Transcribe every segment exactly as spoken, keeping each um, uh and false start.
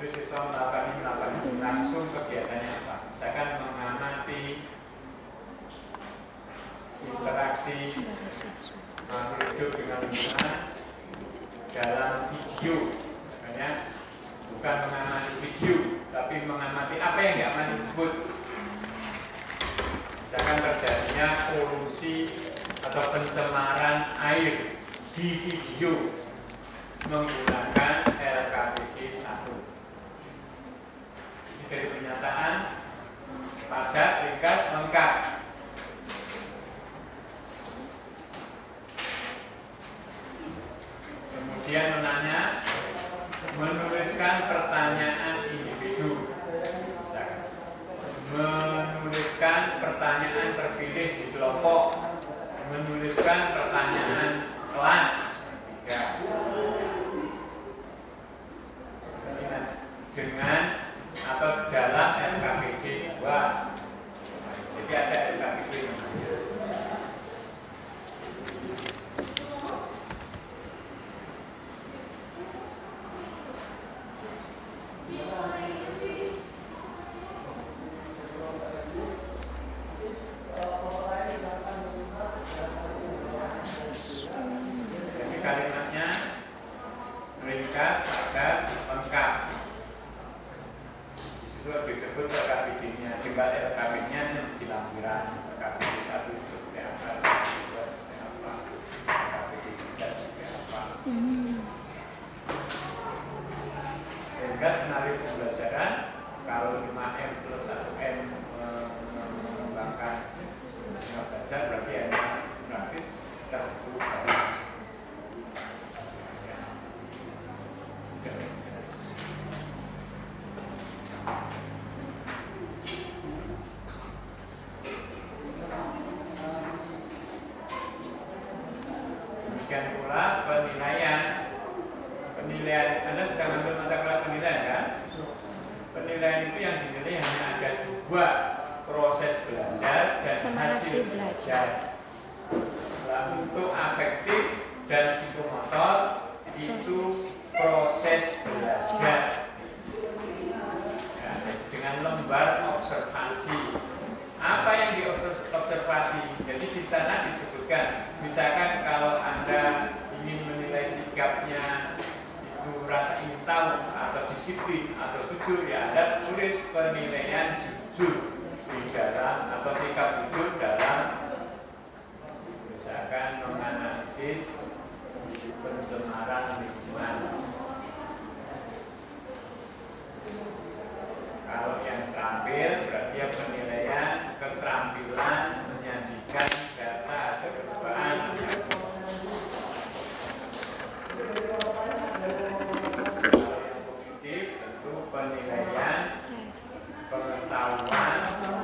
Jadi siswa melakukan ini, melakukan ini, langsung kegiatannya apa? Misalkan mengamati interaksi makhluk hidup dengan lingkungan dalam video. Makanya bukan mengamati video, tapi mengamati apa yang diamati tersebut. Misalkan terjadinya polusi atau pencemaran air di video menggunakan L K P G satu. Ini dari pernyataan padat, ringkas, lengkap. Kemudian menanya, menuliskan pertanyaan individu. Misalkan, menuliskan pertanyaan terpilih di kelompok, menuliskan pertanyaan kelas. Tiga. Dengan atau dalam L K P G dua. Jadi ada L K P G namanya. Jadi kalimatnya ringkas, padat, lengkap. Itu disebut L K P D-nya, tinggal L K P D-nya di lampiran. L K P D satu seperti apa, L K P D dua seperti apa, L K P D tiga seperti apa. Sehingga senario pembelajaran kalau lima M plus satu M mengembangkan belajar berarti ada praktis sekitar sepuluh baris. Demikian pula penilaian. Penilaian, Anda sudah ngambil mata kuliah penilaian kan? Penilaian itu yang dinilai hanya ada dua, proses belajar dan hasil belajar. Nah, untuk afektif dan psikomotor itu proses belajar. Ya, dengan lembar observasi. Apa yang diobservasi? Jadi di sana disebutkan, misalkan kalau Anda ingin menilai sikapnya itu rasa ingin tahu atau disiplin atau jujur, ya Anda tulis penilaian jujur di dalam atau sikap jujur dalam misalkan menganalisis pencemaran lingkungan. Kalau yang terampil berarti yang penilaian keterampilan menyajikan data hasil percobaan. Kalau yang positif tentu penilaian pengetahuan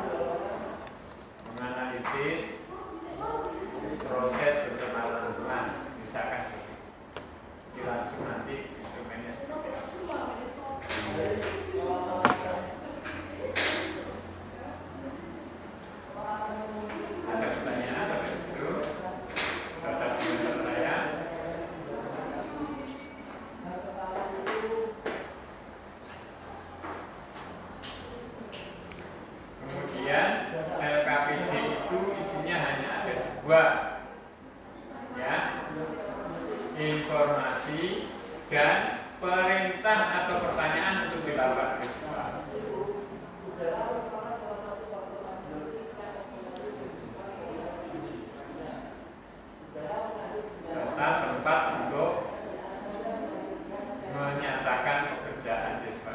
menganalisis proses pencemaran lingkungan. Misalkan ini langsung nanti instrumennya seperti apa. Ada pertanyaan sampai dulu? Kata komentar saya. Kemudian L K P D itu isinya hanya ada dua, ya, informasi dan perintah atau pertanyaan untuk dilakukan ritual. Serta tempat untuk menyatakan pekerjaan siswa.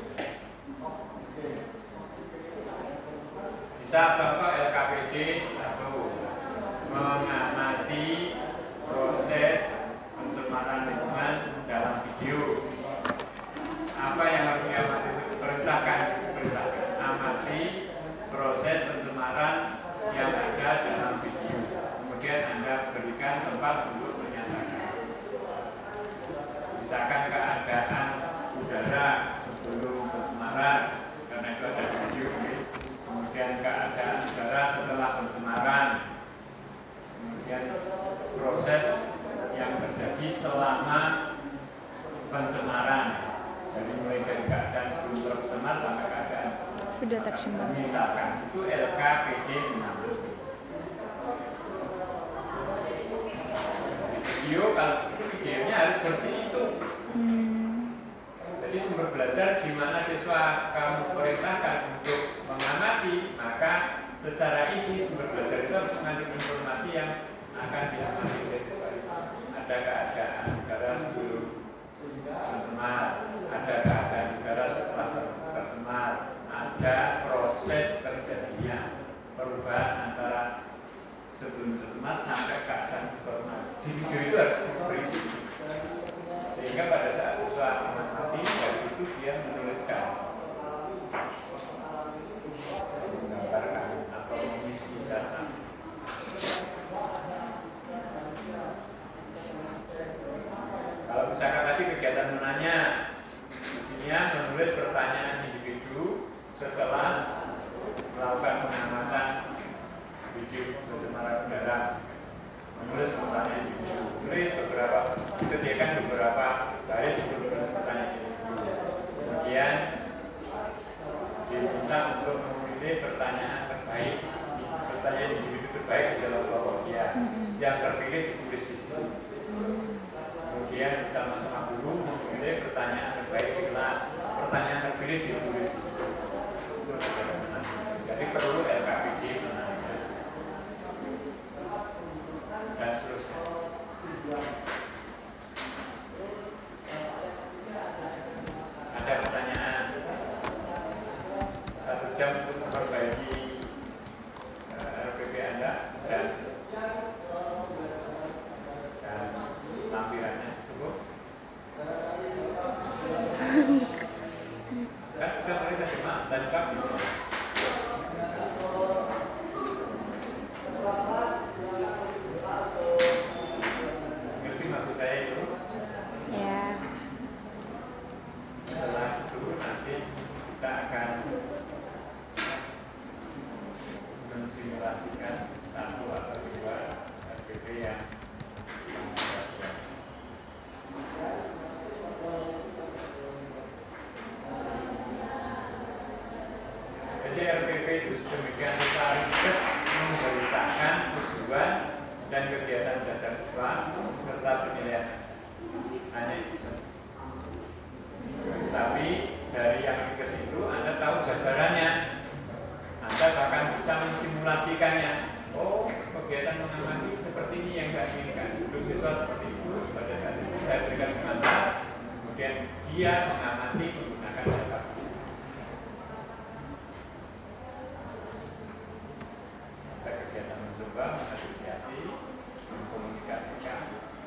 Bisa contoh L K P D satu, mengamati proses pencemaran lingkungan dalam video. Apa yang harus diamati? Perintahkan, perintahkan. Amati proses pencemaran yang ada dalam video. Kemudian Anda berikan tempat untuk menyatakan. Misalkan keadaan udara sebelum pencemaran, karena itu ada video. Kemudian keadaan udara setelah pencemaran. Kemudian proses yang terjadi selama pencemaran, dari mulai dari keadaan Sudah terjemah. Misalkan itu L K P D enam. Video kalau itu videonya harus bersih itu. Hmm. Jadi sumber belajar di mana siswa kamu perintahkan untuk mengamati, maka secara isi sumber belajar itu harus mengandung informasi yang akan diamati oleh siswa. Ada keadaan negara sebelum tercemar, ada keadaan negara setelah tercemar, ada proses terjadinya perubahan antara sebelum tercemar sampai keadaan tercemar. Di video itu harus berisi, sehingga pada saat siswa mengamati dari itu dia menuliskan, menggambarkan atau mengisi data. Kalau misalkan tadi kegiatan menanya, isinya menulis pertanyaan individu setelah melakukan pengamatan video pencemaran udara, menulis pertanyaan individu, menulis beberapa, disediakan beberapa baris untuk menulis pertanyaan individu. Kemudian diminta untuk memilih pertanyaan terbaik, pertanyaan individu terbaik di dalam kelompok dia, yang terpilih ditulis di situ. Kemudian bersama-sama guru memilih pertanyaan terbaik di kelas, pertanyaan terpilih ditulis di situ. Jadi perlu L K P D menanyakan dan seterusnya. Ada pertanyaan satu jam untuk memperbaiki uh, R P P Anda dan dan lampirannya cukup. Kan kita mereka cuma lengkap gitu. Ngerti maksud saya itu? Ya. Setelah itu nanti kita akan mensimulasikan satu atau dua R P P yang jadi R P P itu sedemikian rupa ringkas memberitakan tujuan dan kegiatan belajar siswa serta penilaian. Hanya itu. Tapi dari yang ringkas itu Anda tahu jabarannya. Anda bahkan bisa mensimulasikannya. Oh, kegiatan mengamati seperti ini yang saya inginkan. Duduk siswa seperti itu. Pada saat itu saya berikan pengantar, kemudian dia mengamati menggunakan data. Kegiatan mencoba, mengasosiasi, mengkomunikasikan.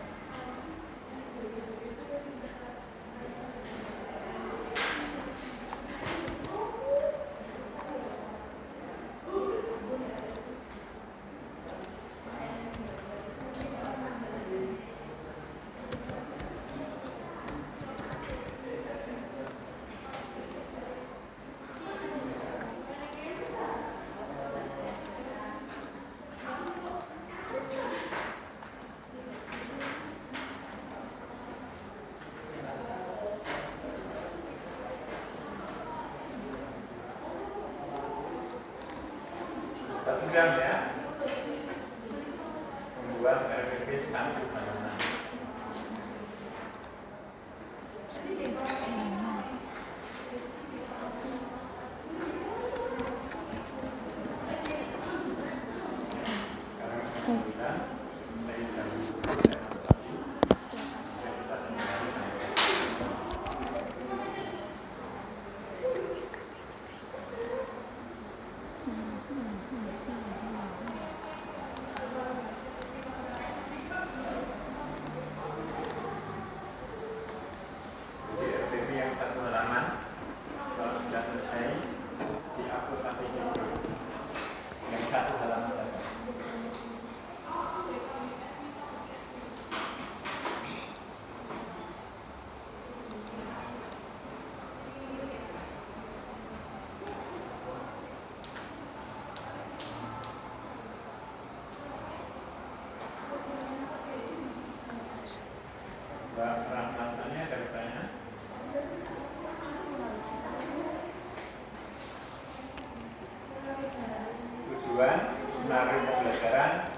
Satu jam ya, membuat R P P satu halaman. Sekarang kemudian saya jam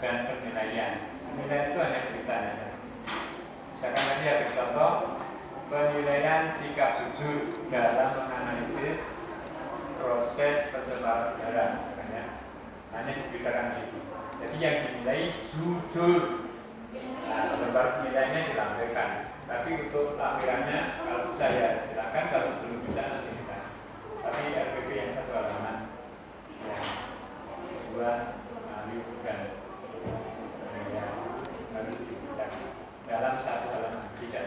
dan penilaian. Penilaian itu hanya beritanya. Misalkan tadi ada contoh penilaian sikap jujur dalam menganalisis proses pencemaran udara, hanya hanya diberitakan itu. Jadi yang dinilai jujur. Nah, lembar penilaiannya dilampirkan. Tapi untuk lampirannya kalau bisa ya silakan, kalau belum bisa nanti kita. Tapi R P P yang satu halaman, ya, dua, kali dan ya, harus diberitakan dalam satu halaman tidak.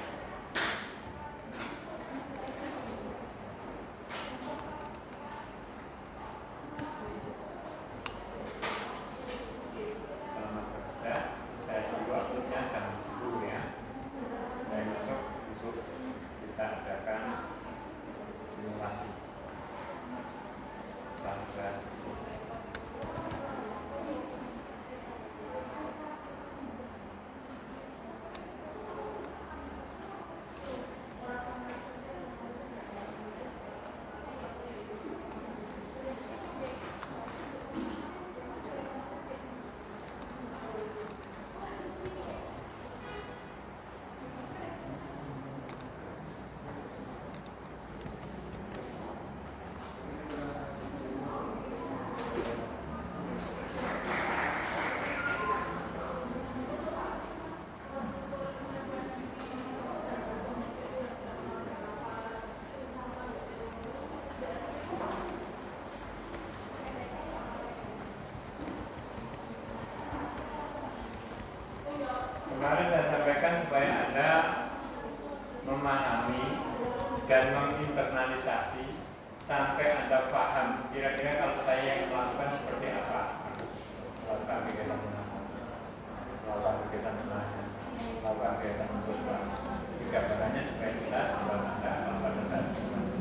Kemarin saya sampaikan supaya Anda memahami dan menginternalisasi sampai Anda paham kira-kira kalau saya yang melakukan seperti apa. Melakukan kegiatan menang, melakukan kegiatan menang, melakukan kegiatan mencoba. Gambarannya supaya jelas buat Anda kalau pada saat situasi.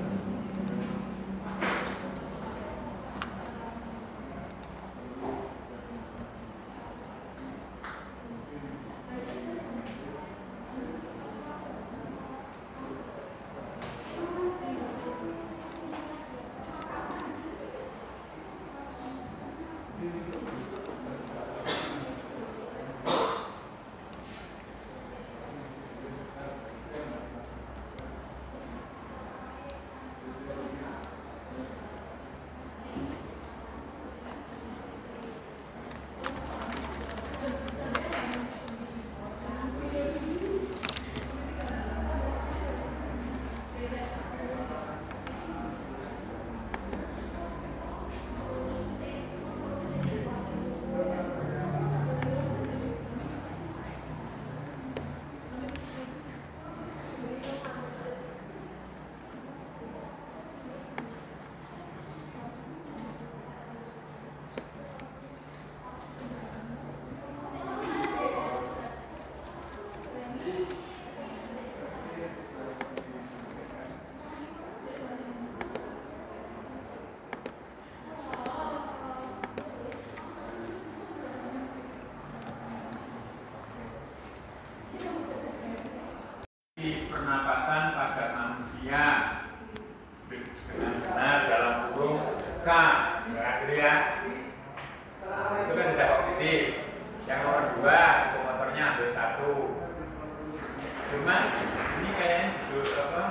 Pernapasan pada manusia dengan benar dalam kurung K, berarti ya itu kan tidak kognitif. Yang nomor dua motornya ambil satu, cuma ini kayaknya judul apa?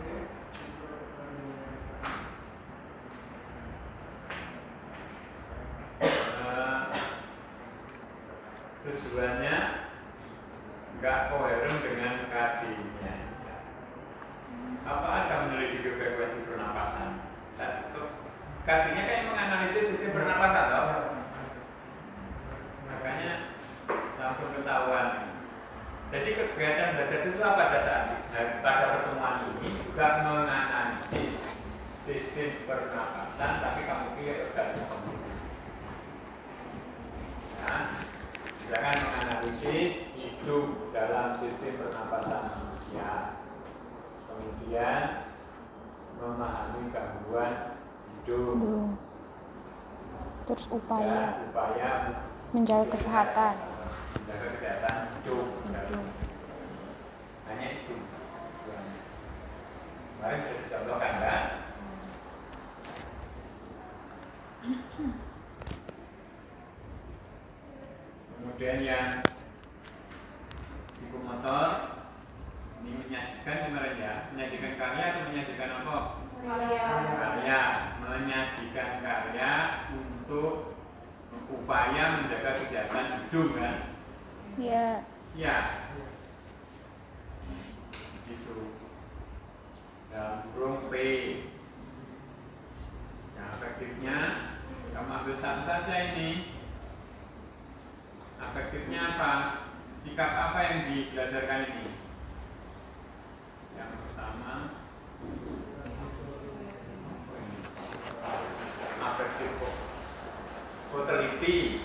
Uh, tujuannya nggak koheren dengan K D-nya. Apa ada menyelidiki frekuensi pernapasan? Satu, K D-nya kan menganalisis sistem pernapasan, toh? Makanya langsung ketahuan. Jadi kegiatan belajar siswa pada saat pada pertemuan ini juga menganalisis sistem pernapasan, tapi kamu pilih organisme. Nah, misalkan menganalisis hidup dalam sistem pernapasan manusia, kemudian memahami gangguan hidup, terus upaya, ya, upaya menjaga kesehatan, menjaga kesehatan hidup, hidup. hanya itu. Mari bisa dicontohkan kan? Kemudian yang psikomotor ini menyajikan kemarin ya, menyajikan karya atau menyajikan apa? Karya. Karya, menyajikan karya untuk upaya menjaga kesehatan hidung kan? Iya. Ya. Itu. Dalam kurung P. Nah, efektifnya kamu ambil satu saja ini. Efektifnya apa? Sikap apa yang dibelajarkan ini? Yang pertama, afektif kok. Oh, teliti.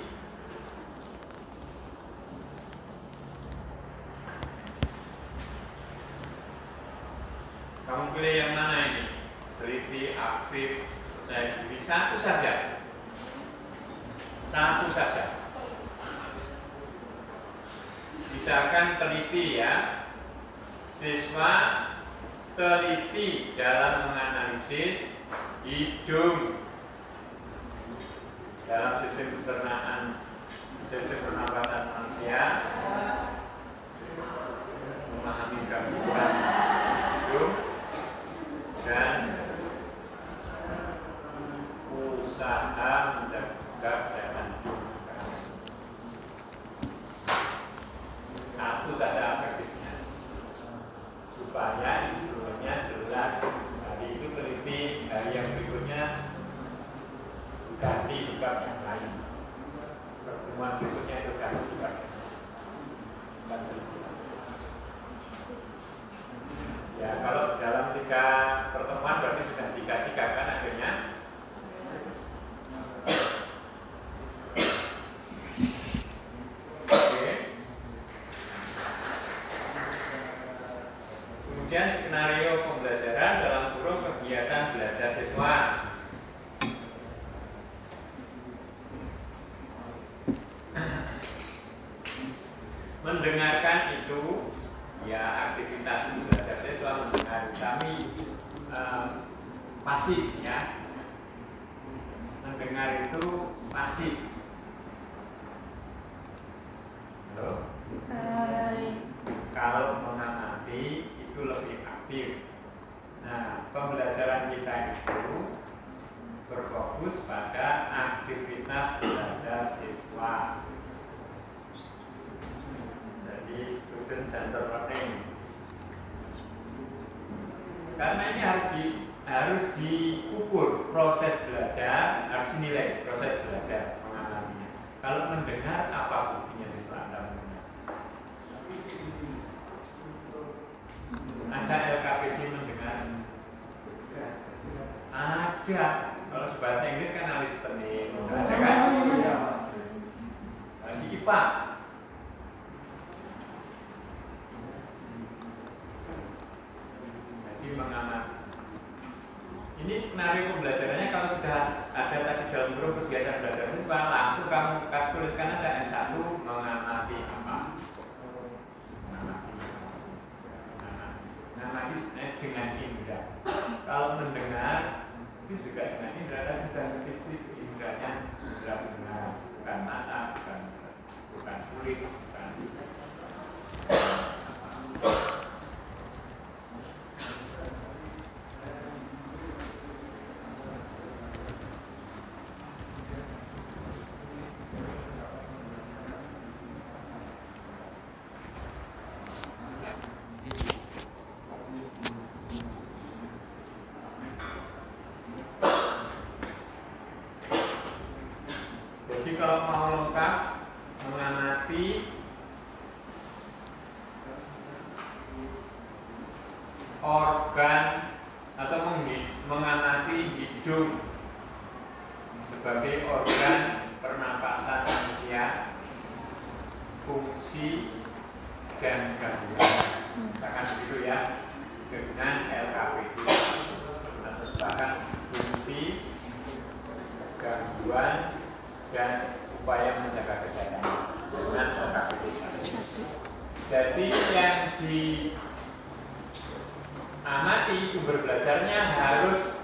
Kamu pilih yang mana ini? Teliti, aktif, percaya diri. Satu saja. Satu saja. Misalkan teliti ya. Siswa teliti dalam menganalisis hidung dalam sistem pencernaan, sistem pernapasan manusia, memahami gangguan hidung dan usaha menjaga kesehatan hidung. Satu saja efektifnya supaya instrumennya jelas. Hari itu teliti, hari yang berikutnya ganti sikap yang lain. Pertemuan berikutnya itu ganti sikap yang lain. Ya, kalau dalam tiga pertemuan berarti sudah tiga sikap kan akhirnya. Oke. Kemudian skenario pembelajaran dalam kurung kegiatan belajar siswa. Mendengarkan itu ya aktivitas belajar siswa mendengar kami eh, pasif ya. Mendengar itu pasif. Halo? Hai. Kalau mengamati itu lebih aktif. Nah, pembelajaran kita itu berfokus pada aktivitas belajar siswa. Jadi student center learning. Karena ini harus di harus diukur proses belajar, harus dinilai proses belajar mengalaminya. Kalau mendengar apa buktinya siswa Anda mendengar? Ada L K P D mendengar? Ada. Kalau di bahasa Inggris kan listening, ada kan? Di I P A. Mengamati. Ini skenario pembelajarannya kalau sudah ada tadi dalam grup kegiatan belajar siswa, langsung kamu tuliskan aja M satu mengamati apa? Mengamati. Mengamati sebenarnya dengan indera. Kalau mendengar itu juga dengan indera, tapi sudah spesifik inderanya indera pendengar, bukan mata, bukan bukan kulit, bukan. Kalau mau lengkap mengamati organ atau mengamati hidung sebagai organ pernapasan manusia, fungsi dan gangguan, misalkan begitu ya, dengan L K P D atau bahkan fungsi, gangguan dan upaya menjaga kesehatan dengan L K P D. Jadi yang diamati sumber belajarnya harus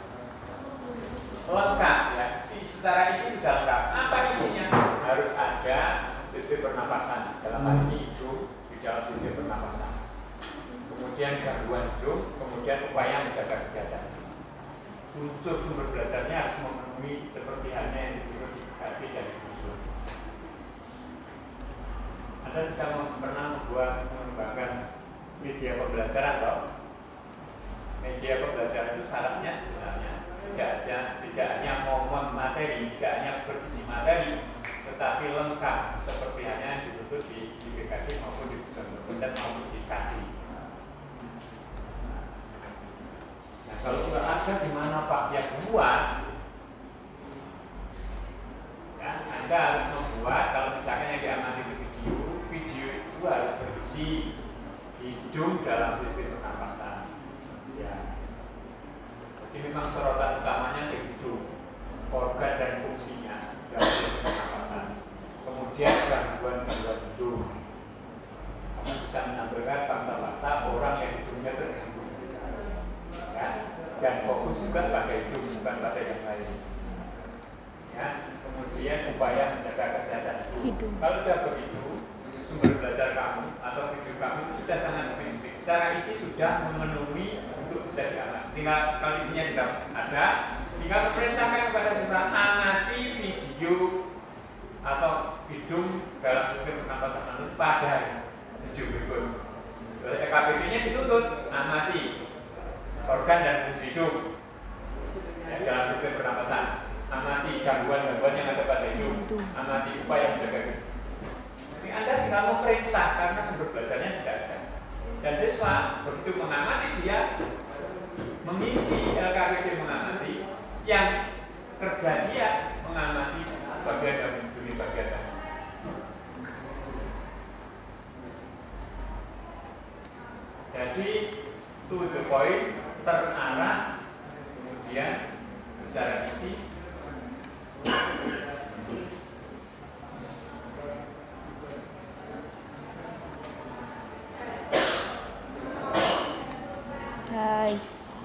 lengkap ya. Secara isi sudah lengkap. Apa isinya? Harus ada sistem pernapasan dalam hal ini hidung di dalam sistem pernapasan. Kemudian gangguan hidung, kemudian upaya menjaga kesehatan. Unsur sumber belajarnya harus memenuhi seperti halnya yang diturut di K P dan di usul. Anda sudah pernah membuat mengembangkan media pembelajaran, toh? Media pembelajaran itu syaratnya sebenarnya tidak hanya tidak hanya momon materi, tidak hanya berisi materi, tetapi lengkap seperti halnya yang dituntut di, di B K D maupun di pusat maupun di K D. Nah, kalau sudah ada di mana Pak yang buat, ya, Anda harus membuat. Kalau misalkan yang diamati di video, video itu harus berisi hidung dalam sistem pernapasan. Ya. Jadi memang sorotan utamanya di hidung, organ dan fungsinya dalam sistem pernapasan. Kemudian gangguan-gangguan hidung. Kamu bisa menampilkan fakta-fakta orang yang hidungnya terganggu. Ya. Dan fokus juga pada hidung, bukan pada yang lain. Ya. Kemudian upaya menjaga kesehatan hidung. Kalau sudah begitu, sumber belajar kamu atau video kamu itu sudah sangat spesifik. Secara isi sudah memenuhi untuk bisa diamati. Tinggal kalau isinya sudah ada, tinggal perintahkan kepada siswa amati video atau hidung dalam sistem pernapasan manut pada hidung berikut. E K P D-nya dituntut amati organ dan fungsi hidung ya, dalam sistem pernapasan, amati gangguan-gangguan yang ada pada hidung, amati upaya menjaga hidung. Jadi Anda tinggal memerintah karena sumber belajarnya sudah ada. Dan siswa begitu mengamati dia mengisi L K P D mengamati, yang kerja dia mengamati bagian demi bagian. Jadi to the point, terarah, kemudian secara isi. Hai.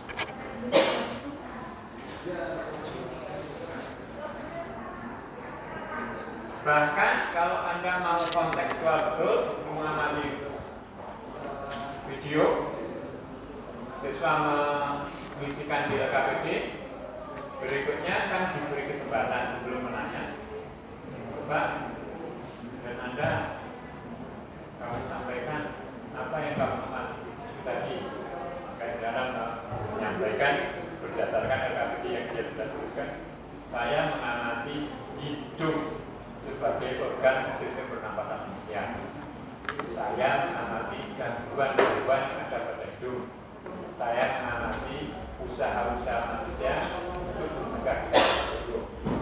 Bahkan kalau Anda mau kontekstual betul mengamati video, siswa mengisikan di L K P D, berikutnya akan diberi kesempatan sebelum menanya. Coba dan Anda kamu sampaikan apa yang kamu amati tadi. Maka dalam menyampaikan berdasarkan L K P D yang dia sudah tuliskan, saya mengamati hidung sebagai organ sistem pernapasan manusia. Saya mengamati gangguan-gangguan yang ada pada hidung. Saya mengamati usaha-usaha manusia untuk mencegah kesehatan hidung.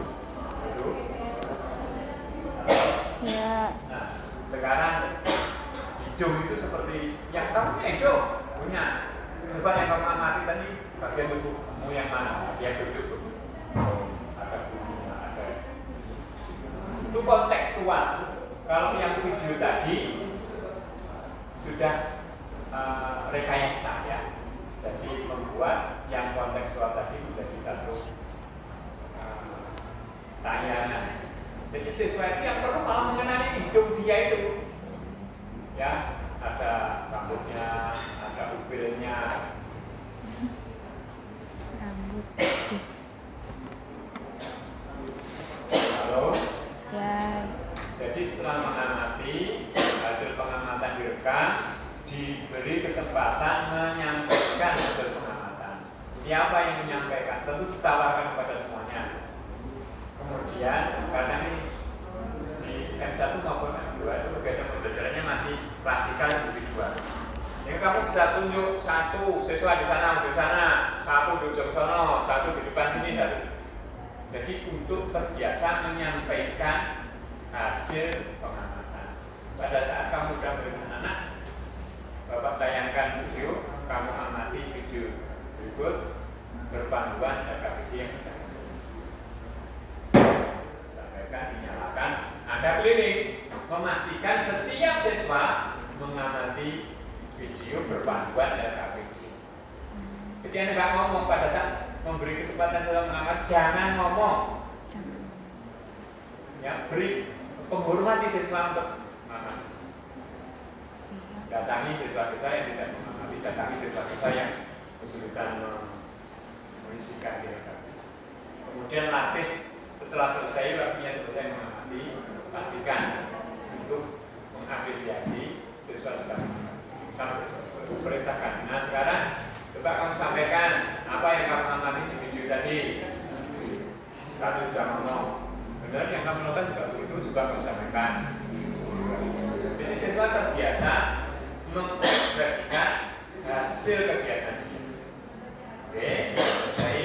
Ya. Nah, sekarang hidung itu seperti yang kamu punya hidung punya. Coba yang kamu amati tadi bagian tubuh kamu yang mana? Yang duduk. Oh, ada bulunya, ada. Itu kontekstual. Kalau yang video tadi sudah uh, rekayasa ya. Jadi membuat yang kontekstual tadi menjadi satu uh, tayangan. Jadi siswa itu yang perlu malah mengenali hidung dia itu. Ya, ada rambutnya, ada ubilnya. Rambut. Halo? Ya. Jadi setelah mengamati, hasil pengamatan direkam, diberi kesempatan menyampaikan hasil pengamatan. Siapa yang menyampaikan? Tentu ditawarkan kepada semuanya. Kemudian, karena ini di M satu maupun M dua itu kegiatan pembelajarannya masih klasikal individual. Jadi kamu bisa tunjuk satu siswa di sana, di sana, satu di ujung sana, satu di depan sini, satu. Jadi untuk terbiasa menyampaikan hasil pengamatan. Pada saat kamu sudah berikan anak, Bapak tayangkan video, kamu amati video berikut berpanduan L K P D yang sudah sampaikan, dinyalakan. Anda keliling memastikan setiap siswa mengamati video berpanduan L K P D. Jadi Anda nggak ngomong pada saat memberi kesempatan siswa mengamati, jangan ngomong. Ya, beri penghormati siswa untuk mengamati. datangi siswa-siswa yang tidak memahami, datangi siswa-siswa yang kesulitan mengisikan kira-kira. Kemudian latih setelah selesai, waktunya selesai mengamati, pastikan untuk mengapresiasi siswa sudah sampai perintahkan. Nah sekarang coba kamu sampaikan apa yang kamu amati di video tadi. Satu sudah ngomong, benar yang kamu lakukan juga begitu, juga kamu sampaikan. Jadi siswa terbiasa mengekspresikan hasil kegiatan ini. Oke, sudah selesai.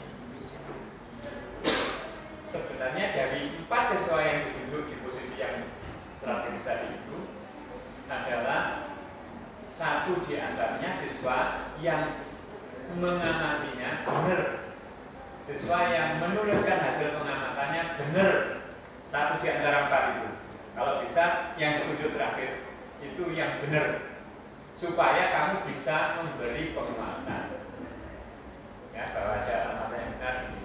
Sebenarnya dari empat siswa yang duduk di posisi yang strategis tadi itu adalah satu di antaranya siswa yang mengamatinya benar, siswa yang menuliskan hasil pengamatannya benar, satu di antara empat itu. Kalau bisa yang ditunjuk terakhir itu yang benar, supaya kamu bisa memberi penguatan ya bahwa hasil pengamatannya yang benar ini.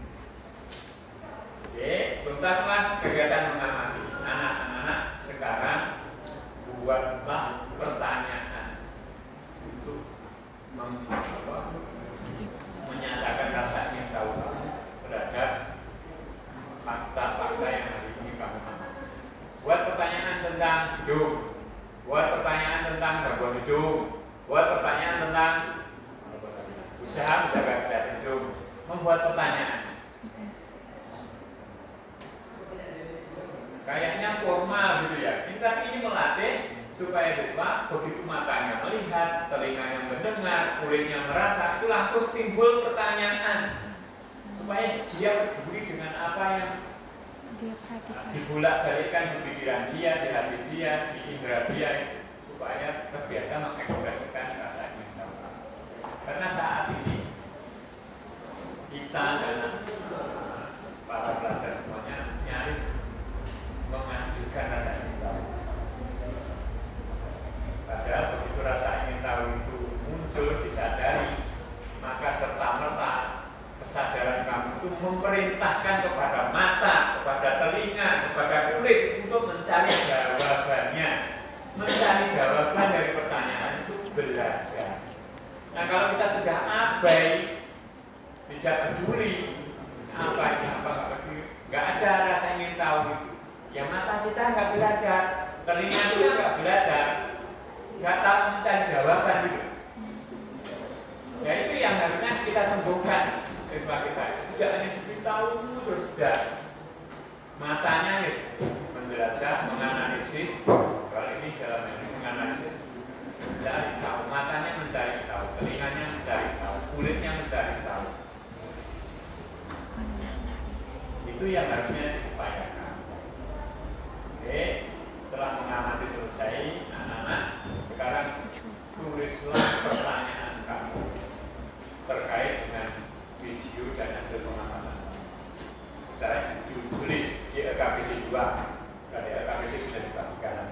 Oke, tuntaslah kegiatan mengamati. Anak-anak sekarang buatlah pertanyaan untuk mem, apa, menyatakan rasa ingin tahu kamu terhadap fakta-fakta yang hari ini kamu amati. Buat pertanyaan tentang hidup, buat pertanyaan tentang gangguan hidup, buat pertanyaan tentang usaha menjaga kesehatan hidup, membuat pertanyaan. Kayaknya formal gitu ya. Kita ini melatih supaya siswa begitu matanya melihat, telinganya mendengar, kulitnya merasa, itu langsung timbul pertanyaan. Supaya dia peduli dengan apa yang dibulak-balikkan di pikiran dia, di hati dia, di indera dia, supaya terbiasa mengekspresikan rasa ingin tahu. Karena saat ini kita dan para pelajar semuanya nyaris mengajukan rasa ingin tahu. Padahal begitu rasa ingin tahu itu muncul, disadari, maka serta-merta kesadaran kamu itu memerintahkan kepada mata, kepada telinga, kepada kulit untuk mencari jawabannya. Mencari jawaban dari pertanyaan itu belajar. Nah kalau kita sudah abai, tidak peduli apa ini, apa nggak peduli, nggak ada rasa ingin tahu itu. Ya mata kita nggak belajar, telinga kita nggak belajar, nggak tahu mencari jawaban gitu. Ya itu yang harusnya kita sembuhkan siswa kita. Tidak hanya diberitahu terus sudah. Matanya gitu, menjelajah, menganalisis. Kalau ini jalan ini menganalisis, mencari tahu. Matanya mencari tahu, telinganya mencari tahu, kulitnya mencari tahu. Itu yang harusnya diupayakan. Oke, setelah mengamati selesai, anak-anak sekarang tulislah pertanyaan kamu terkait dengan video dan hasil pengamatan. Saya tulis di L K P D dua, dari L K P D sudah dibagikan.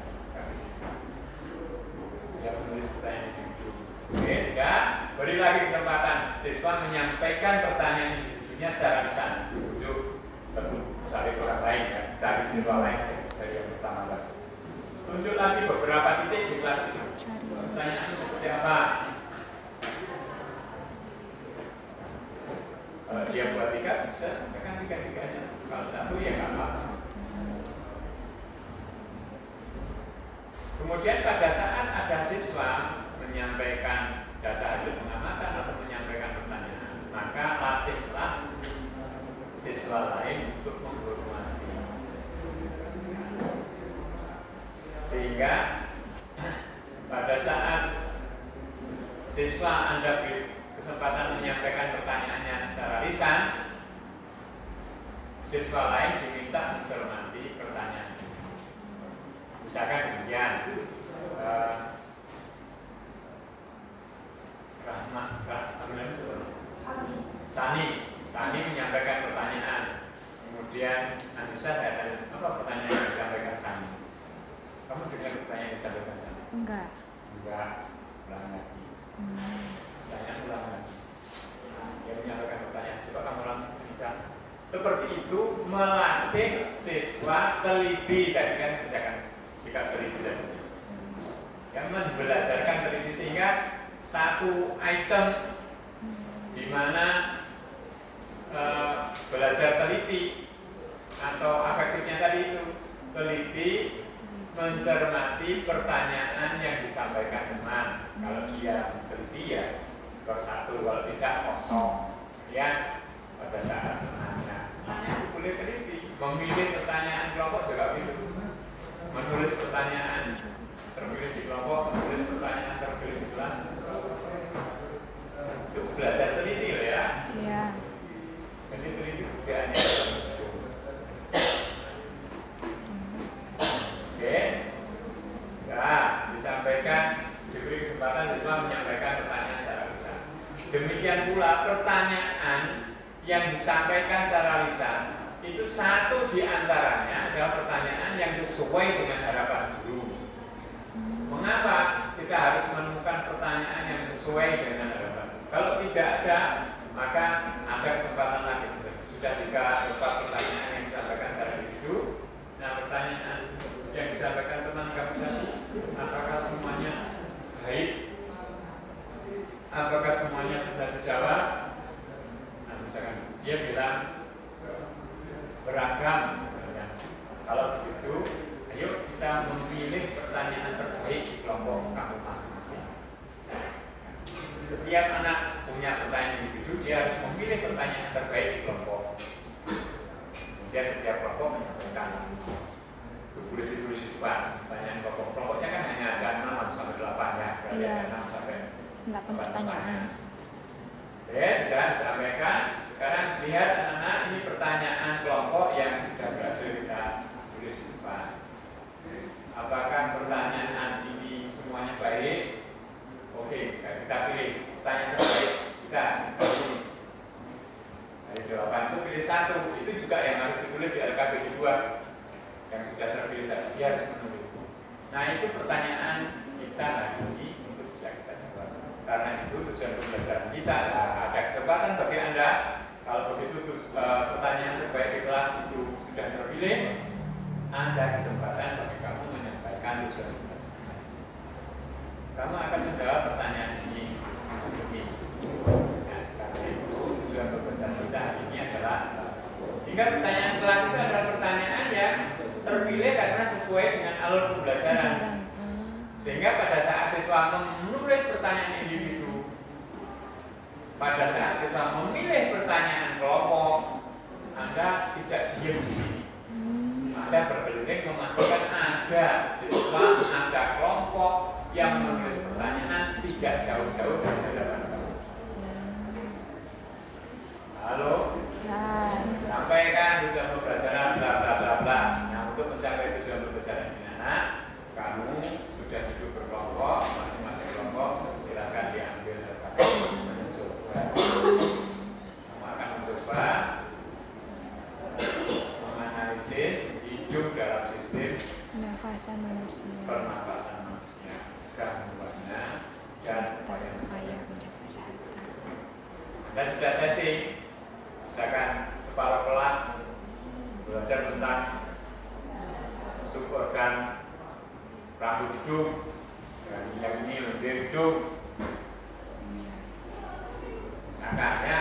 Yang menulis pertanyaan itu. Oke, dan beri lagi kesempatan siswa menyampaikan pertanyaan individunya secara lisan. Tunjuk, tentu cari orang lain ya, cari siswa lain ya. Dari yang pertama lagi. Tunjuk lagi beberapa titik di kelas itu. Pertanyaan seperti apa? Kalau dia buat tiga, bisa sampaikan tiga-tiganya. Kalau satu ya nggak apa-apa. Kemudian pada saat ada siswa menyampaikan data hasil pengamatan atau menyampaikan pertanyaan, maka latihlah siswa lain untuk menghormati. Sehingga pada saat siswa Anda beri kesempatan menyampaikan pertanyaannya secara lisan, siswa lain diminta mencermati pertanyaan. Misalkan demikian, uh, Rahmat, Sani, Sani, Sani menyampaikan pertanyaan. Kemudian Anissa saya tanya, apa pertanyaan yang disampaikan Sani? Kamu dengar pertanyaan yang disampaikan Sani? Enggak. Enggak, ulang lagi. Hmm. Pertanyaan ulang lagi. Dia menyampaikan pertanyaan, coba kamu ulang bisa. Seperti itu melatih siswa teliti, tadi kan misalkan sikap teliti tadi. Ya membelajarkan teliti, sehingga satu item di mana e, belajar teliti atau afektifnya tadi itu teliti mencermati pertanyaan yang disampaikan teman. Kalau dia teliti ya skor satu, kalau tidak kosong. Ya, pada saat menanya, tanya itu boleh teliti. Memilih pertanyaan kelompok juga begitu. Menulis pertanyaan terpilih di kelompok, menulis pertanyaan terpilih di kelas. Itu belajar teliti loh ya. Iya. Jadi teliti bukannya. Oke. Nah, disampaikan, diberi kesempatan siswa menyampaikan pertanyaan secara lisan. Demikian pula pertanyaan yang disampaikan secara lisan itu satu di antaranya adalah pertanyaan yang sesuai dengan harapan guru. Mengapa kita harus menemukan pertanyaan yang sesuai dengan harapan guru? Kalau tidak ada, maka ada kesempatan lagi. Sudah tiga empat pertanyaan yang disampaikan secara individu. Nah, pertanyaan yang disampaikan teman kami tadi, apakah semuanya baik? Apakah semuanya bisa dijawab? Nah, misalkan dia bilang beragam. Ya. Kalau begitu, ayo kita memilih pertanyaan terbaik di kelompok kamu masing-masing. Setiap anak punya pertanyaan individu, dia harus memilih pertanyaan terbaik di kelompok. Kemudian setiap kelompok menyampaikan. Itu boleh ditulis di depan. Pertanyaan kelompok kelompoknya kan hanya ada enam sampai delapan ya. Berarti Iya. ada enam sampai delapan pertanyaan. Oke, sudah disampaikan. Sekarang lihat anak-anak, ini pertanyaan kelompok yang sudah berhasil kita tulis di depan. Apakah pertanyaan ini semuanya baik? Oke, kita pilih pertanyaan terbaik kita pilih. Dari jawaban itu pilih satu. Itu juga yang harus ditulis di L K P D dua yang sudah terpilih tadi. Dia harus menulis. Nah, itu pertanyaan kita hari ini untuk bisa kita jawab. Karena itu tujuan pembelajaran kita. Nah, ada kesempatan bagi Anda. Kalau begitu terus, e, pertanyaan terbaik di kelas itu sudah terpilih, ada kesempatan bagi kamu menyampaikan tujuan pembelajaran. Kamu akan menjawab pertanyaan ini. ini. Nah, karena itu tujuan pembelajaran kita hari ini adalah jika pertanyaan kelas itu adalah pertanyaan yang terpilih karena sesuai dengan alur pembelajaran. Sehingga pada saat siswa menulis pertanyaan individu, pada saat siswa memilih pertanyaan kelompok, Anda tidak diam di sini. Anda berkeliling memastikan ada siswa, ada kelompok yang menulis pertanyaan tidak jauh-jauh dari hadapan kamu. Halo? Ya. Sampaikan tujuan pembelajaran bla bla bla bla. Nah, untuk mencapai tujuan pembelajaran ini anak, kamu sudah duduk berkelompok, masing-masing kelompok silakan diambil rekaman mencoba. Kamu akan mencoba menganalisis hidup dalam sistem Pernafasan manusia. pernapasan manusia, gangguannya dan upaya upaya menjaga kesehatan. Anda sudah setting, misalkan separuh kelas belajar tentang suborgan rambut hidung, dan yang ini lendir hidung, misalkan ya.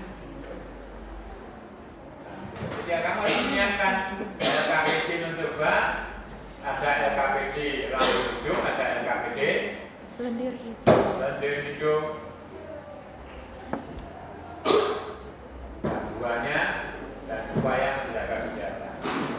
Jadi ya, kamu harus menyiapkan L K P D mencoba, ada L K P D rambut hidung, ada L K P D Lendir hidung. lendir hidung, gangguannya dan upaya menjaga kesehatan.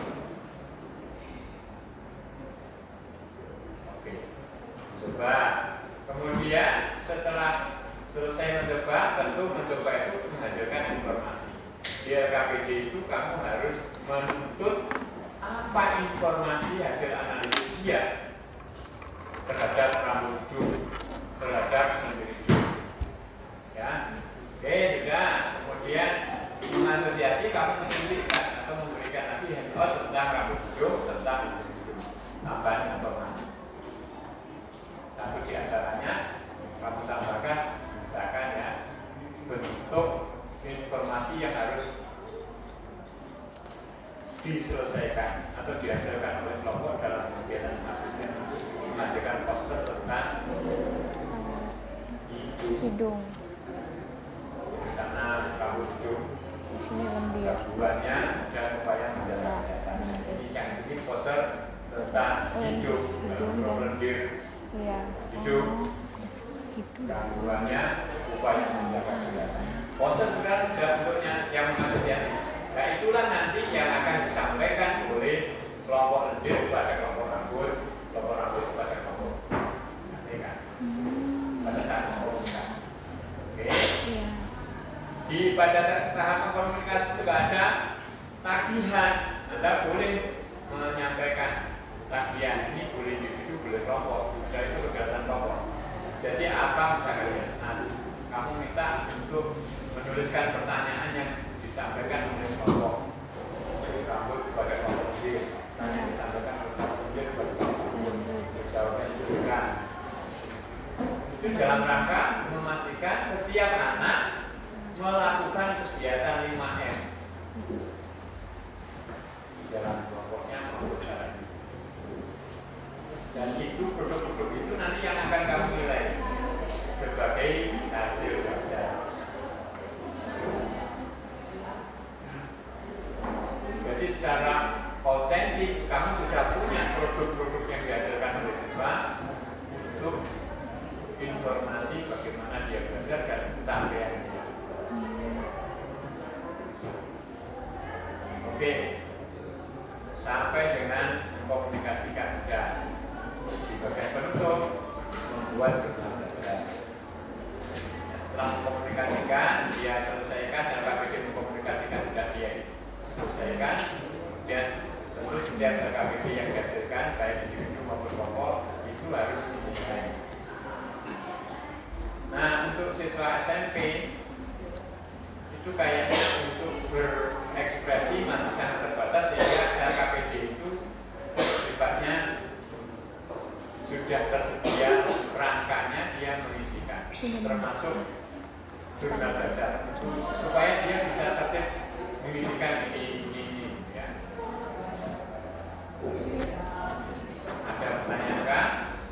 Oke, coba. Kemudian setelah selesai mencoba, tentu mencoba itu menghasilkan informasi. Di L K P D itu kamu harus menuntut apa informasi hasil analisis dia terhadap rambut hidung, terhadap lendir hidung. Ya, oke, sudah. Kemudian mengasosiasi kamu menyuntikkan atau memberikan lagi handout tentang rambut hidung, tentang lendir hidung, tambahan informasi. Satu di antaranya kamu tambahkan, misalkan ya, bentuk informasi yang harus diselesaikan atau dihasilkan oleh kelompok dalam kegiatan asisten. menghasilkan poster tentang uh, hidung. hidung. Di sana rambut hidung, Di sini lendir. gangguannya dan upaya menjaga kesehatan. Ini yang ini poster tentang hidung, hidung dan lendir, iya. hidung, Oh, hidung. gangguannya, upaya menjaga kesehatan. Poster sudah sudah bentuknya yang mengasosiasi. Nah itulah nanti yang akan disampaikan oleh kelompok lendir kepada kelompok rambut, kelompok rambut kepada kelompok nanti kan Hmm. pada saat komunikasi. Oke. Iya. Di pada saat tahap komunikasi juga ada tagihan. Anda boleh menyampaikan tagihan ini boleh individu, boleh kelompok. Sudah itu kegiatan kelompok. Jadi apa misalnya ya? Nah, kamu minta untuk menuliskan pertanyaan yang disampaikan oleh kelompok rambut kepada kelompok lendir. Yang disampaikan oleh kelompok lendir kepada kelompok lendir. Misalnya itu kan. Itu dalam rangka memastikan setiap anak melakukan kegiatan lima M di dalam kelompoknya maupun secara individu. Dan itu produk-produk itu nanti yang akan kamu nilai sebagai hasil kerja. Jadi secara otentik kamu sudah punya produk-produk yang dihasilkan oleh siswa untuk informasi bagaimana dia belajar dan capaiannya. Oke, sampai dengan mengkomunikasikan dan di bagian penutup membuat jurnal belajar. Setelah mengkomunikasikan, dia selesaikan dan K P D mengkomunikasikan dan dia selesaikan. Kemudian tentu setiap K P D yang dihasilkan baik individu maupun kelompok itu harus dinilai. Nah, untuk siswa S M P itu kayaknya untuk berekspresi masih sangat terbatas sehingga L K P D itu sifatnya sudah tersedia rangkanya dia mengisikan termasuk jurnal belajar supaya dia bisa tertib mengisikan ini ini, ini ya. Ada pertanyaan kan?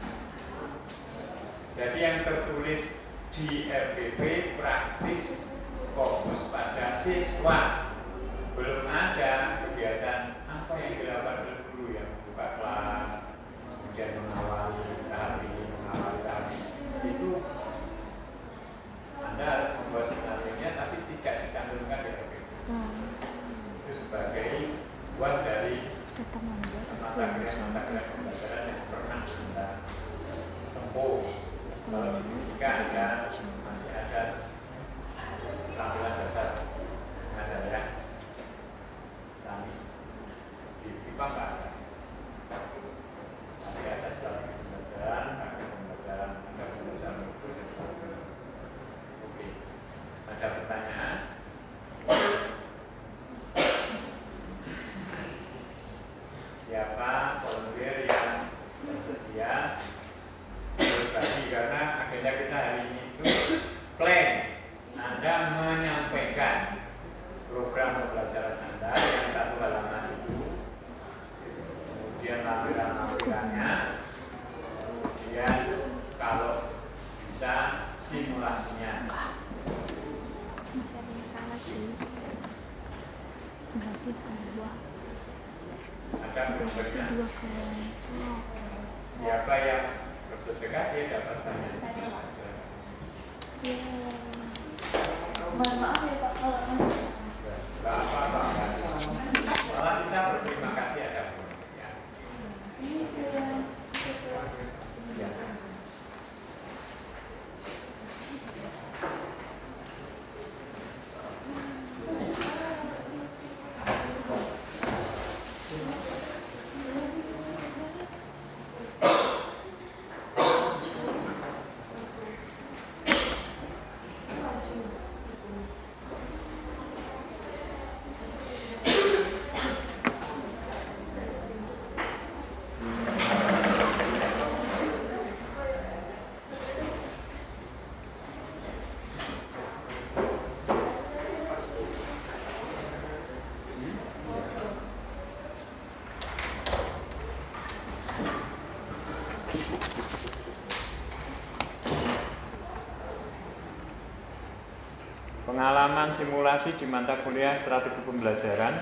Jadi yang tertulis di R B P praktis fokus pada siswa, belum ada kegiatan apa yang dilakukan oleh guru yang membuka kelas, kemudian mengawali tahap ini, mengawali tahap ini. Itu Anda harus membuat skenario-nya tapi tidak dicantumkan di R B P. Hmm. Itu sebagai buat dari Kita membuat mata kuliah-mata kuliah pembelajaran yang pernah kita tempuh. Kalau di fisika ada masih ada tampilan dasar nggak saya kami di I P A nggak ada, tapi ada strategi pembelajaran, ada pembelajaran, ada pembelajaran buku dan sebagainya. Oke, ada pertanyaan? Siapa volunteer yang bersedia berbagi, karena agenda kita hari ini itu plan. Anda menyampaikan program pembelajaran Anda yang satu halaman itu, kemudian lampiran-lampirannya, kemudian kalau bisa simulasinya. masih ada yang salah sih. Berarti dua. Ada berikutnya. Dua kelompok. Siapa yang bersedekah dia dapat banyak. Ya. Mohon maaf ya Pak kalau Gak apa-apa. Malah kita berterima kasih ada ya. ini sudah Ya. pengalaman simulasi di mata kuliah strategi pembelajaran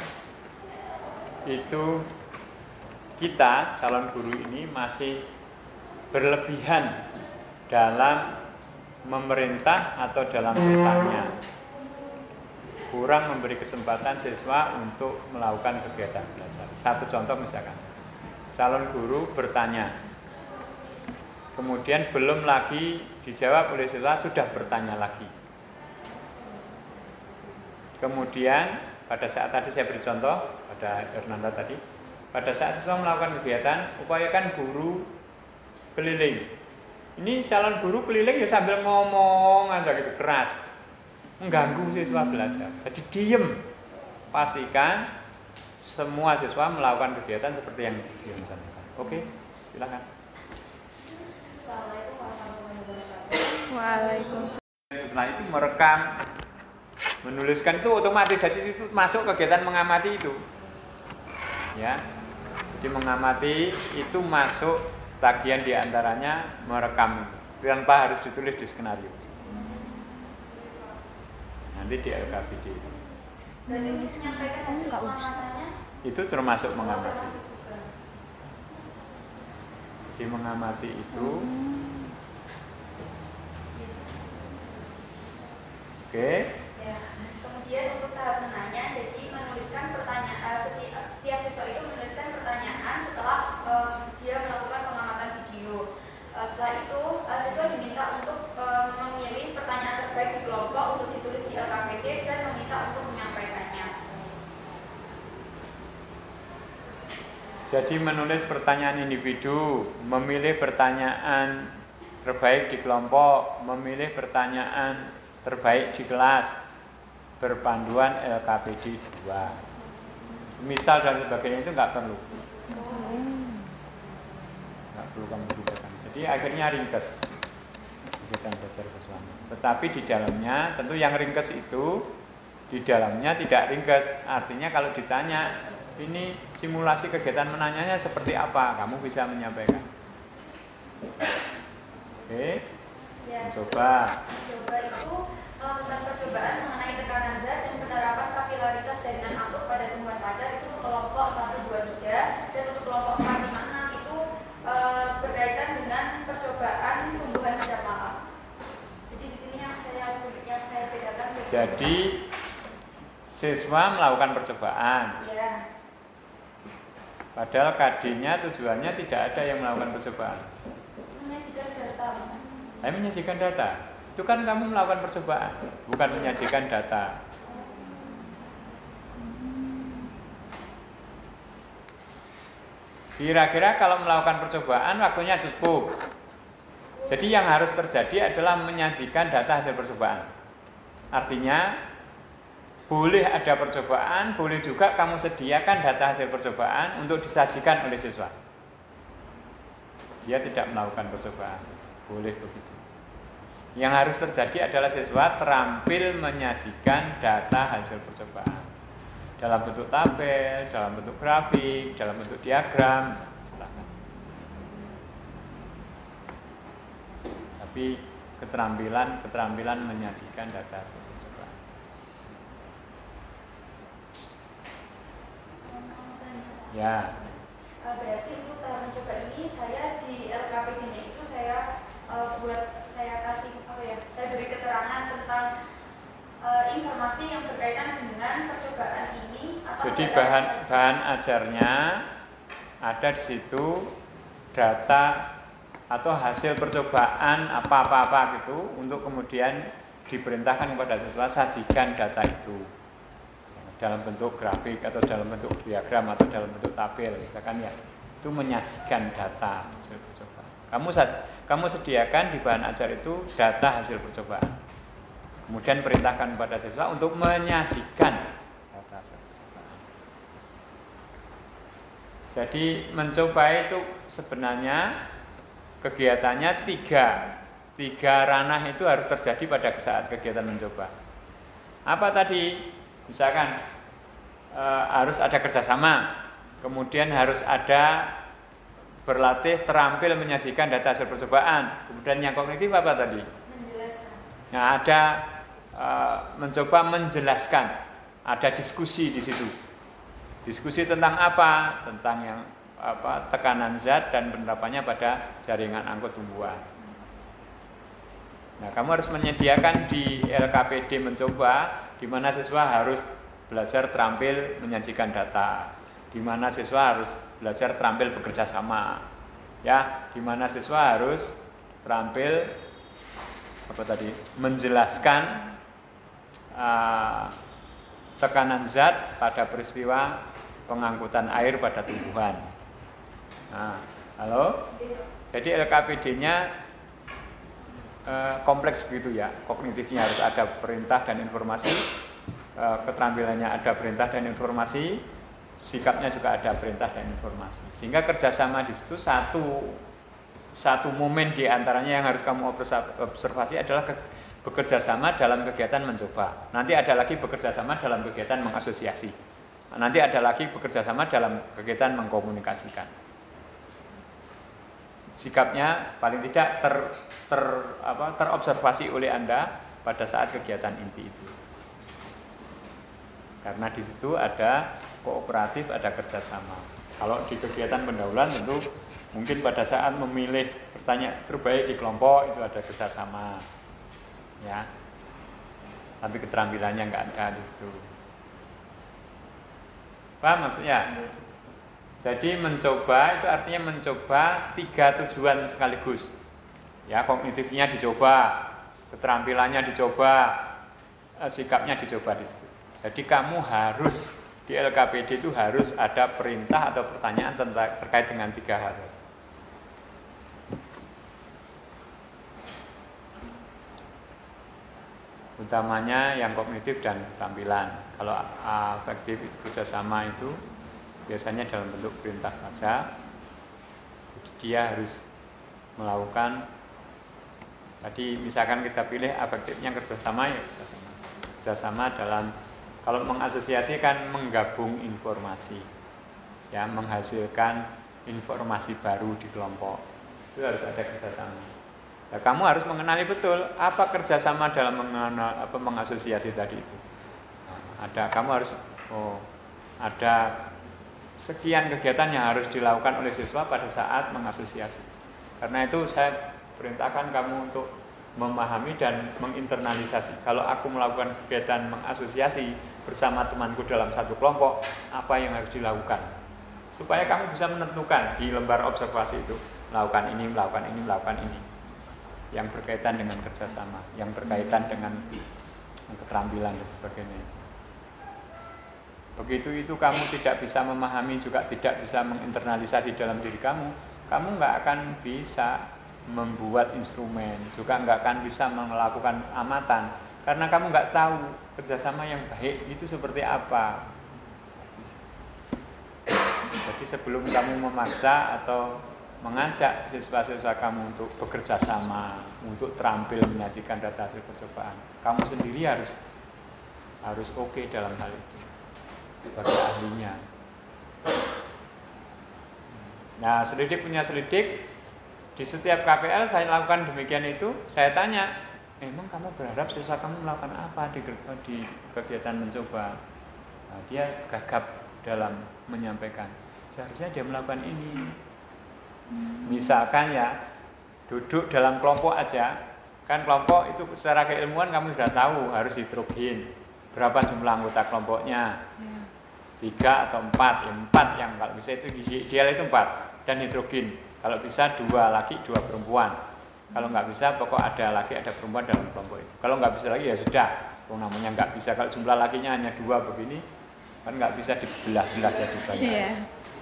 itu kita calon guru ini masih berlebihan dalam memerintah atau dalam bertanya, kurang memberi kesempatan siswa untuk melakukan kegiatan belajar. Satu contoh misalkan, calon guru bertanya, kemudian belum lagi dijawab oleh siswa, sudah bertanya lagi. Kemudian pada saat tadi saya beri contoh, pada Hernanda tadi, pada saat siswa melakukan kegiatan, upayakan guru keliling. Ini calon guru keliling ya sambil ngomong aja gitu, keras, mengganggu siswa belajar. Jadi diem, pastikan semua siswa melakukan kegiatan seperti yang direncanakan. Oke, silakan. Assalamualaikum warahmatullahi wabarakatuh. Waalaikumsalam. Setelah itu merekam, menuliskan itu otomatis, jadi itu masuk kegiatan mengamati itu. Ya, jadi mengamati itu masuk bagian diantaranya merekam, tanpa harus ditulis di skenario. Nanti di L K P D itu. Berarti untuk menyampaikan hasil pengamatannya Itu termasuk oh, mengamati. termasuk juga. Jadi mengamati itu. Oke. Ya. Kemudian untuk tahap menanya, jadi menuliskan pertanyaan, setiap, setiap siswa itu menuliskan pertanyaan setelah um, dia melakukan pengamatan video. Uh, setelah itu uh, siswa diminta untuk um, memilih pertanyaan terbaik di kelompok untuk ditulis di L K P D dan meminta untuk menyampaikannya. Jadi menulis pertanyaan individu, memilih pertanyaan terbaik di kelompok, memilih pertanyaan terbaik di kelas, berpanduan L K P D dua. Misal dan sebagainya itu nggak perlu, nggak perlu kamu gunakan. Jadi akhirnya ringkes kegiatan belajar siswanya. Tetapi di dalamnya tentu yang ringkes itu di dalamnya tidak ringkes. Artinya kalau ditanya ini simulasi kegiatan menanyanya seperti apa, kamu bisa menyampaikan. Oke, Ya. coba. Coba itu melakukan percobaan mengenai tekanan zat dan penerapan kapilaritas jaringan atuk pada tumbuhan pacar itu untuk kelompok satu, dua, tiga dan untuk kelompok empat, lima, enam itu e, berkaitan dengan percobaan tumbuhan sedap malam. Jadi di sini yang saya yang saya bedakan. Jadi siswa melakukan percobaan. Ya. Padahal K D-nya tujuannya tidak ada yang melakukan percobaan. Menyajikan data. Saya menyajikan data. Itu kan kamu melakukan percobaan, bukan menyajikan data. Kira-kira kalau melakukan percobaan waktunya cukup. Jadi yang harus terjadi adalah menyajikan data hasil percobaan. Artinya boleh ada percobaan, boleh juga kamu sediakan data hasil percobaan untuk disajikan oleh siswa. Dia tidak melakukan percobaan, boleh begitu. Yang harus terjadi adalah siswa terampil menyajikan data hasil percobaan dalam bentuk tabel, dalam bentuk grafik, dalam bentuk diagram. Silakan. Tapi keterampilan keterampilan menyajikan data hasil percobaan. Ya. Berarti untuk tahap mencoba ini saya di L K P D-nya itu saya uh, buat saya kasih apa ya? Saya beri keterangan tentang uh, informasi yang berkaitan dengan percobaan ini. Atau Jadi bahan bahan ajarnya ada di situ data atau hasil percobaan apa-apa gitu untuk kemudian diperintahkan kepada siswa sajikan data itu dalam bentuk grafik atau dalam bentuk diagram atau dalam bentuk tabel misalkan ya, itu menyajikan data hasil percobaan. Kamu kamu sediakan di bahan ajar itu data hasil percobaan. Kemudian perintahkan kepada siswa untuk menyajikan data hasil percobaan. Jadi mencoba itu sebenarnya kegiatannya tiga tiga ranah itu harus terjadi pada saat kegiatan mencoba. Apa tadi? Misalkan e, harus ada kerjasama, kemudian harus ada berlatih terampil menyajikan data hasil percobaan, kemudian yang kognitif apa tadi? Menjelaskan. Nah ada uh, mencoba menjelaskan, ada diskusi di situ. Diskusi tentang apa? Tentang yang apa? Tekanan zat dan penerapannya pada jaringan angkut tumbuhan. Nah, kamu harus menyediakan di L K P D mencoba, di mana siswa harus belajar terampil menyajikan data, di mana siswa harus belajar terampil bekerja sama, ya, di mana siswa harus terampil apa tadi menjelaskan uh, tekanan zat pada peristiwa pengangkutan air pada tumbuhan. Nah, halo. Jadi L K P D-nya uh, kompleks begitu ya. Kognitifnya harus ada perintah dan informasi, uh, keterampilannya ada perintah dan informasi, sikapnya juga ada perintah dan informasi. Sehingga kerjasama di situ satu satu momen di antaranya yang harus kamu observasi adalah ke, bekerja sama dalam kegiatan mencoba. Nanti ada lagi bekerja sama dalam kegiatan mengasosiasi. Nanti ada lagi bekerja sama dalam kegiatan mengkomunikasikan. Sikapnya paling tidak ter, ter, apa, terobservasi oleh Anda pada saat kegiatan inti itu. Karena di situ ada kooperatif, ada kerjasama. Kalau di kegiatan pendahuluan tentu mungkin pada saat memilih pertanyaan terbaik di kelompok itu ada kerjasama, ya. Tapi keterampilannya nggak ada di situ. Paham maksudnya? Jadi mencoba itu artinya mencoba tiga tujuan sekaligus. Ya, kognitifnya dicoba, keterampilannya dicoba, sikapnya dicoba di situ. Jadi kamu harus di L K P D itu harus ada perintah atau pertanyaan tentang terkait dengan tiga hal. Utamanya yang kognitif dan keterampilan. Kalau afektif itu kerjasama itu biasanya dalam bentuk perintah saja. Jadi dia harus melakukan. Tadi misalkan kita pilih afektifnya kerjasama ya kerjasama. Kerjasama dalam kalau mengasosiasikan menggabung informasi, ya menghasilkan informasi baru di kelompok. Itu harus ada kerjasama. Nah, kamu harus mengenali betul apa kerjasama dalam mengenal, apa mengasosiasi tadi itu. Nah, ada, kamu harus, oh, ada sekian kegiatan yang harus dilakukan oleh siswa pada saat mengasosiasi. Karena itu saya perintahkan kamu untuk memahami dan menginternalisasi. Kalau aku melakukan kegiatan mengasosiasi bersama temanku dalam satu kelompok, apa yang harus dilakukan? Supaya kamu bisa menentukan di lembar observasi itu, melakukan ini, melakukan ini, melakukan ini. Yang berkaitan dengan kerjasama, yang berkaitan dengan keterampilan dan sebagainya. Begitu itu kamu tidak bisa memahami, juga tidak bisa menginternalisasi dalam diri kamu, kamu nggak akan bisa membuat instrumen, juga nggak akan bisa melakukan amatan, karena kamu nggak tahu kerjasama yang baik itu seperti apa. Jadi sebelum kamu memaksa atau mengajak siswa-siswa kamu untuk bekerja sama, untuk terampil menyajikan data hasil percobaan, kamu sendiri harus harus oke okay dalam hal itu sebagai ahlinya. Nah, selidik punya selidik, di setiap K P L saya lakukan demikian itu. Saya tanya, emang kamu berharap siswa kamu melakukan apa di, di kegiatan mencoba? Nah, dia gagap dalam menyampaikan, seharusnya dia melakukan ini. Misalkan ya, duduk dalam kelompok aja, kan kelompok itu secara keilmuan kamu sudah tahu harus hidrogen. Berapa jumlah anggota kelompoknya? Tiga atau empat, ya empat yang kalau bisa itu ideal itu empat dan hidrogen. Kalau bisa dua laki, dua perempuan. Kalau nggak bisa, pokok ada laki, ada perempuan dalam kelompok itu. Kalau nggak bisa lagi ya sudah, kalau namanya nggak bisa. Kalau jumlah lakinya hanya dua begini, kan nggak bisa dibelah-belah jadi banyak. Yeah.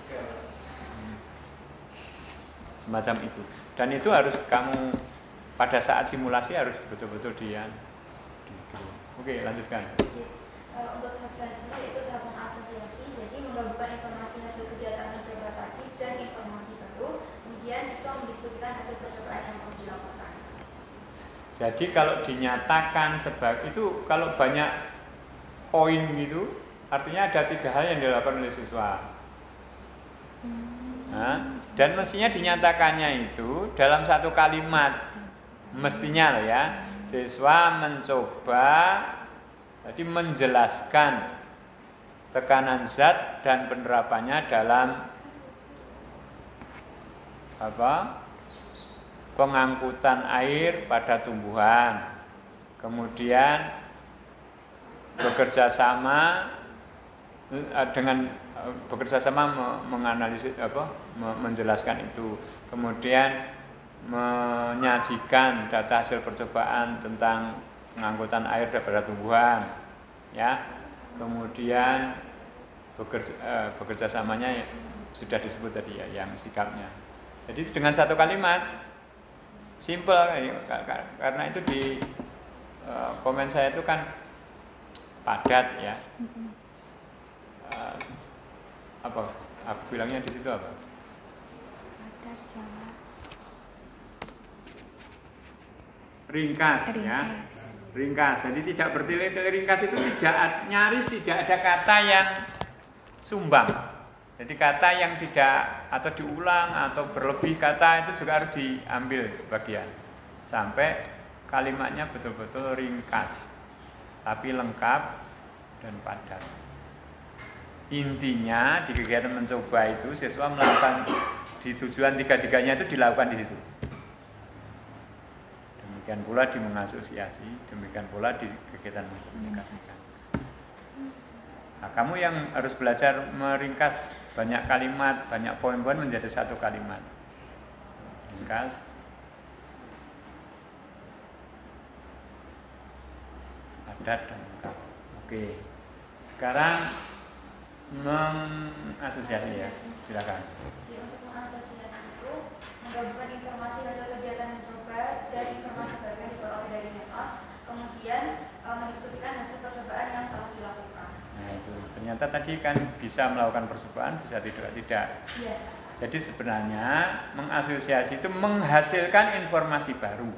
Semacam itu. Dan itu harus kamu pada saat simulasi harus betul-betul dia. Oke, lanjutkan. Untuk tahap selanjutnya itu tahap mengasosiasi, jadi menggabungkan informasi hasil kegiatan mencoba tadi dan informasi baru, kemudian siswa mendiskusikan hasil percobaan yang telah dilakukan. Jadi kalau dinyatakan sebagai itu, kalau banyak poin gitu, artinya ada tiga hal yang dilakukan oleh siswa. Nah, dan mestinya dinyatakannya itu dalam satu kalimat, mestinya loh ya, Siswa mencoba jadi menjelaskan tekanan zat dan penerapannya dalam apa? Pengangkutan air pada tumbuhan. Kemudian bekerja sama dengan bekerja sama menganalisis apa? Menjelaskan itu. Kemudian menyajikan data hasil percobaan tentang pengangkutan air daripada tumbuhan, ya. Kemudian bekerja, eh, bekerja samanya sudah disebut tadi ya, yang sikapnya. Jadi dengan satu kalimat, simple, karena itu di eh, komen saya itu kan padat ya. Eh, apa? Aku bilangnya di situ apa? Padat, jelas. Ringkas, Ringkas. ya. Ringkas. Jadi tidak bertele-tele, ringkas itu tidak nyaris tidak ada kata yang sumbang. Jadi kata yang tidak atau diulang atau berlebih kata itu juga harus diambil sebagian sampai kalimatnya betul-betul ringkas tapi lengkap dan padat. Intinya di kegiatan mencoba itu siswa melakukan di tujuan tiga-tiganya itu dilakukan di situ. Demikian pula di mengasosiasi, demikian pula di kegiatan mengkomunikasikan. Nah, kamu yang harus belajar meringkas banyak kalimat, banyak poin-poin menjadi satu kalimat. Ringkas. Padat dan lengkap. Oke. Sekarang mengasosiasi ya. Silakan. Ya, untuk mengasosiasi itu menggabungkan informasi hasil kegiatan mencoba dan informasi baru yang diperoleh dari notes, kemudian e, mendiskusikan hasil percobaan yang telah dilakukan. Nah itu ternyata tadi kan bisa melakukan percobaan, bisa tidak tidak. Iya. Jadi sebenarnya mengasosiasi itu menghasilkan informasi baru.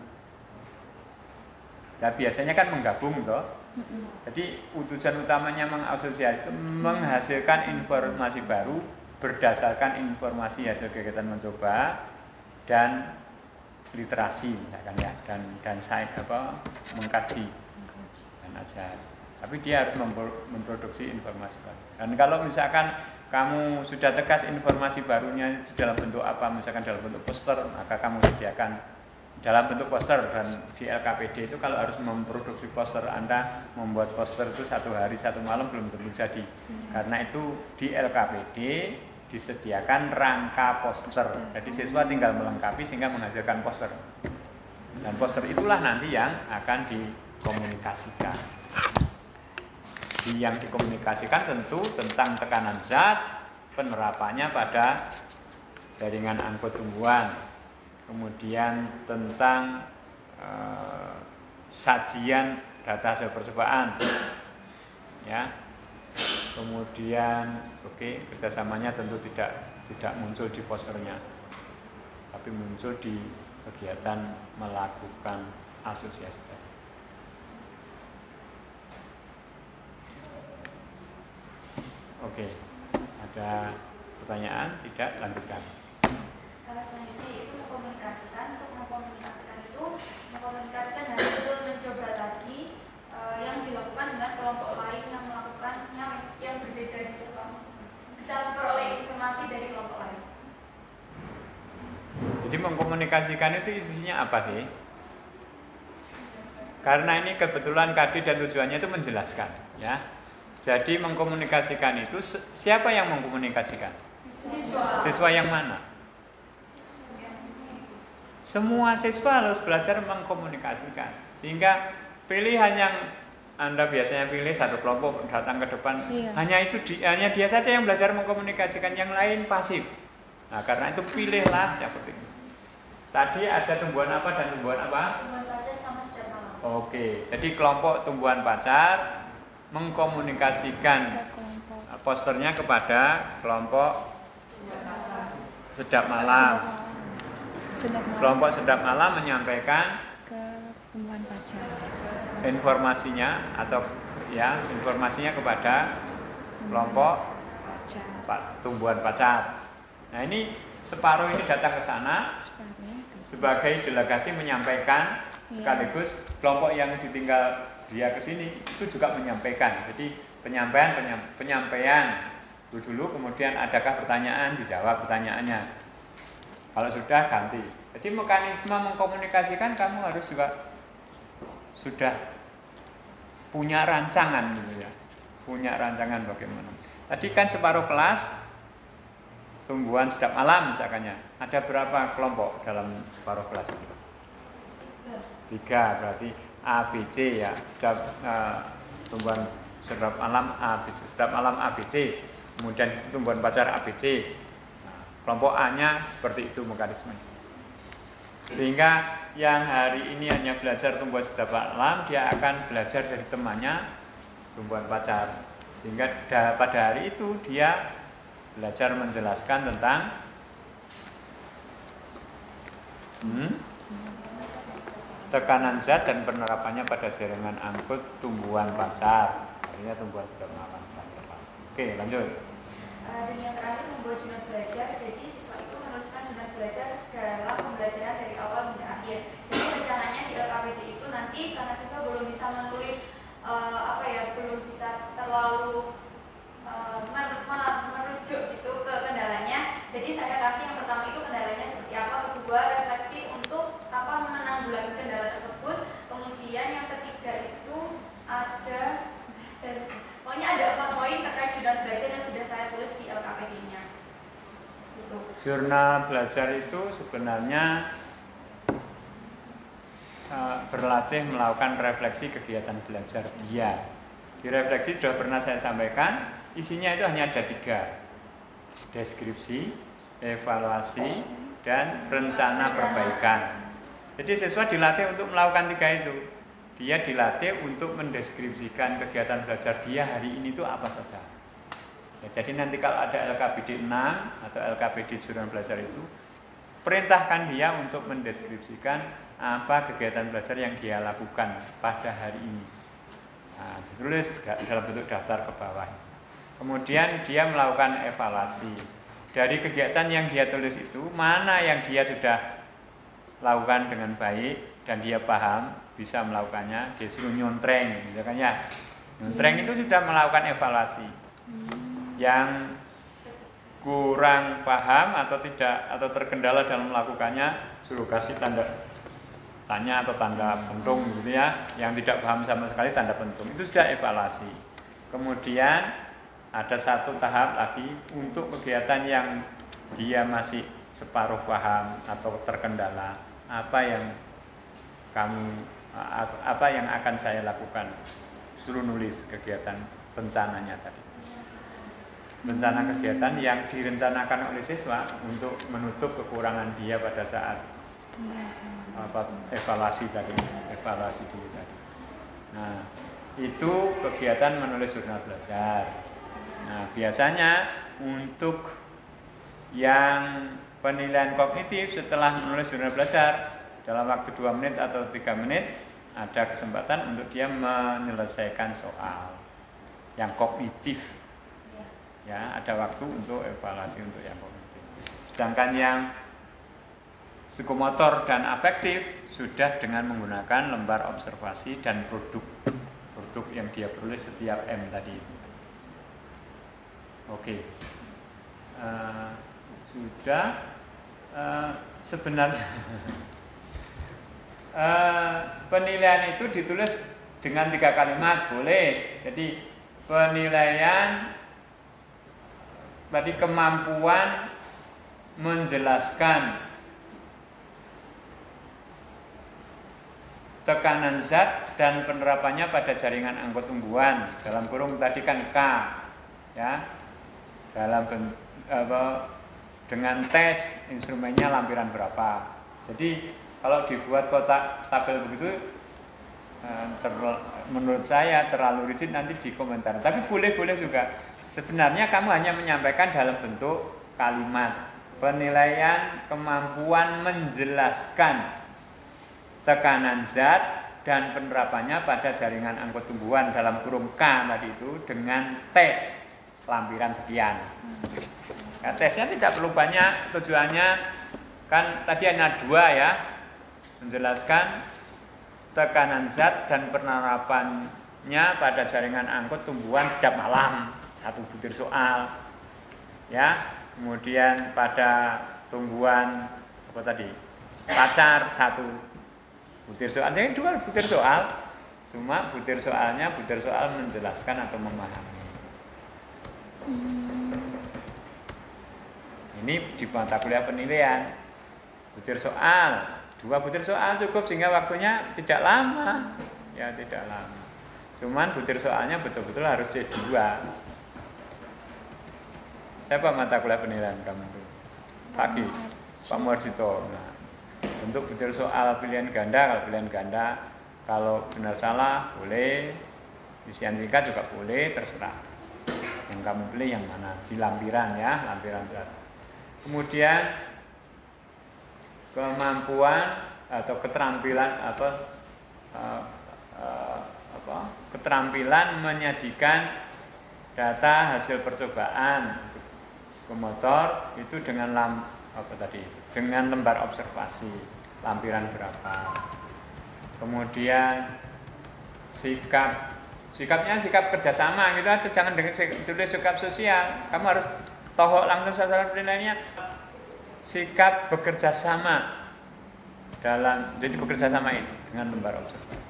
Nah biasanya kan menggabung toh. Jadi utusan utamanya mengasosiasi itu menghasilkan informasi baru berdasarkan informasi hasil kegiatan mencoba dan literasi misalkan ya, dan dan saya apa mengkaji dan ajar. Tapi dia harus memproduksi informasi baru. Dan kalau misalkan kamu sudah tegas informasi barunya itu dalam bentuk apa, misalkan dalam bentuk poster, maka kamu sediakan dalam bentuk poster. Dan di L K P D itu kalau harus memproduksi poster, Anda membuat poster itu satu hari satu malam belum tentu jadi. Hmm. Karena itu di L K P D disediakan rangka poster. Jadi siswa tinggal melengkapi sehingga menghasilkan poster. Dan poster itulah nanti yang akan dikomunikasikan. Di yang dikomunikasikan tentu tentang tekanan zat, penerapannya pada jaringan angkut tumbuhan. Kemudian tentang eh, sajian data hasil percobaan, ya. Kemudian, oke, okay, kerjasamanya tentu tidak tidak muncul di posternya, tapi muncul di kegiatan melakukan asosiasi tadi. Oke, okay. Ada pertanyaan? Tidak, lanjutkan. Selanjutnya yaitu mengkomunikasikan. Untuk mengkomunikasikan itu mengkomunikasikan hasil mencoba tadi e, yang dilakukan dengan kelompok lain yang melakukannya yang berbeda gitu Pak. Bisa memperoleh informasi dari kelompok lain. Jadi mengkomunikasikan itu isinya apa sih? Karena ini kebetulan K D dan tujuannya itu menjelaskan, ya. Jadi mengkomunikasikan itu siapa yang mengkomunikasikan? Siswa. Siswa yang mana? Semua siswa harus belajar mengkomunikasikan. Sehingga pilihan yang Anda biasanya pilih satu kelompok datang ke depan, iya. hanya itu di, hanya dia saja yang belajar mengkomunikasikan, yang lain pasif. Nah, karena itu pilihlah yang penting. Tadi ada tumbuhan apa dan tumbuhan apa? Tumbuhan pacar sama sedap malam. Oke, jadi kelompok tumbuhan pacar mengkomunikasikan posternya kepada kelompok sedap malam. Sedap malam. Kelompok sedap malam menyampaikan ke tumbuhan pacar informasinya atau ya informasinya kepada kelompok pacar. tumbuhan pacar. Nah ini separuh ini datang ke sana sebagai delegasi menyampaikan Iya. sekaligus kelompok yang ditinggal dia ke sini itu juga menyampaikan. Jadi penyampaian penyam- penyampaian itu dulu, kemudian adakah pertanyaan, dijawab pertanyaannya. Kalau sudah ganti. Jadi mekanisme mengkomunikasikan kamu harus juga sudah punya rancangan gitu ya. Punya rancangan bagaimana. Tadi kan separuh kelas tumbuhan sedap alam misalkannya. Ada berapa kelompok dalam separuh kelas itu? Tiga, berarti A, B, C ya. Sedap uh, tumbuhan sedap alam A, B, C, sedap alam A, B, C. Kemudian tumbuhan pacar A, B, C. Nah, kelompok A-nya seperti itu mekanisme. Sehingga yang hari ini hanya belajar tumbuhan sedap alam, dia akan belajar dari temannya tumbuhan pacar. Sehingga pada hari itu dia belajar menjelaskan tentang hmm, tekanan zat dan penerapannya pada jaringan angkut tumbuhan pacar. Artinya tumbuhan sedap alam. Oke, lanjut. Uh, dan yang terakhir membuat jurnal belajar. Jadi siswa itu menuliskan jurnal belajar dalam pembelajaran dari awal hingga akhir. Jadi rencananya di L K P D itu nanti karena siswa belum bisa menulis uh, apa ya, belum bisa terlalu uh, mer- mer- merujuk gitu ke kendalanya. Jadi saya kasih yang pertama itu kendalanya seperti apa, kedua refleksi untuk apa menanggulangi kendala tersebut. Kemudian yang ketiga itu ada dan pokoknya ada empat poin terkait jurnal belajar yang sudah saya tulis di L K P D-nya. Gitu. Jurnal belajar itu sebenarnya uh, berlatih melakukan refleksi kegiatan belajar dia. Di refleksi sudah pernah saya sampaikan, isinya itu hanya ada tiga: deskripsi, evaluasi, dan rencana perbaikan. Jadi siswa dilatih untuk melakukan tiga itu. Dia dilatih untuk mendeskripsikan kegiatan belajar dia hari ini itu apa saja. Ya, jadi nanti kalau ada L K P D enam atau L K P D jurnal belajar itu, perintahkan dia untuk mendeskripsikan apa kegiatan belajar yang dia lakukan pada hari ini. Nah, ditulis dalam bentuk daftar ke bawah. Kemudian dia melakukan evaluasi. Dari kegiatan yang dia tulis itu, mana yang dia sudah lakukan dengan baik dan dia paham, bisa melakukannya, dia suruh nyontreng, gitu kan ya. Nyontreng itu sudah melakukan evaluasi. Yang kurang paham atau tidak atau terkendala dalam melakukannya, suruh kasih tanda tanya atau tanda pentung gitu ya. Yang tidak paham sama sekali tanda pentung. Itu sudah evaluasi. Kemudian ada satu tahap lagi untuk kegiatan yang dia masih separuh paham atau terkendala. Apa yang kamu apa yang akan saya lakukan? Suruh nulis kegiatan rencananya tadi. Rencana kegiatan yang direncanakan oleh siswa untuk menutup kekurangan dia pada saat apa, evaluasi tadi, evaluasi dulu tadi. Nah, itu kegiatan menulis jurnal belajar. Nah, biasanya untuk yang penilaian kognitif setelah menulis jurnal belajar dalam waktu dua menit atau tiga menit ada kesempatan untuk dia menyelesaikan soal yang kognitif. Ya, ada waktu untuk evaluasi untuk yang kognitif. Sedangkan yang psikomotor dan afektif sudah dengan menggunakan lembar observasi dan produk produk yang dia peroleh setiap M tadi itu. Oke, uh, sudah uh, sebenarnya uh, penilaian itu ditulis dengan tiga kalimat boleh. Jadi penilaian tadi kemampuan menjelaskan tekanan zat dan penerapannya pada jaringan angkut tumbuhan, dalam kurung tadi kan K ya, dalam apa, dengan tes instrumennya lampiran berapa. Jadi kalau dibuat kotak tabel begitu ter, menurut saya terlalu rigid, nanti di komentar. Tapi boleh-boleh juga. Sebenarnya kamu hanya menyampaikan dalam bentuk kalimat penilaian kemampuan menjelaskan tekanan zat dan penerapannya pada jaringan angkut tumbuhan dalam kurung K tadi itu dengan tes lampiran sekian. Nah, tesnya tidak perlu banyak, tujuannya kan tadi ada dua ya, menjelaskan tekanan zat dan penerapannya pada jaringan angkut tumbuhan setiap malam, satu butir soal. Ya, kemudian pada tumbuhan apa tadi? Pacar satu butir soal. Jadi dua butir soal. Cuma butir soalnya butir soal menjelaskan atau memahami. Ini di mata kuliah penilaian. Butir soal, dua butir soal cukup sehingga waktunya tidak lama. Ya, tidak lama. Cuman butir soalnya betul-betul harus C dua. Siapa mata kuliah penilaian kamu itu? Pagi, Pak Muarjito. Nah, untuk butir soal pilihan ganda, kalau pilihan ganda, kalau benar salah boleh, isian singkat juga boleh, terserah. Yang kamu pilih yang mana? Di lampiran ya, lampiran zat. Kemudian kemampuan atau keterampilan atau uh, uh, apa? Keterampilan menyajikan data hasil percobaan motor itu dengan lam, apa tadi? Dengan lembar observasi, lampiran berapa. Kemudian sikap, sikapnya sikap kerjasama gitu aja, jangan dengan tulis sikap sosial. Kamu harus tohok langsung sasaran penilaiannya. Sikap bekerja sama dalam, jadi bekerja sama ini dengan lembar observasi.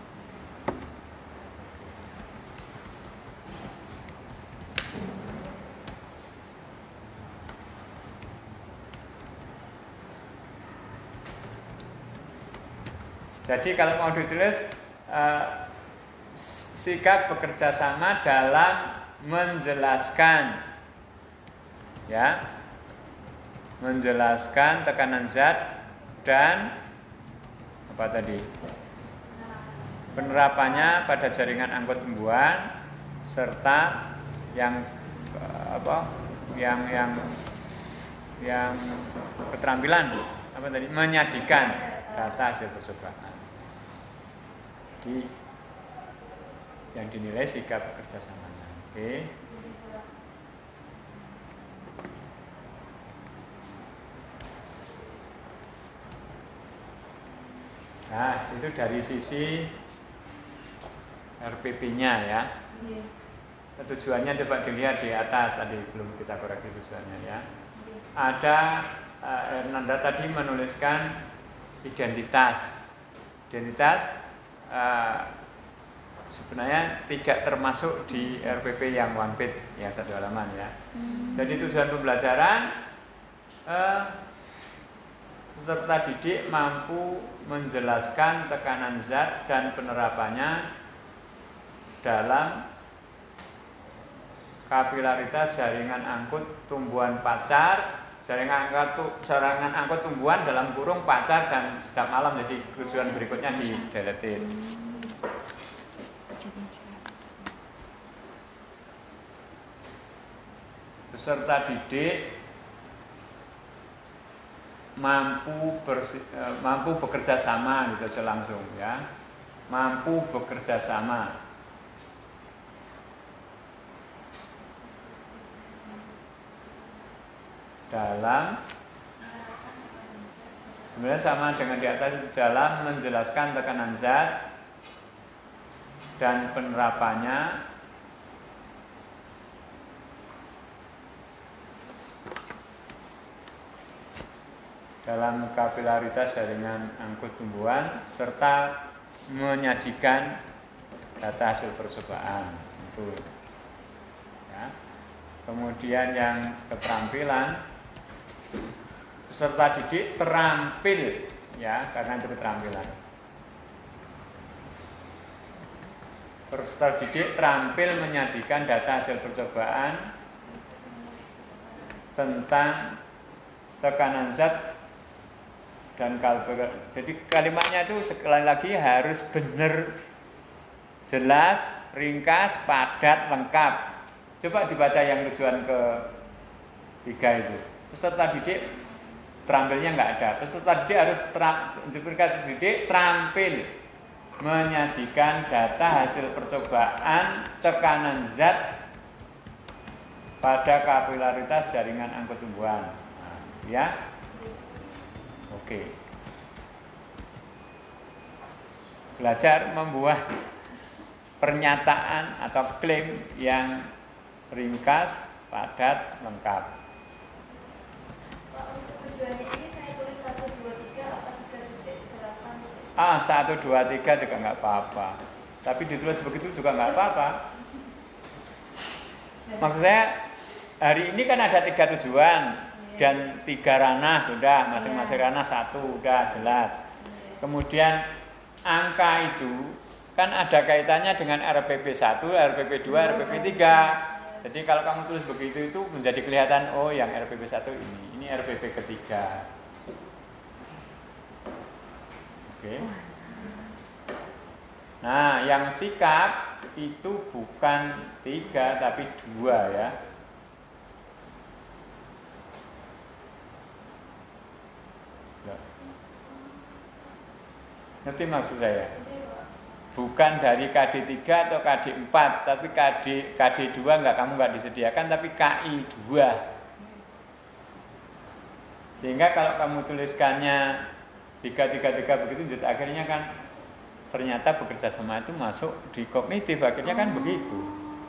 Jadi kalau mau ditulis uh, sikap bekerja sama dalam menjelaskan, ya, menjelaskan tekanan zat dan apa tadi, penerapannya pada jaringan angkut tumbuhan serta yang uh, apa, yang yang yang keterampilan apa tadi, menyajikan data hasil percobaan. Di, yang dinilai sikap kerjasamanya. Oke. Nah, itu dari sisi R P P-nya ya. Tujuannya coba dilihat di atas, tadi belum kita koreksi tujuannya ya. Ada uh, Ernanda tadi menuliskan identitas. Identitas Uh, sebenarnya tidak termasuk di R P P yang one page, yang satu halaman ya. Hmm. Jadi tujuan pembelajaran uh, peserta didik mampu menjelaskan tekanan zat dan penerapannya dalam kapilaritas jaringan angkut tumbuhan pacar, jaringan angkut, jaringan angkut tumbuhan dalam kurung pacar dan setiap malam. Jadi tujuan berikutnya di deleted. Peserta didik mampu bersi, mampu bekerja sama gitu langsung ya. Mampu bekerja sama dalam, sebenarnya sama dengan di atas, dalam menjelaskan tekanan zat dan penerapannya dalam kapilaritas jaringan angkut tumbuhan serta menyajikan data hasil percobaan. Itu ya. Kemudian yang keterampilan, peserta didik terampil ya, karena itu keterampilan. Peserta didik terampil menyajikan data hasil percobaan tentang tekanan zat dan kalkulasi. Jadi kalimatnya itu sekali lagi harus benar, jelas, ringkas, padat, lengkap. Coba dibaca yang tujuan ke tiga itu. Peserta didik terampilnya nggak ada. Peserta didik harus peserta didik terampil menyajikan data hasil percobaan tekanan zat pada kapilaritas jaringan angkut tumbuhan. Nah, ya, oke. belajar membuat pernyataan atau klaim yang ringkas, padat, lengkap. Pak, untuk tujuannya ini saya tulis satu, dua, tiga atau tiga titik delapan? Ah, satu, dua, tiga juga nggak apa-apa. Tapi ditulis begitu juga nggak apa-apa. Maksud saya, hari ini kan ada tiga tujuan dan tiga ranah sudah, masing-masing ranah satu, udah jelas. Kemudian angka itu kan ada kaitannya dengan R P P satu, R P P dua, R P P tiga. Jadi kalau kamu tulis begitu itu menjadi kelihatan, oh yang R P P satu ini, ini R P P ketiga. Oke. Nah, yang sikap itu bukan tiga tapi dua ya. Ngerti maksud saya? Bukan dari K D tiga atau K D empat, tapi K D K D dua enggak, kamu enggak disediakan, tapi K I dua. Sehingga kalau kamu tuliskannya tiga tiga tiga begitu, jadi akhirnya kan ternyata bekerja sama itu masuk di kognitif, akhirnya kan begitu.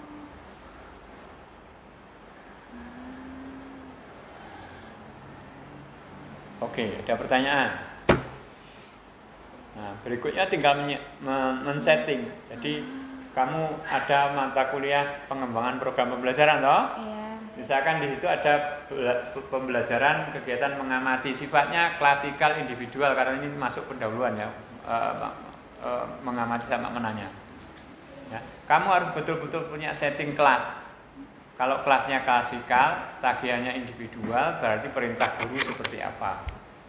Oke, ada pertanyaan? Nah, berikutnya tinggal men-setting. Jadi kamu ada mata kuliah pengembangan program pembelajaran, toh? Iya. Misalkan di situ ada pembelajaran kegiatan mengamati, sifatnya klasikal individual karena ini masuk pendahuluan ya, e, e, mengamati sama menanya. Ya, kamu harus betul-betul punya setting kelas. Kalau kelasnya klasikal, tagihannya individual, berarti perintah guru seperti apa?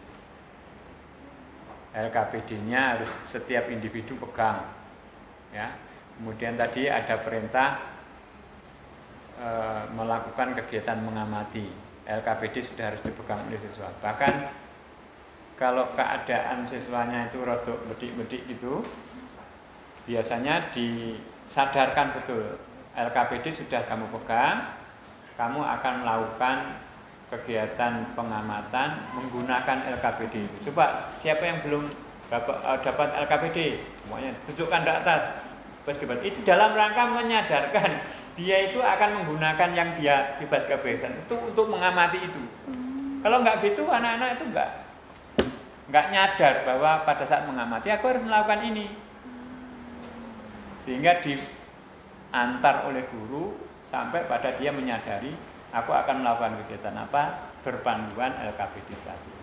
L K P D-nya harus setiap individu pegang. Ya. Kemudian tadi ada perintah e, melakukan kegiatan mengamati. L K P D sudah harus dipegang oleh siswa. Bahkan kalau keadaan siswanya itu rodok bedik-bedik gitu, biasanya disadarkan betul. L K P D sudah kamu pegang, kamu akan melakukan kegiatan pengamatan menggunakan L K P D. Coba siapa yang belum dapat, dapat L K P D, semuanya tunjukkan di atas. Itu dalam rangka menyadarkan dia itu akan menggunakan yang dia bebas kebebasan itu untuk mengamati itu. Kalau nggak gitu, anak-anak itu nggak nggak nyadar bahwa pada saat mengamati aku harus melakukan ini, sehingga diantar oleh guru sampai pada dia menyadari aku akan melakukan kegiatan apa berpanduan L K P D satu.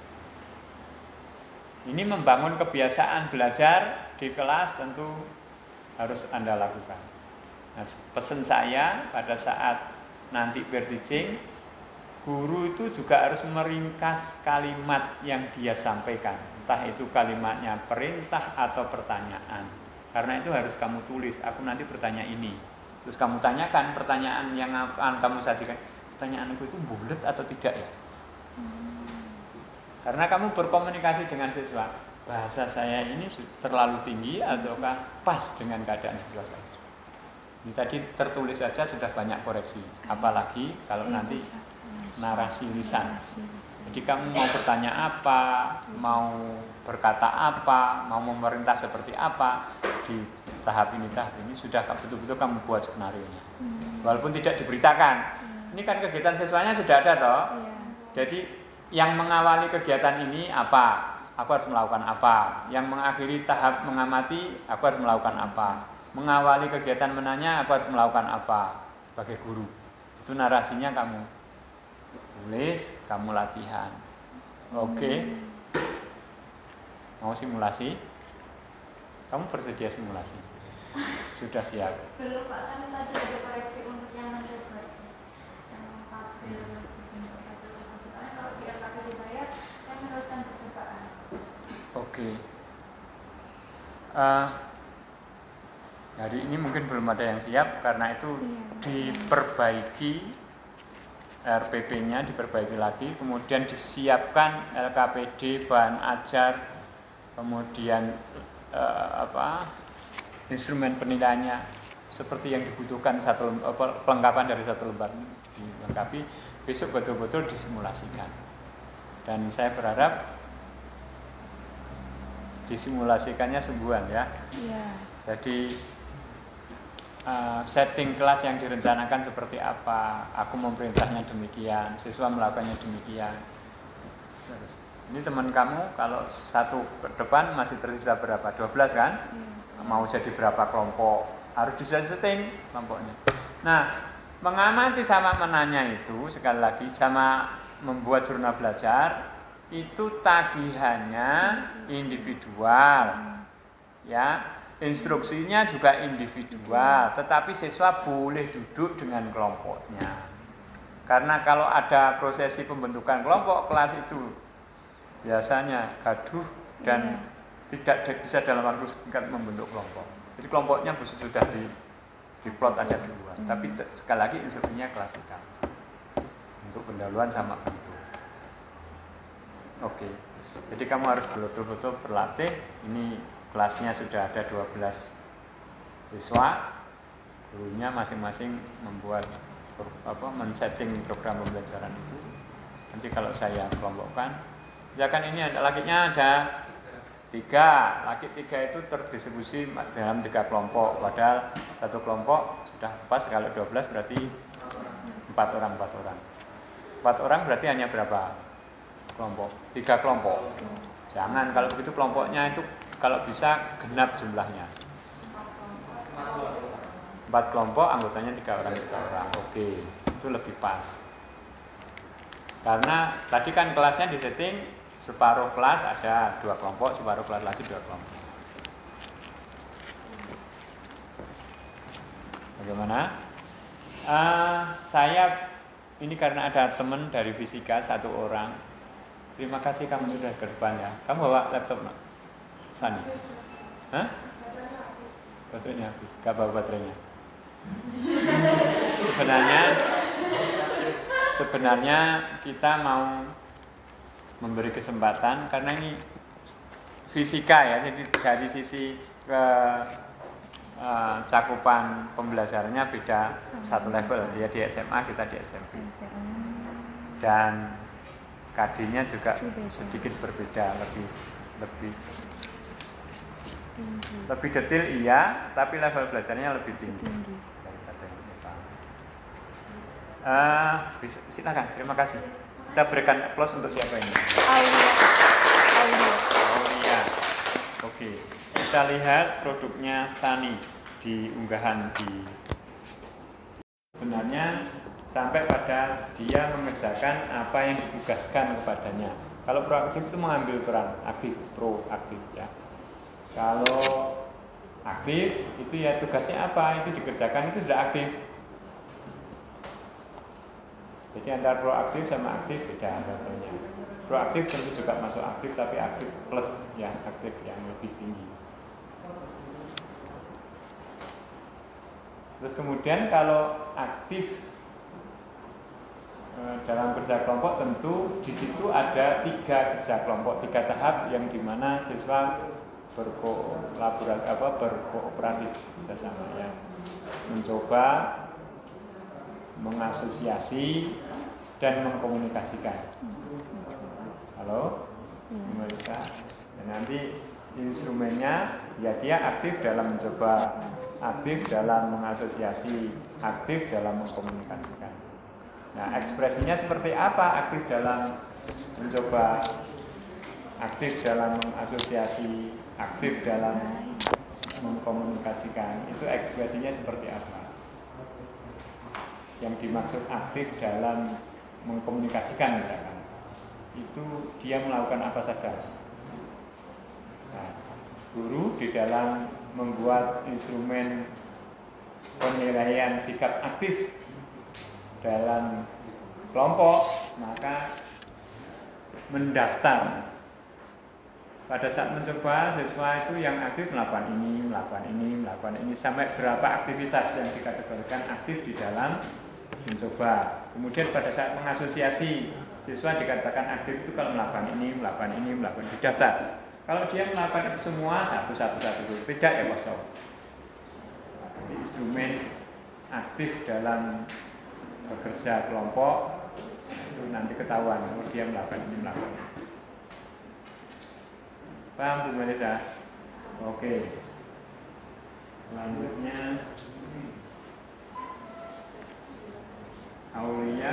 Ini membangun kebiasaan belajar di kelas tentu harus Anda lakukan. Nah, pesan saya pada saat nanti peer teaching, guru itu juga harus meringkas kalimat yang dia sampaikan. Entah itu kalimatnya perintah atau pertanyaan. Karena itu harus kamu tulis, aku nanti bertanya ini. Terus kamu tanyakan pertanyaan yang akan kamu sajikan. Pertanyaanku itu bulat atau tidak ya? Karena kamu berkomunikasi dengan siswa. Bahasa saya ini terlalu tinggi ataukah pas dengan keadaan siswa saya? Ini tadi tertulis saja sudah banyak koreksi. Apalagi kalau nanti narasi lisan. Jadi kamu mau bertanya apa, mau berkata apa, mau memerintah seperti apa, di tahap ini, tahap ini sudah betul-betul kamu buat skenario-nya. Walaupun tidak diberitakan. Ini kan kegiatan siswanya sudah ada toh. Jadi yang mengawali kegiatan ini apa? Aku harus melakukan apa? Yang mengakhiri tahap mengamati, aku harus melakukan apa? Mengawali kegiatan menanya, aku harus melakukan apa? Sebagai guru. Itu narasinya kamu tulis, kamu latihan. Oke. Mau simulasi? Kamu bersedia simulasi? Sudah siap? Belum Pak, kan tadi ada koreksi untuk yang mencoba. Yang tabel. Misalnya kalau di L K P D saya, saya meneruskan percobaan. Oke. Uh, hari ini mungkin belum ada yang siap, karena itu diperbaiki R P P-nya, diperbaiki lagi, kemudian disiapkan L K P D, bahan ajar, kemudian uh, apa instrumen penilaiannya seperti yang dibutuhkan satu apa, pelengkapan dari satu lembar dilengkapi. Besok betul-betul disimulasikan, dan saya berharap disimulasikannya sungguhan ya. Iya. Jadi uh, setting kelas yang direncanakan seperti apa, aku memerintahnya demikian, siswa melakukannya demikian. Ini teman kamu kalau satu ke depan masih tersisa berapa? dua belas kan? Iya. Mau jadi berapa kelompok? Harus bisa setting kelompoknya. Nah, mengamati sama menanya itu sekali lagi sama membuat jurnal belajar itu tagihannya individual. Ya, instruksinya juga individual, tetapi siswa boleh duduk dengan kelompoknya. Karena kalau ada prosesi pembentukan kelompok, kelas itu biasanya gaduh dan yeah. tidak bisa dalam waktu singkat membentuk kelompok. Jadi kelompoknya sudah di diplot aja duluan. Mm. Tapi te, sekali lagi instruksinya klasikal untuk pendahuluan sama bentuk. Oke. Jadi kamu harus betul-betul berlatih. Ini kelasnya sudah ada dua belas siswa. Gurunya masing-masing membuat apa men-setting program pembelajaran itu. Nanti kalau saya kelompokkan, ya kan ini ada lakinya ada tiga, laki tiga itu terdistribusi dalam tiga kelompok. Padahal satu kelompok sudah pas, kalau dua belas berarti empat orang, empat orang. Empat orang berarti hanya berapa kelompok? Tiga kelompok. Jangan, kalau begitu kelompoknya itu kalau bisa genap jumlahnya. Empat kelompok, anggotanya tiga orang, tiga orang. Oke, itu lebih pas. Karena tadi kan kelasnya disetting separuh kelas ada dua kelompok, separuh kelas lagi dua kelompok. Bagaimana? Uh, saya ini karena ada teman dari fisika satu orang. Terima kasih kamu sudah ke depan ya. Kamu bawa laptop, Mak? Sani? Hah? Baterainya habis. Gak bawa baterainya. Sebenarnya, sebenarnya kita mau memberi kesempatan karena ini fisika ya, jadi dari sisi ke uh, cakupan pembelajarannya beda satu level. Dia di S M A, kita di S M P, dan K D-nya juga sedikit berbeda, lebih lebih lebih detail iya, tapi level belajarnya lebih tinggi daripada yang kita. Uh, silakan, terima kasih. Kita berikan applause untuk siapa ini? Aulia. Aulia. Aulia. Oke. Kita lihat produknya Sani di unggahan di. Sebenarnya sampai pada dia mengerjakan apa yang ditugaskan kepadanya. Kalau proaktif itu mengambil peran aktif, proaktif ya. Kalau aktif itu ya tugasnya apa? Itu dikerjakan, itu sudah aktif. Jadi antara proaktif sama aktif beda levelnya. Proaktif tentu juga masuk aktif, tapi aktif plus yang aktif yang lebih tinggi. Terus kemudian kalau aktif e, dalam kerja kelompok, tentu di situ ada tiga kerja kelompok, tiga tahap yang dimana siswa berkolaborasi apa berkooperatif bersama ya, mencoba, mengasosiasi dan mengkomunikasikan. Halo, pemirsa. Dan nanti instrumennya ya dia aktif dalam mencoba, aktif dalam mengasosiasi, aktif dalam mengkomunikasikan. Nah, ekspresinya seperti apa? Aktif dalam mencoba, aktif dalam mengasosiasi, aktif dalam mengkomunikasikan. Itu ekspresinya seperti apa? Yang dimaksud aktif dalam mengkomunikasikan misalkan, itu dia melakukan apa saja. Nah, guru di dalam membuat instrumen penilaian sikap aktif dalam kelompok, maka mendaftar. Pada saat mencoba, siswa itu yang aktif melakukan ini, melakukan ini, melakukan ini, sampai berapa aktivitas yang dikategorikan aktif di dalam mencoba. Kemudian pada saat mengasosiasi, siswa dikatakan aktif itu kalau melakukan ini, melakukan ini, melakukan di daftar. Kalau dia melakukan itu semua satu-satu satu, tidak ya kosong. Jadi instrumen aktif dalam bekerja kelompok itu nanti ketahuan, oh dia melakukan ini, melakukan ini. Paham Bu Melisa? Oke. Selanjutnya Aulia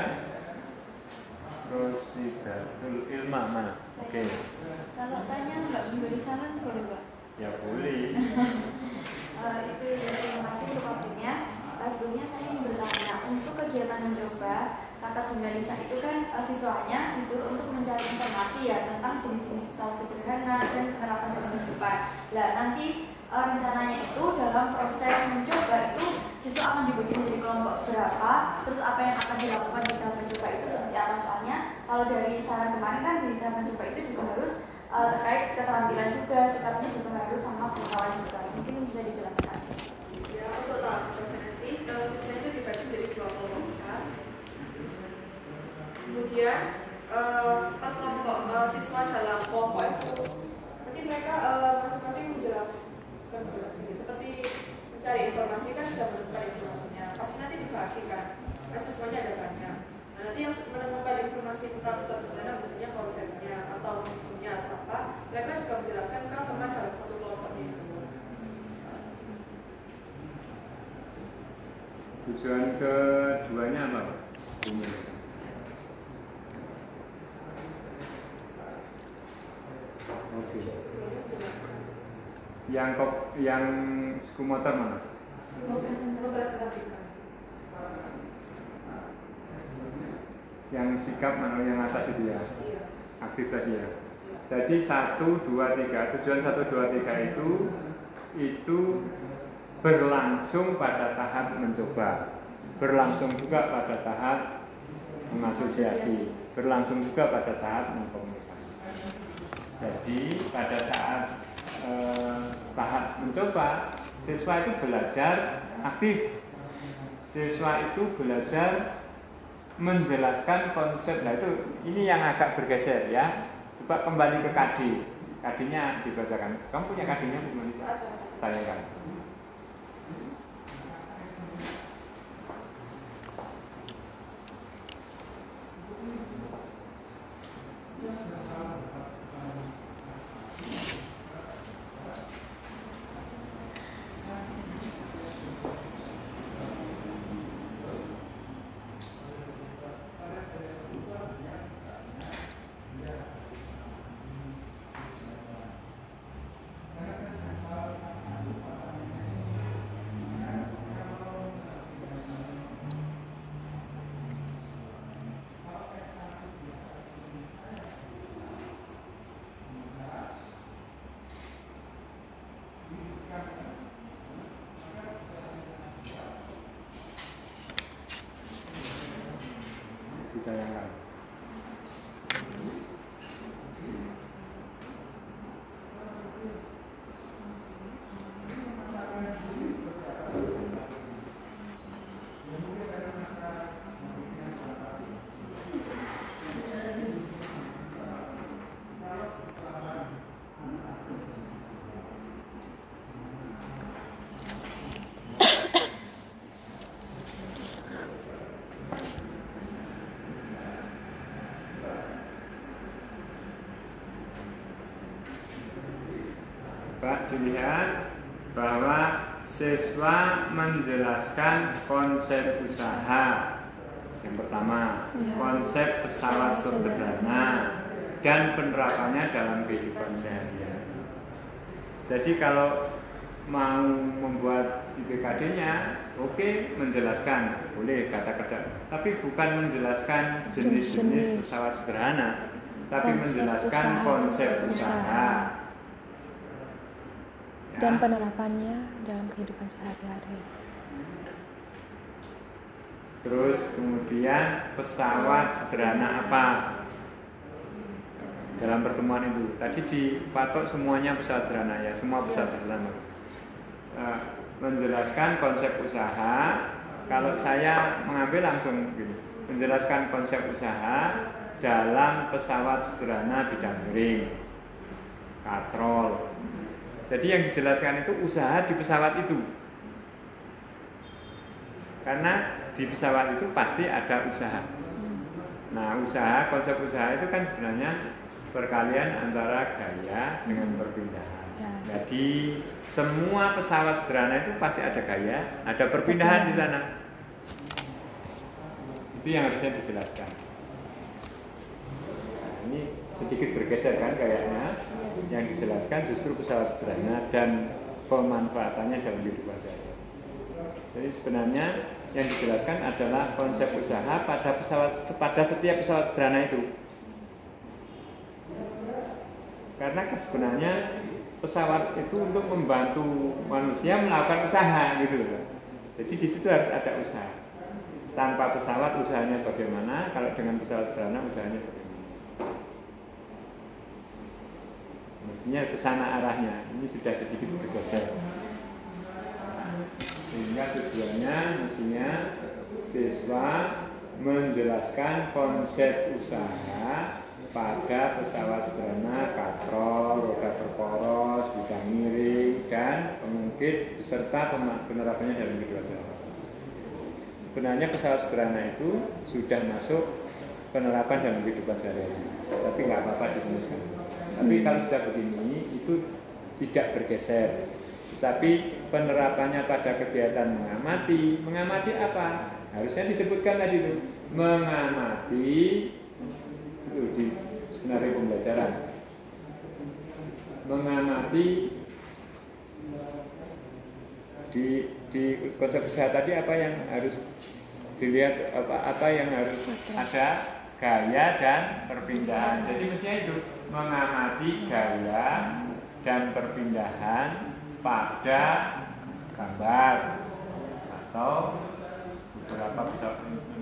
Rosidatul Ilma mana? Oke. Kalau tanya nggak memberi saran boleh Pak? Ya boleh. Uh, itu terima kasih untuk waktunya. Uh, sebelumnya saya ingin bertanya, untuk kegiatan mencoba, kata Bu Melisa itu kan uh, siswanya disuruh untuk mencari informasi ya tentang jenis-jenis pesawat sederhana dan penerapan dalam kehidupan. Nah nanti uh, rencananya itu dalam proses mencoba itu siswa akan dibagi menjadi kelompok berapa, terus apa yang akan dilakukan di dalam mencoba itu seperti apa? Soalnya kalau dari saran kemarin kan di dalam mencoba itu juga harus uh, terkait keterampilan juga, sikapnya juga harus sama pengetahuan juga. Mungkin bisa dijelaskan. Ya, untuk tahap mencoba nanti uh, siswa itu dibagi menjadi dua kelompok besar. Kemudian uh, per kelompok uh, siswa dalam kelompok itu nanti mereka uh, masing-masing menjelaskan, bukan menjelaskan, seperti mencari informasi kan sudah menemukan informasinya, pasti nanti dibagikan. Kan siswanya ada banyak. Nah, nanti yang menemukan informasi tentang pesawat sederhana misalnya konsepnya atau fungsinya atau apa, mereka juga menjelaskan ke teman dalam satu kelompoknya itu. Tujuan keduanya apa? Bu Melisa? Oke. Yang kok yang skumotor mana? Mempresentasikan. Yang sikap mana? Yang atas itu ya? Iya. Aktif tadi ya. Jadi satu, dua, tiga. Tujuan satu, dua, tiga itu itu berlangsung pada tahap mencoba, berlangsung juga pada tahap mengasosiasi, berlangsung juga pada tahap mengkomunikasi. Jadi pada saat eh, tahap mencoba, siswa itu belajar aktif, siswa itu belajar menjelaskan konsep. Nah itu ini yang agak bergeser ya. Coba kembali ke K D, K D-nya dibacakan. Kamu punya K D-nya Bu Melisa? Tanyakan. Ditayangkan. Pak, dilihat bahwa siswa menjelaskan konsep usaha. Yang pertama, konsep pesawat sederhana dan penerapannya dalam kehidupan sehari-hari. Jadi kalau mau membuat I P K D-nya, oke, menjelaskan, boleh kata kerja. Tapi bukan menjelaskan jenis-jenis pesawat sederhana, tapi menjelaskan konsep usaha. Dan penerapannya dalam kehidupan sehari-hari. Terus kemudian pesawat sederhana apa? Dalam pertemuan itu tadi dipatok semuanya pesawat sederhana ya, semua pesawat sederhana. E, menjelaskan konsep usaha. Kalau saya mengambil langsung gini, menjelaskan konsep usaha dalam pesawat sederhana bidang miring, katrol. Jadi yang dijelaskan itu usaha di pesawat itu. Karena di pesawat itu pasti ada usaha. Nah, usaha, konsep usaha itu kan sebenarnya perkalian antara gaya dengan perpindahan. Ya. Jadi semua pesawat sederhana itu pasti ada gaya, ada perpindahan di sana. Itu yang harusnya dijelaskan. Nah, ini sedikit bergeser kan kayaknya. Yang dijelaskan justru pesawat sederhana dan pemanfaatannya dalam kehidupan sehari-hari. Jadi sebenarnya yang dijelaskan adalah konsep usaha pada pesawat pada setiap pesawat sederhana itu. Karena sebenarnya pesawat itu untuk membantu manusia melakukan usaha gitu loh. Jadi di situ harus ada usaha. Tanpa pesawat usahanya bagaimana? Kalau dengan pesawat sederhana usahanya bagaimana? Mestinya ke sana arahnya. Ini sudah sedikit bergeser. Sehingga tujuannya mestinya siswa menjelaskan konsep usaha pada pesawat sederhana, katrol, roda berporos, bidang miring, dan pengungkit beserta penerapannya dalam kehidupan sehari-hari. Sebenarnya pesawat sederhana itu sudah masuk penerapan dalam kehidupan sehari-hari, tapi nggak apa-apa dirumuskan. Tapi kalau sudah begini itu tidak bergeser, tetapi penerapannya pada kegiatan mengamati, mengamati apa? Harusnya disebutkan tadi itu mengamati itu di senario pembelajaran. Mengamati di di konsep usaha tadi apa yang harus dilihat, apa apa yang harus ada gaya dan perpindahan. Jadi mestinya itu mengamati gaya dan perpindahan pada gambar atau beberapa pesawat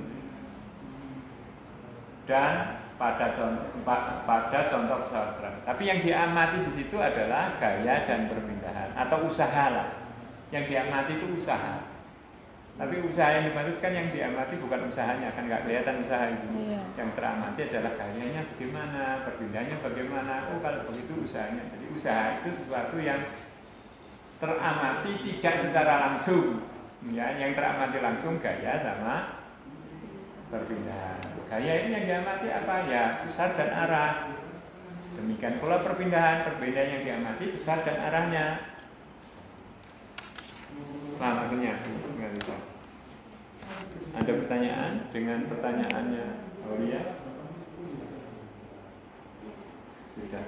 dan pada contoh pada contoh pesawat sederhana. Tapi yang diamati di situ adalah gaya dan perpindahan atau usaha lah. Yang diamati itu usaha. Tapi usaha yang dimaksudkan yang diamati bukan usahanya, kan nggak kelihatan usaha itu. Iya. Yang teramati adalah gayanya bagaimana, perpindahannya bagaimana. Oh kalau begitu usahanya. Jadi usaha itu sesuatu yang teramati tidak secara langsung. Ya, yang teramati langsung gaya sama perpindahan. Gaya ini yang diamati apa? Ya besar dan arah. Demikian pula perpindahan, perpindahan yang diamati besar dan arahnya. Nah, maksudnya nggak bisa. Ada pertanyaan dengan pertanyaannya Aulia? Sudah.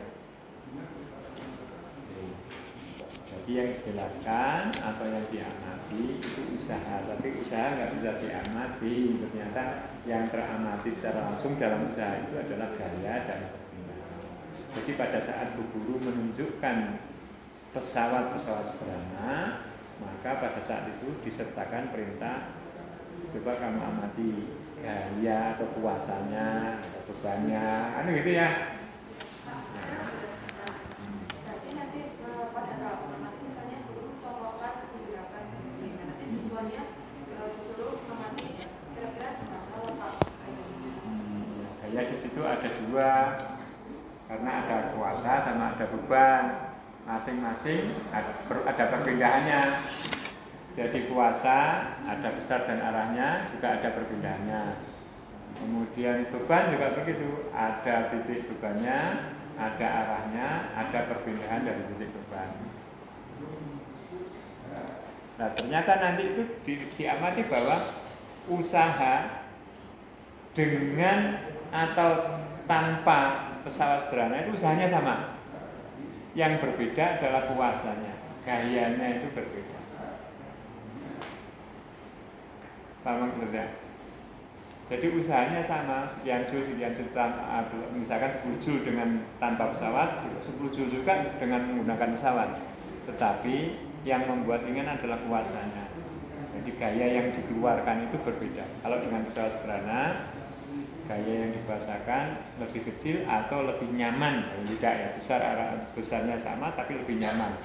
Jadi yang dijelaskan atau yang diamati itu usaha, tapi usaha nggak bisa diamati. Ternyata yang teramati secara langsung dalam usaha itu adalah gaya dan perpindahan. Jadi pada saat Bu Guru menunjukkan pesawat-pesawat sederhana, maka pada saat itu disertakan perintah, coba kamu amati gaya atau kuasanya atau bebannya, kan gitu ya. Jadi nanti pada tahap mengamati misalnya guru mencontohkan menggunakan ini, nanti siswanya disuruh mengamati kira-kira berapa letak gaya di situ ada dua, karena ada kuasa sama ada beban. Masing-masing ada perpindahannya. Jadi kuasa ada besar dan arahnya, juga ada perpindahannya. Kemudian beban juga begitu, ada titik bebannya, ada arahnya, ada perpindahan dari titik beban. Nah ternyata nanti itu di, diamati bahwa usaha dengan atau tanpa pesawat sederhana itu usahanya sama. Yang berbeda adalah kuasanya, gayanya itu berbeda. Paham tidak? Jadi usahanya sama, sekian juz, sekian juz, misalkan sepuluh juz dengan tanpa pesawat, sepuluh juz juga dengan menggunakan pesawat. Tetapi yang membuat ringan adalah kuasanya. Jadi gaya yang dikeluarkan itu berbeda. Kalau dengan pesawat sederhana, gaya yang dikuasakan lebih kecil atau lebih nyaman, tidak ya, besar arah besarnya sama tapi lebih nyaman.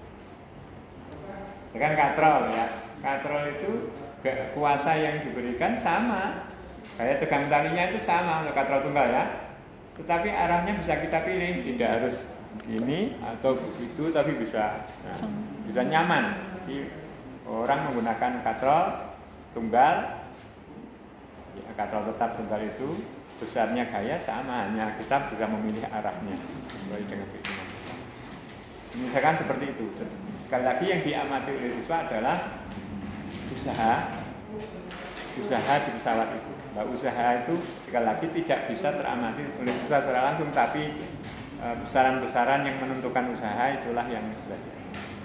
Dengan katrol ya, katrol itu kuasa yang diberikan sama, gaya tegang talinya itu sama untuk katrol tunggal ya, tetapi arahnya bisa kita pilih, tidak harus begini atau begitu, tapi bisa nah, bisa nyaman. Jadi, orang menggunakan katrol tunggal, ya, katrol tetap tunggal itu besarnya gaya sama, hanya kita bisa memilih arahnya sesuai dengan keinginan kita. Misalkan seperti itu. Sekali lagi yang diamati oleh siswa adalah usaha, usaha di pesawat itu. Nah, usaha itu sekali lagi tidak bisa teramati oleh siswa secara langsung, tapi e, besaran-besaran yang menentukan usaha itulah yang bisa diamati.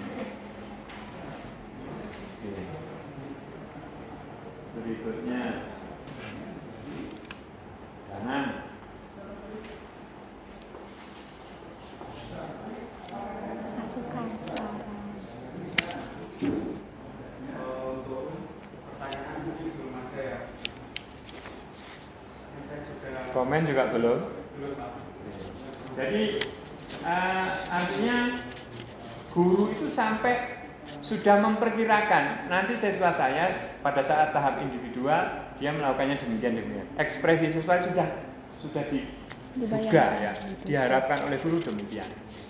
Berikutnya kanan. Masukan saran. Untuk pertanyaan ini belum ada ya. Saya juga komen juga belum. Belum. Jadi uh, artinya guru itu sampai sudah memperkirakan nanti siswa saya pada saat tahap individual dia melakukannya demikian demikian. Ekspresi siswa sudah sudah diduga ya, diharapkan oleh guru demikian.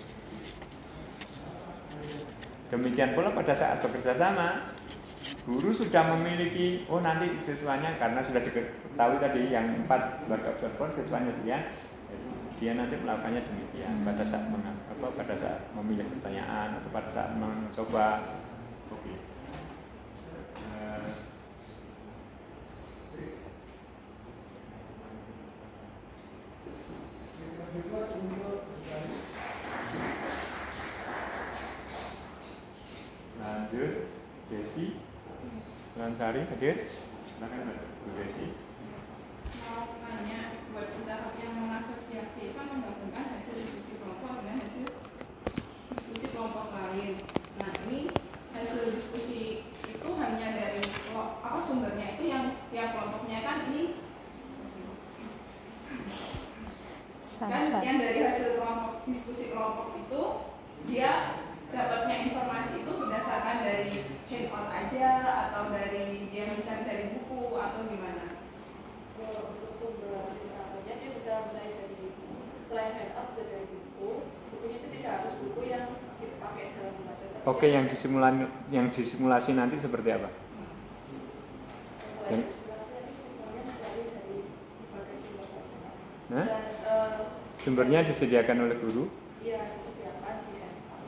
Demikian pula pada saat bekerja sama, guru sudah memiliki, oh nanti siswanya karena sudah diketahui tadi yang empat sebagai observer siswanya sekian, dia nanti melakukannya demikian pada saat meng, apa, pada saat memilih pertanyaan atau pada saat mencoba. Oke. Lanjut, Desi, Lansari hadir, silakan Bu Desi. Mau tanya buat tahap yang mengasosiasi kan menggabungkan hasil diskusi kelompok dengan hasil diskusi kelompok lain. Nah ini hasil diskusi itu hanya dari apa sumbernya itu yang tiap kelompoknya kan ini kan yang dari hasil kelompok diskusi kelompok itu dia dapatnya informasi itu berdasarkan dari handout aja atau dari dia misalnya dari buku atau gimana? Untuk sumber informasinya dia bisa mencari dari buku. Selain handout bisa dari buku. Bukunya itu tidak harus buku yang dipakai dalam pembelajaran. Oke, yang disimulasi yang disimulasi nanti seperti apa? Kalau simulasi nanti siswanya mencari dari berbagai sumber saja. Nah, Bisa, uh, sumbernya disediakan oleh guru. Iya, disediakan di handphone.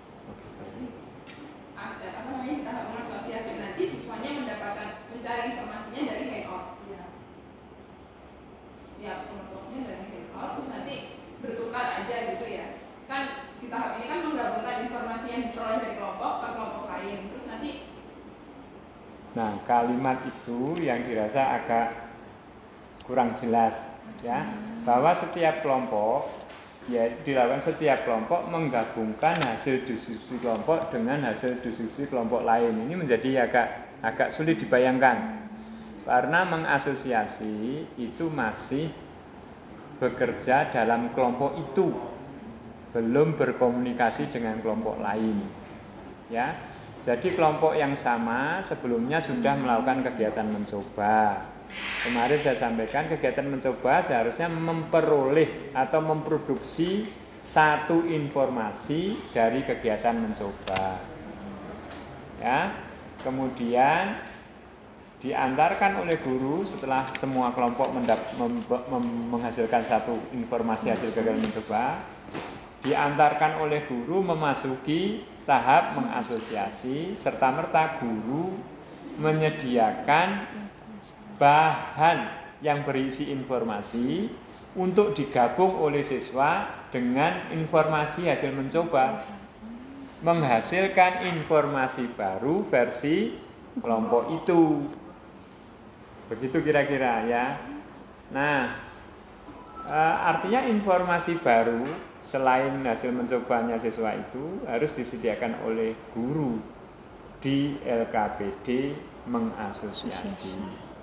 As, apa namanya di tahap mengasosiasi nanti siswanya mendapatkan mencari informasinya dari handout. Iya. Setiap kelompoknya dari handout terus nanti bertukar aja gitu ya. Kan di tahap ini kan menggabungkan informasi yang diperoleh dari kelompok ke kelompok lain. Terus nanti Nah, kalimat itu yang dirasa agak kurang jelas ya, bahwa setiap kelompok yaitu dilakukan setiap kelompok menggabungkan hasil diskusi kelompok dengan hasil diskusi kelompok lain. Ini menjadi agak agak sulit dibayangkan karena mengasosiasi itu masih bekerja dalam kelompok itu, belum berkomunikasi dengan kelompok lain ya. Jadi kelompok yang sama sebelumnya sudah melakukan kegiatan mencoba. Kemarin saya sampaikan kegiatan mencoba seharusnya memperoleh atau memproduksi satu informasi dari kegiatan mencoba. Ya, kemudian diantarkan oleh guru setelah semua kelompok mendap- mem- mem- menghasilkan satu informasi hasil kegiatan mencoba, diantarkan oleh guru memasuki tahap mengasosiasi serta merta guru menyediakan bahan yang berisi informasi untuk digabung oleh siswa dengan informasi hasil mencoba, menghasilkan informasi baru versi kelompok itu. Begitu kira-kira ya. Nah, e, artinya informasi baru selain hasil mencobanya siswa itu harus disediakan oleh guru di L K P D mengasosiasi.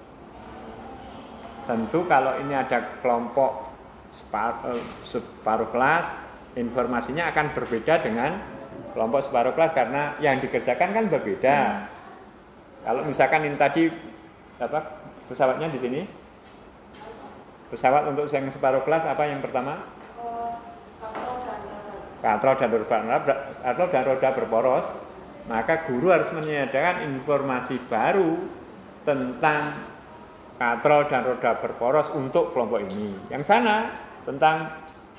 Tentu kalau ini ada kelompok separuh, separuh kelas, informasinya akan berbeda dengan kelompok separuh kelas karena yang dikerjakan kan berbeda. Hmm. Kalau misalkan ini tadi apa pesawatnya di sini, pesawat untuk yang separuh kelas apa yang pertama? Katrol dan roda, katrol dan roda berporos, maka guru harus menyediakan informasi baru tentang katrol dan roda berporos untuk kelompok ini. Yang sana tentang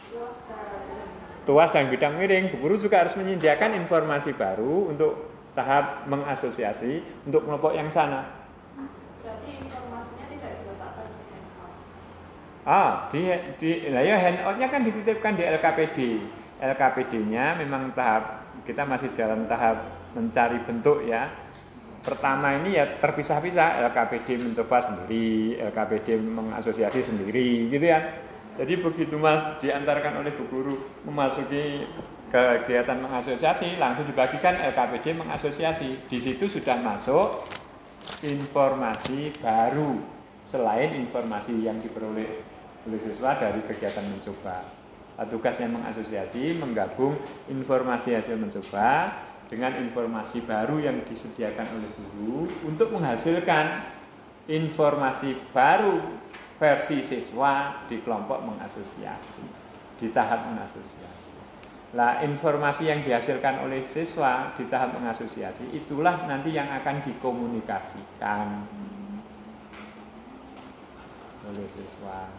tuas dan bidang miring, Bu Guru juga harus menyediakan informasi baru untuk tahap mengasosiasi untuk kelompok yang sana. Berarti informasinya tidak diletakkan di handout. Ah, di di lah ya handoutnya kan dititipkan di L K P D. L K P D-nya memang tahap kita masih dalam tahap mencari bentuk ya. Pertama ini ya terpisah-pisah, L K P D mencoba sendiri, L K P D mengasosiasi sendiri gitu ya. Jadi begitu Mas diantarkan oleh Bu Guru memasuki kegiatan mengasosiasi, langsung dibagikan L K P D mengasosiasi. Di situ sudah masuk informasi baru selain informasi yang diperoleh oleh siswa dari kegiatan mencoba. Tugasnya mengasosiasi, menggabung informasi hasil mencoba dengan informasi baru yang disediakan oleh guru untuk menghasilkan informasi baru versi siswa di kelompok mengasosiasi, di tahap mengasosiasi. Nah, informasi yang dihasilkan oleh siswa di tahap mengasosiasi itulah nanti yang akan dikomunikasikan oleh siswa.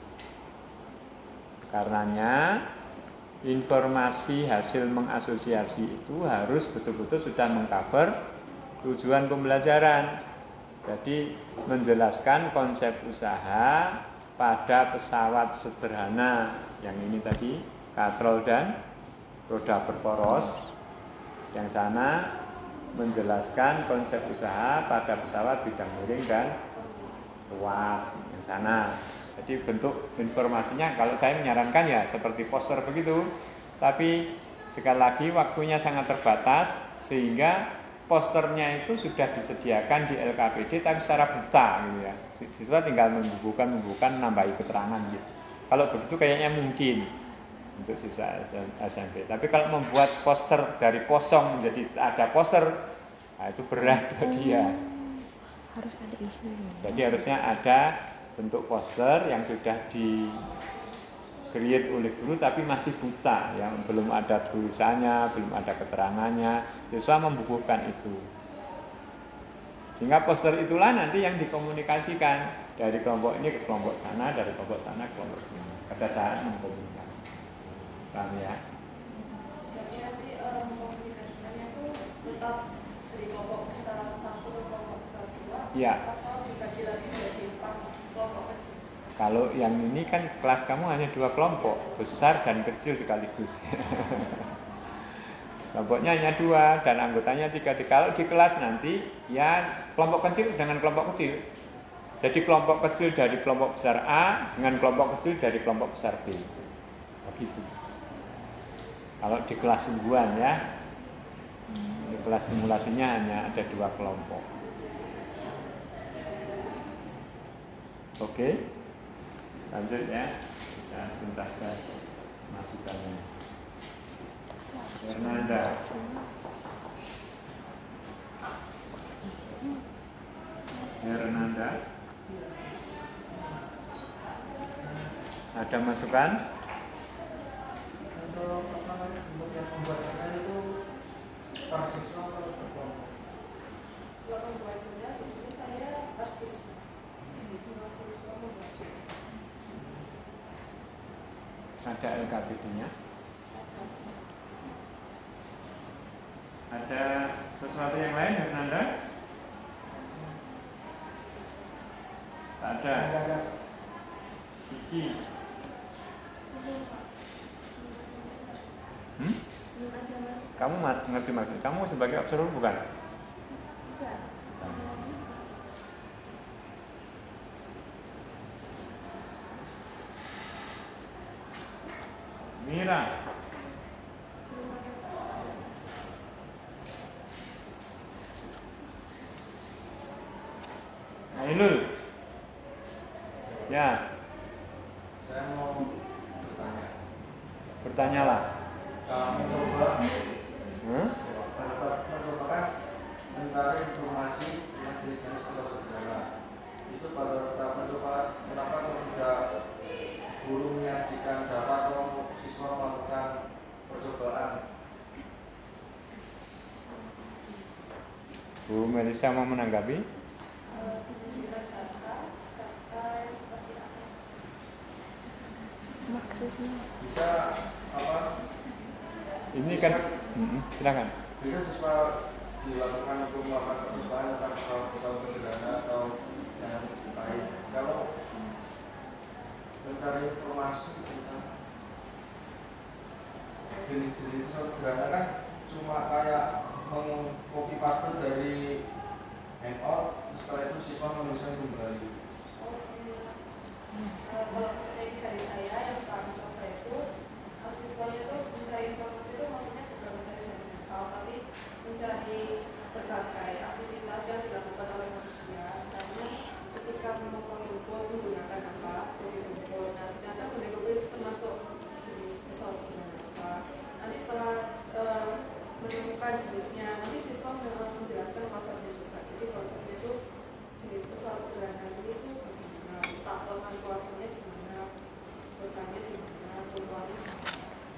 Karenanya informasi hasil mengasosiasi itu harus betul-betul sudah mengcover tujuan pembelajaran. Jadi menjelaskan konsep usaha pada pesawat sederhana yang ini tadi katrol dan roda berporos. Yang sana menjelaskan konsep usaha pada pesawat bidang miring dan tuas yang sana. Jadi bentuk informasinya kalau saya menyarankan ya seperti poster begitu. Tapi sekali lagi waktunya sangat terbatas sehingga posternya itu sudah disediakan di L K P D tapi secara buta gitu ya. Siswa tinggal membubuhkan, membubuhkan, nambahi keterangan gitu. Kalau begitu kayaknya mungkin untuk siswa S M P. Tapi kalau membuat poster dari kosong menjadi ada poster, nah itu berat buat dia. Harus ada isinya. Jadi harusnya ada bentuk poster yang sudah di create oleh guru tapi masih buta, yang belum ada tulisannya, belum ada keterangannya. Siswa membubuhkan itu. Sehingga poster itulah nanti yang dikomunikasikan dari kelompok ini ke kelompok sana, dari kelompok sana ke kelompok sini. Pada saat mengkomunikasi. Paham ya? Jadi nanti um, komunikasinya itu tetap dari kelompok besar satu ke kelompok besar dua, ya. Atau dibagi lagi menjadi empat kelompok kecil. Kalau yang ini kan kelas kamu hanya dua kelompok, besar dan kecil sekaligus. Kelompoknya hanya dua dan anggotanya tiga. Kalau di kelas nanti ya kelompok kecil dengan kelompok kecil. Jadi kelompok kecil dari kelompok besar A dengan kelompok kecil dari kelompok besar B. Begitu. Kalau di kelas sungguhan ya, di kelas simulasinya hanya ada dua kelompok. Oke, lanjut ya, kita tuntaskan masukannya. Fernanda. Fernanda. Ada masukan? Untuk apa namanya, untuk yang pembuatannya itu per siswa atau per kelompok? Kalau pembuatannya di sini saya per siswa, semua siswa membaca. Ada L K P D-nya? Ada sesuatu yang lain Fernanda? Tak ada. Tidak ada. Kiki. Hmm? Belum ada masuk. Kamu ma- ngerti maksudnya? Kamu sebagai observer bukan? Enggak. Mira. Ainul. Ya, Saya mau bertanya. bertanyalah. Kalau mencoba, Hmm? mencoba mencoba kan mencari informasi yang jenis-jenis pesawat udara. Itu pada tahap mencoba, kenapa kalau tidak guru menyajikan data atau siswa melakukan percobaan? Bu Melisa mau menanggapi? Penyisiran data, Maksudnya bisa apa? Ini kan, mm, silakan. Bisa siswa dilakukan untuk melakukan percobaan tentang pesawat sederhana atau yang lain. Kalau mencari informasi tentang jenis-jenis pesawat sederhana kan cuma kayak mengcopy paste dari handout, setelah itu siswa menuliskan kembali. Uh, kalau misalnya dari saya yang kami coba itu uh, siswanya itu mencari informasi itu maksudnya bukan mencari dari mental tapi mencari berbagai aktivitas yang dilakukan oleh manusia. Misalnya ketika memotong rumput menggunakan apa bodi rumput, nah ternyata bodi rumput itu termasuk jenis pesawat sederhana apa. Nanti setelah uh, menemukan jenisnya, nanti siswa menjelaskan konsepnya juga. Jadi konsepnya itu jenis pesawat sederhana ini itu tak lengan kuasanya di mana, bebannya di mana, turunannya di mana.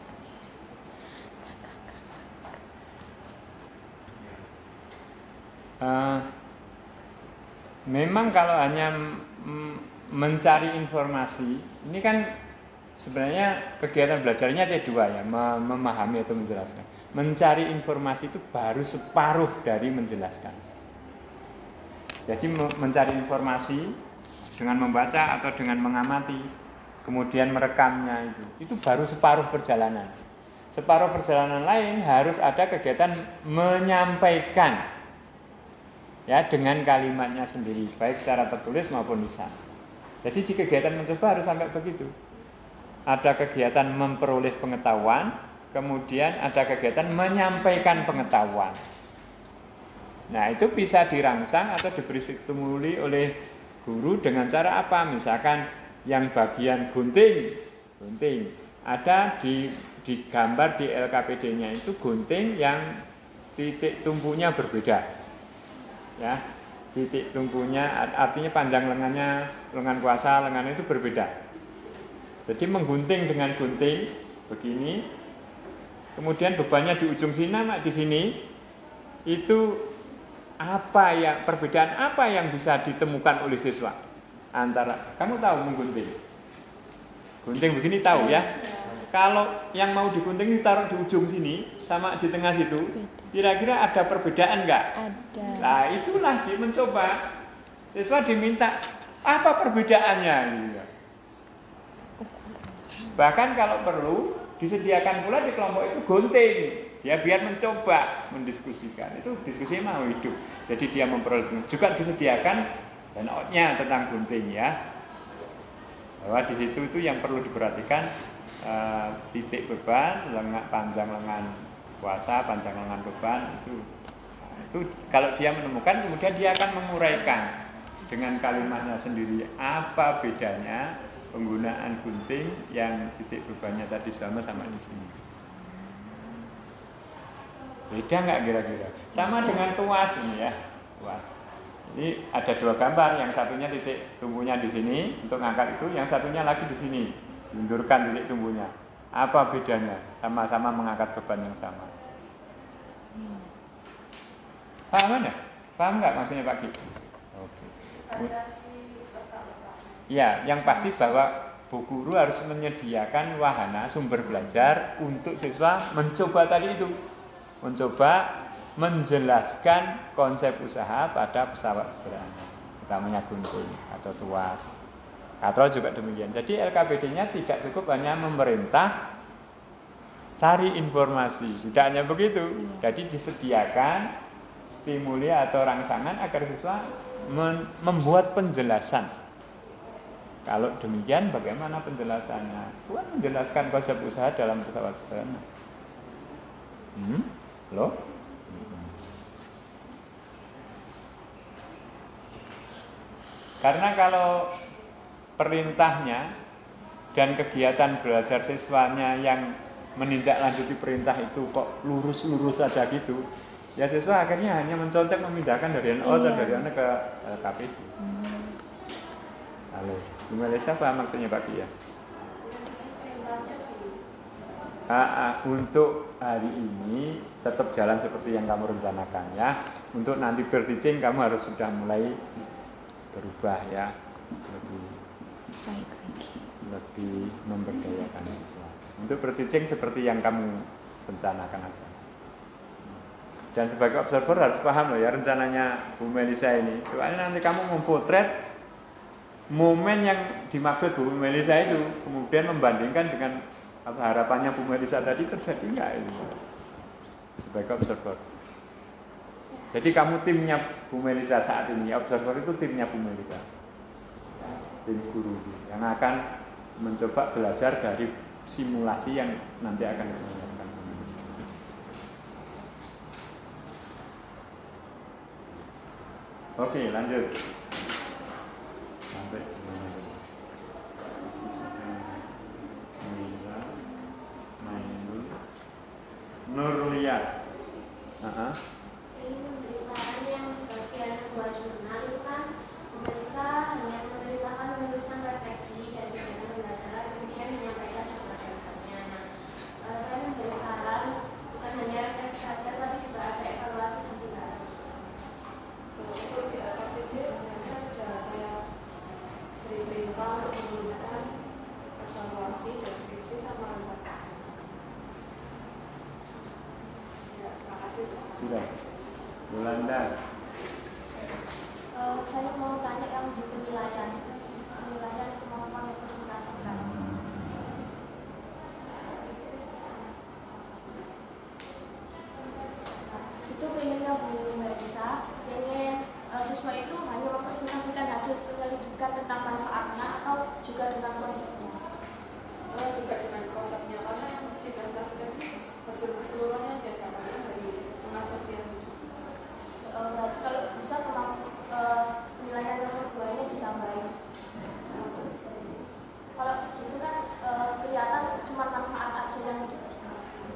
Uh, memang kalau hanya m- mencari informasi, ini kan sebenarnya kegiatan belajarnya C dua ya, mem- memahami atau menjelaskan. Mencari informasi itu baru separuh dari menjelaskan. Jadi me- mencari informasi dengan membaca atau dengan mengamati, kemudian merekamnya itu, itu baru separuh perjalanan. Separuh perjalanan lain harus ada kegiatan menyampaikan, ya, dengan kalimatnya sendiri, baik secara tertulis maupun lisan. Jadi di kegiatan mencoba harus sampai begitu. Ada kegiatan memperoleh pengetahuan, kemudian ada kegiatan menyampaikan pengetahuan. Nah, itu bisa dirangsang atau diberi stimuli oleh guru dengan cara apa? Misalkan yang bagian gunting, gunting ada di di gambar di L K P D-nya itu gunting yang titik tumpunya berbeda, ya, titik tumpunya artinya panjang lengannya, lengan kuasa, lengan itu berbeda. Jadi menggunting dengan gunting begini, kemudian bebannya di ujung sini, di sini, itu apa yang perbedaan apa yang bisa ditemukan oleh siswa antara, kamu tahu menggunting, gunting begini tahu ya? Kalau yang mau digunting ditaruh di ujung sini sama di tengah situ, kira-kira ada perbedaan nggak? ada. Nah itulah dia mencoba, siswa diminta apa perbedaannya? Bahkan kalau perlu disediakan pula di kelompok itu gunting. Ya biar mencoba mendiskusikan, itu diskusinya mau hidup. Jadi dia memperoleh juga disediakan handout-nya tentang gunting ya. Bahwa di situ itu yang perlu diperhatikan uh, titik beban, lengan panjang lengan kuasa, panjang lengan beban itu. Nah, itu kalau dia menemukan kemudian dia akan menguraikan dengan kalimatnya sendiri apa bedanya penggunaan gunting yang titik bebannya tadi sama sama di sini. Beda nggak kira-kira? Sama dengan tuas ini ya, tuas. Ini ada dua gambar, yang satunya titik tumbuhnya di sini untuk ngangkat itu, yang satunya lagi di sini, mundurkan titik tumbuhnya. Apa bedanya? Sama-sama mengangkat beban yang sama. Paham ya? Paham nggak maksudnya Pak Ki? Oke. Ya, yang pasti bahwa Bu Guru harus menyediakan wahana sumber belajar untuk siswa mencoba tadi itu. Mencoba menjelaskan konsep usaha pada pesawat sederhana, utamanya gunting atau tuas. Katrol juga demikian. Jadi L K P D-nya tidak cukup hanya memerintah cari informasi, tidak hanya begitu. Jadi disediakan stimuli atau rangsangan agar siswa membuat penjelasan. Kalau demikian bagaimana penjelasannya? Bukan menjelaskan konsep usaha dalam pesawat sederhana. Hmm? Loh? Karena kalau perintahnya dan kegiatan belajar siswanya yang menindaklanjuti perintah itu kok lurus-lurus saja gitu, ya siswa akhirnya hanya mencontek memindahkan dari N O atau dari mana ke L K P D. Hmm. Halo, Bu Malaysia apa maksudnya Pak Kia? Ah, ah, untuk hari ini tetap jalan seperti yang kamu rencanakan ya. Untuk nanti per-teaching kamu harus sudah mulai berubah ya. Lebih baik lagi. lebih memberdayakan siswa. Untuk berteaching seperti yang kamu rencanakan aja. Dan sebagai observer harus paham loh ya rencananya Bu Melisa ini. Soalnya nanti kamu memotret momen yang dimaksud Bu Melisa itu, kemudian membandingkan dengan apa harapannya Bu Melisa tadi terjadi nggak itu sebagai observer. Jadi kamu timnya Bu Melisa saat ini, observer itu timnya Bu Melisa, tim guru yang akan mencoba belajar dari simulasi yang nanti akan diselenggarakan Bu Melisa. Oke, lanjut. Sampai Nurliat. Aha. Ini pemeriksaan yang bagian buat jurnal itu kan pemeriksa hanya memerintahkan menuliskan refleksi dan kegiatan pembelajaran kemudian menyampaikan jawaban-jawabannya. Nah, e, saya memberi saran bukan hanya refleksi saja tapi juga ada evaluasi dan tindakan. Untuk di L K P D sebenarnya sudah saya beri perintah untuk menuliskan evaluasi, deskripsi sama rencana. Ya, terima kasih. Sudah. Yolanda. Uh, saya mau tanya yang di penilaian, penilaian kemampuan representasikan. Itu pengennya Bu Melisa, pengen uh, siswa itu hanya merepresentasikan hasil penyelidikan tentang manfaatnya atau juga dengan konsepnya. Uh, juga dengan konsepnya, karena yang dipresentasikan hasil keseluruhannya dia dapatkan dari mengasosiasi juga. Uh, berarti kalau bisa kemampuan uh, penilaian nomor dua nya ditambahin. Kalau gitu kan uh, kelihatan cuma manfaat aja yang dipresentasikan.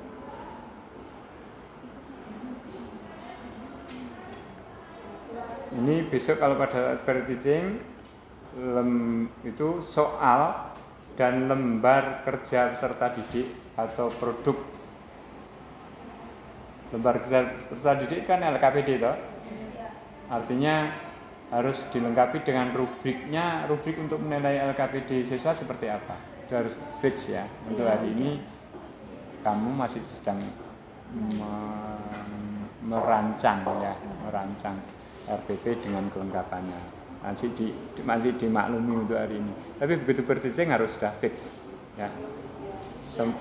Ini besok kalau pada teaching lem, itu soal dan lembar kerja peserta didik atau produk. Lembar kerja peserta didik kan L K P D toh? Artinya harus dilengkapi dengan rubriknya, rubrik untuk menilai L K P D siswa seperti apa. Itu harus fix ya. Untuk hari ini kamu masih sedang me- merancang ya, merancang R P P dengan kelengkapannya. Masih di, masih dimaklumi untuk hari ini. Tapi begitu berteaching harus sudah fix ya. Sem-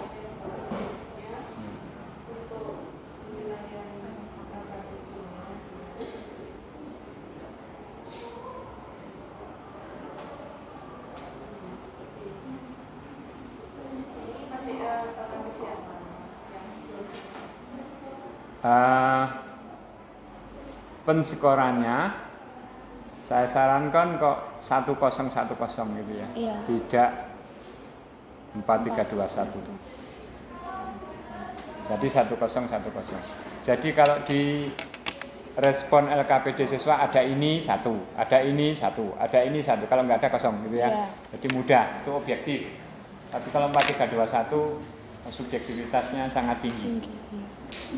Uh, penskorannya saya sarankan kok satu kosong satu kosong gitu ya. Iya. Tidak empat tiga dua satu. Jadi satu kosong satu kosong. Jadi kalau di respon L K P D siswa ada ini satu, ada ini satu, ada ini satu. Kalau nggak ada kosong gitu ya. Iya. Jadi mudah, itu objektif. Tapi kalau empat tiga dua satu subjektivitasnya sangat tinggi. Tinggi, iya.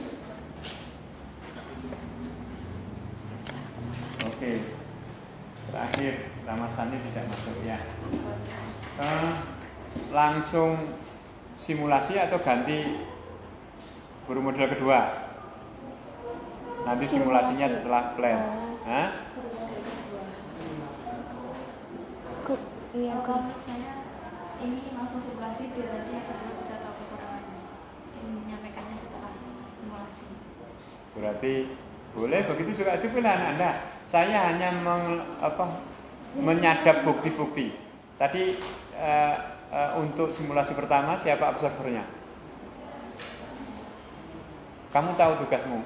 Oke, terakhir Ramasani tidak masuk ya. Eh, langsung simulasi atau ganti guru model kedua? Nanti simulasinya Simulasi. setelah plan. Oh. Hah? Kok iya Oh, kok kalau saya ini langsung simulasi biar nanti yang kedua bisa tahu kekurangannya. Jadi menyampaikannya setelah simulasi. Berarti boleh begitu juga itu pilihan Anda. Saya hanya meng, apa, menyadap bukti-bukti. Tadi eh, eh, untuk simulasi pertama siapa observernya? Kamu tahu tugasmu.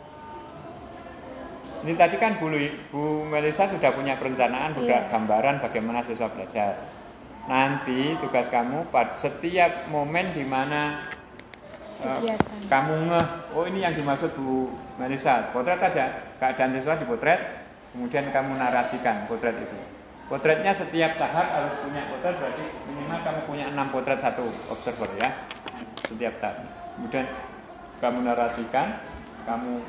Ini tadi kan Bu, Bu Melisa sudah punya perencanaan, sudah Iya. gambaran bagaimana siswa belajar. Nanti tugas kamu pada setiap momen di mana eh, kegiatan. kamu ngeh, oh ini yang dimaksud Bu Melisa, potret aja, keadaan siswa dipotret, kemudian kamu narasikan potret itu. Potretnya setiap tahap harus punya potret, berarti minimal kamu punya enam potret satu observer ya, setiap tahap. Kemudian kamu narasikan, kamu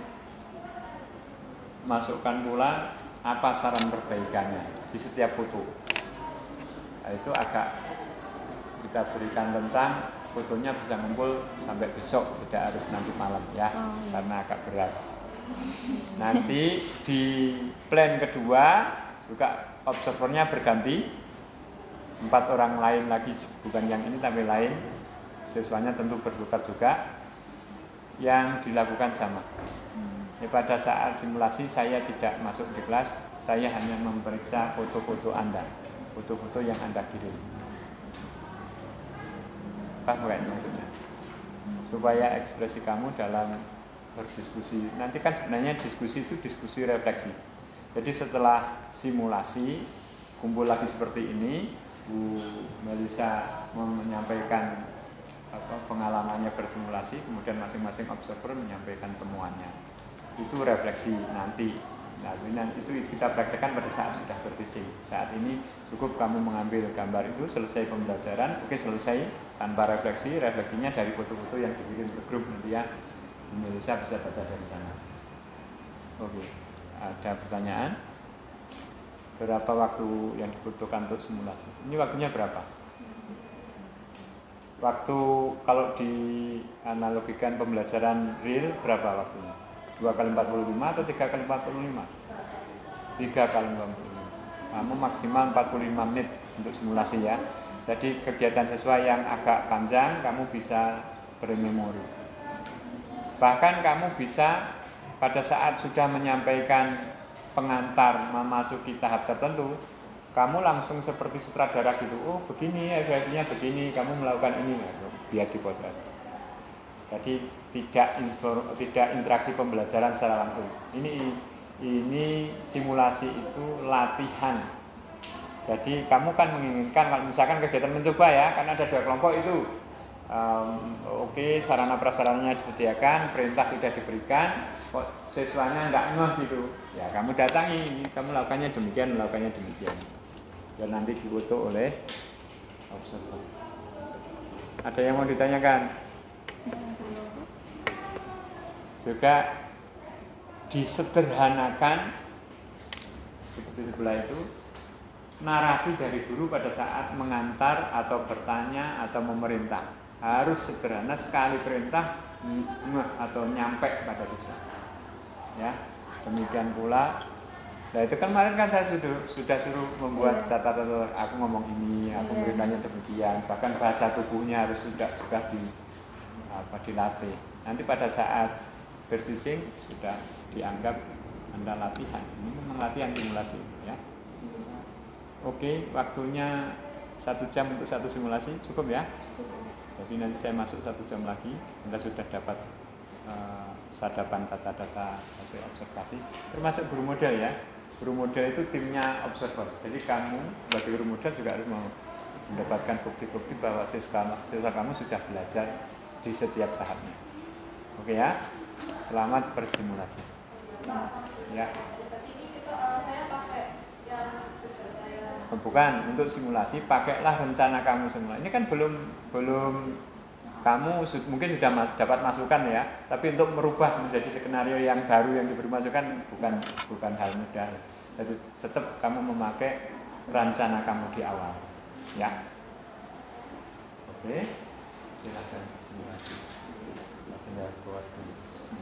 masukkan pula apa saran perbaikannya di setiap foto. Nah, itu agak kita berikan tentang fotonya bisa ngumpul sampai besok, tidak harus nanti malam ya, oh, iya. Karena agak berat. Nanti di plan kedua juga observernya berganti, empat orang lain lagi, bukan yang ini tapi lain, siswanya tentu bertukar juga, yang dilakukan sama. Ya, pada saat simulasi saya tidak masuk di kelas, saya hanya memeriksa foto-foto Anda, foto-foto yang Anda kirim. Paham nggak ini maksudnya? Supaya ekspresi kamu dalam berdiskusi, nanti kan sebenarnya diskusi itu diskusi refleksi. Jadi setelah simulasi kumpul lagi seperti ini, Bu Melisa menyampaikan apa, pengalamannya bersimulasi, kemudian masing-masing observer menyampaikan temuannya. Itu refleksi nanti. Nah, itu kita praktekkan pada saat sudah berteaching. Saat ini cukup kamu mengambil gambar itu, selesai pembelajaran, oke selesai, tanpa refleksi, refleksinya dari foto-foto yang dikirim ke grup nanti ya. Melisa bisa baca dari sana. Oke, ada pertanyaan? Berapa waktu yang dibutuhkan untuk simulasi? Ini waktunya berapa? Waktu kalau dianalogikan pembelajaran real berapa waktunya? dua kali empat puluh lima atau tiga kali empat puluh lima? tiga kali empat puluh lima. Kamu maksimal empat puluh lima menit untuk simulasi ya. Jadi kegiatan siswa yang agak panjang kamu bisa bermemori. Bahkan kamu bisa pada saat sudah menyampaikan pengantar memasuki tahap tertentu, kamu langsung seperti sutradara gitu. Oh begini, efeknya begini, kamu melakukan ini, biar dipotret. Jadi tidak info, tidak interaksi pembelajaran secara langsung. Ini ini simulasi itu latihan. Jadi kamu kan menginginkan kalau misalkan kegiatan mencoba ya, karena ada dua kelompok itu. Um, Oke, okay, sarana prasarananya disediakan, perintah sudah diberikan, kok siswanya enggak ngeh gitu. Ya kamu datangi, kamu lakukannya demikian, melakukannya demikian. Dan nanti difoto oleh observer. Ada yang mau ditanyakan? Juga disederhanakan seperti sebelah itu, narasi dari guru pada saat mengantar atau bertanya atau memerintah harus sederhana, sekali perintah ngeh atau nyampe pada siswa ya. Demikian pula, nah itu kan kemarin kan saya sudah, sudah suruh membuat catatan, aku ngomong ini, aku perintahnya demikian, bahkan bahasa tubuhnya harus sudah juga di apa dilatih. Nanti pada saat berteaching sudah dianggap Anda latihan. Ini memang latihan simulasi ya. Oke, waktunya satu jam untuk satu simulasi cukup ya. Jadi nanti saya masuk satu jam lagi, Anda sudah dapat uh, sadapan data-data hasil observasi, termasuk guru model ya. Guru model itu timnya observer. Jadi kamu sebagai guru model juga harus mendapatkan bukti-bukti bahwa siswa, siswa kamu sudah belajar di setiap tahapnya. Oke ya, selamat bersimulasi. Ya. Bukan untuk simulasi, pakailah rencana kamu semula. Ini kan belum belum kamu mungkin sudah mas, dapat masukan ya, tapi untuk merubah menjadi skenario yang baru yang diberi masukan bukan bukan hal mudah. Jadi tetap kamu memakai rencana kamu di awal, ya. Oke, silakan simulasi. Tinggal buat dulu.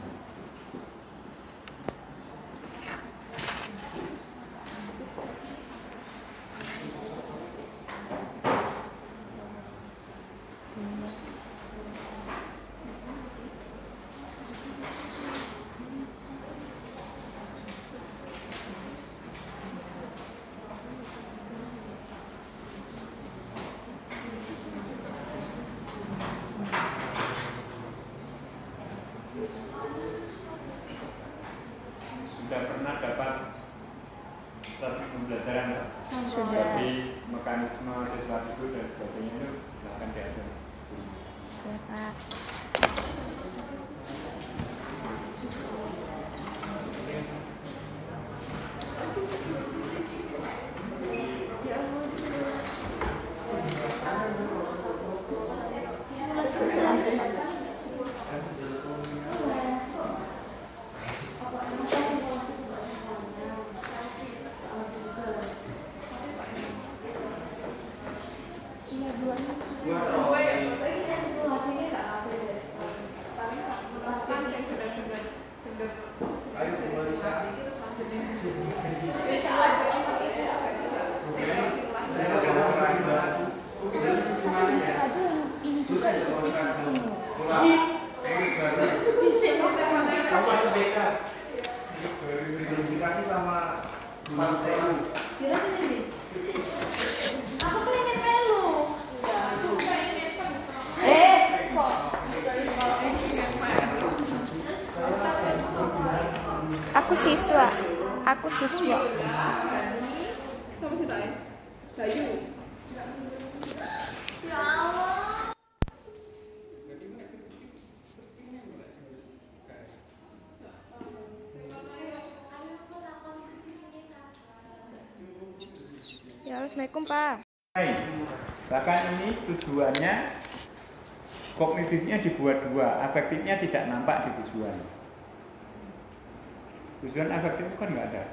Sudah pernah dapat strategi pembelajaran Sudah. Jadi mekanisme sesuatu itu dan sebagainya itu silahkan diatur. Siap. dua sudah. Dua Dua ya. Tapi simulasinya nggak apa deh. paling memasukkan yang benar-benar benar Ayo, mulai. itu selanjutnya Bisa ada itu ya. Saya mau ngomong mungkin dari gimana ya? Ada yang ini juga Susah ya ikut kalau sekarang itu. pulang. Ini baru. Kamu itu B K. Verifikasi sama Mas Teru. Kira ini. Aku pengen melu. Eh, kok aku siswa. Aku siswa. sama si Tay Bayu Ya Allah. Ya, Assalamualaikum, Pak. Hai. Bahkan ini tujuannya kognitifnya dibuat dua, afektifnya tidak nampak di tujuan. Tujuan afektif kan nggak ada.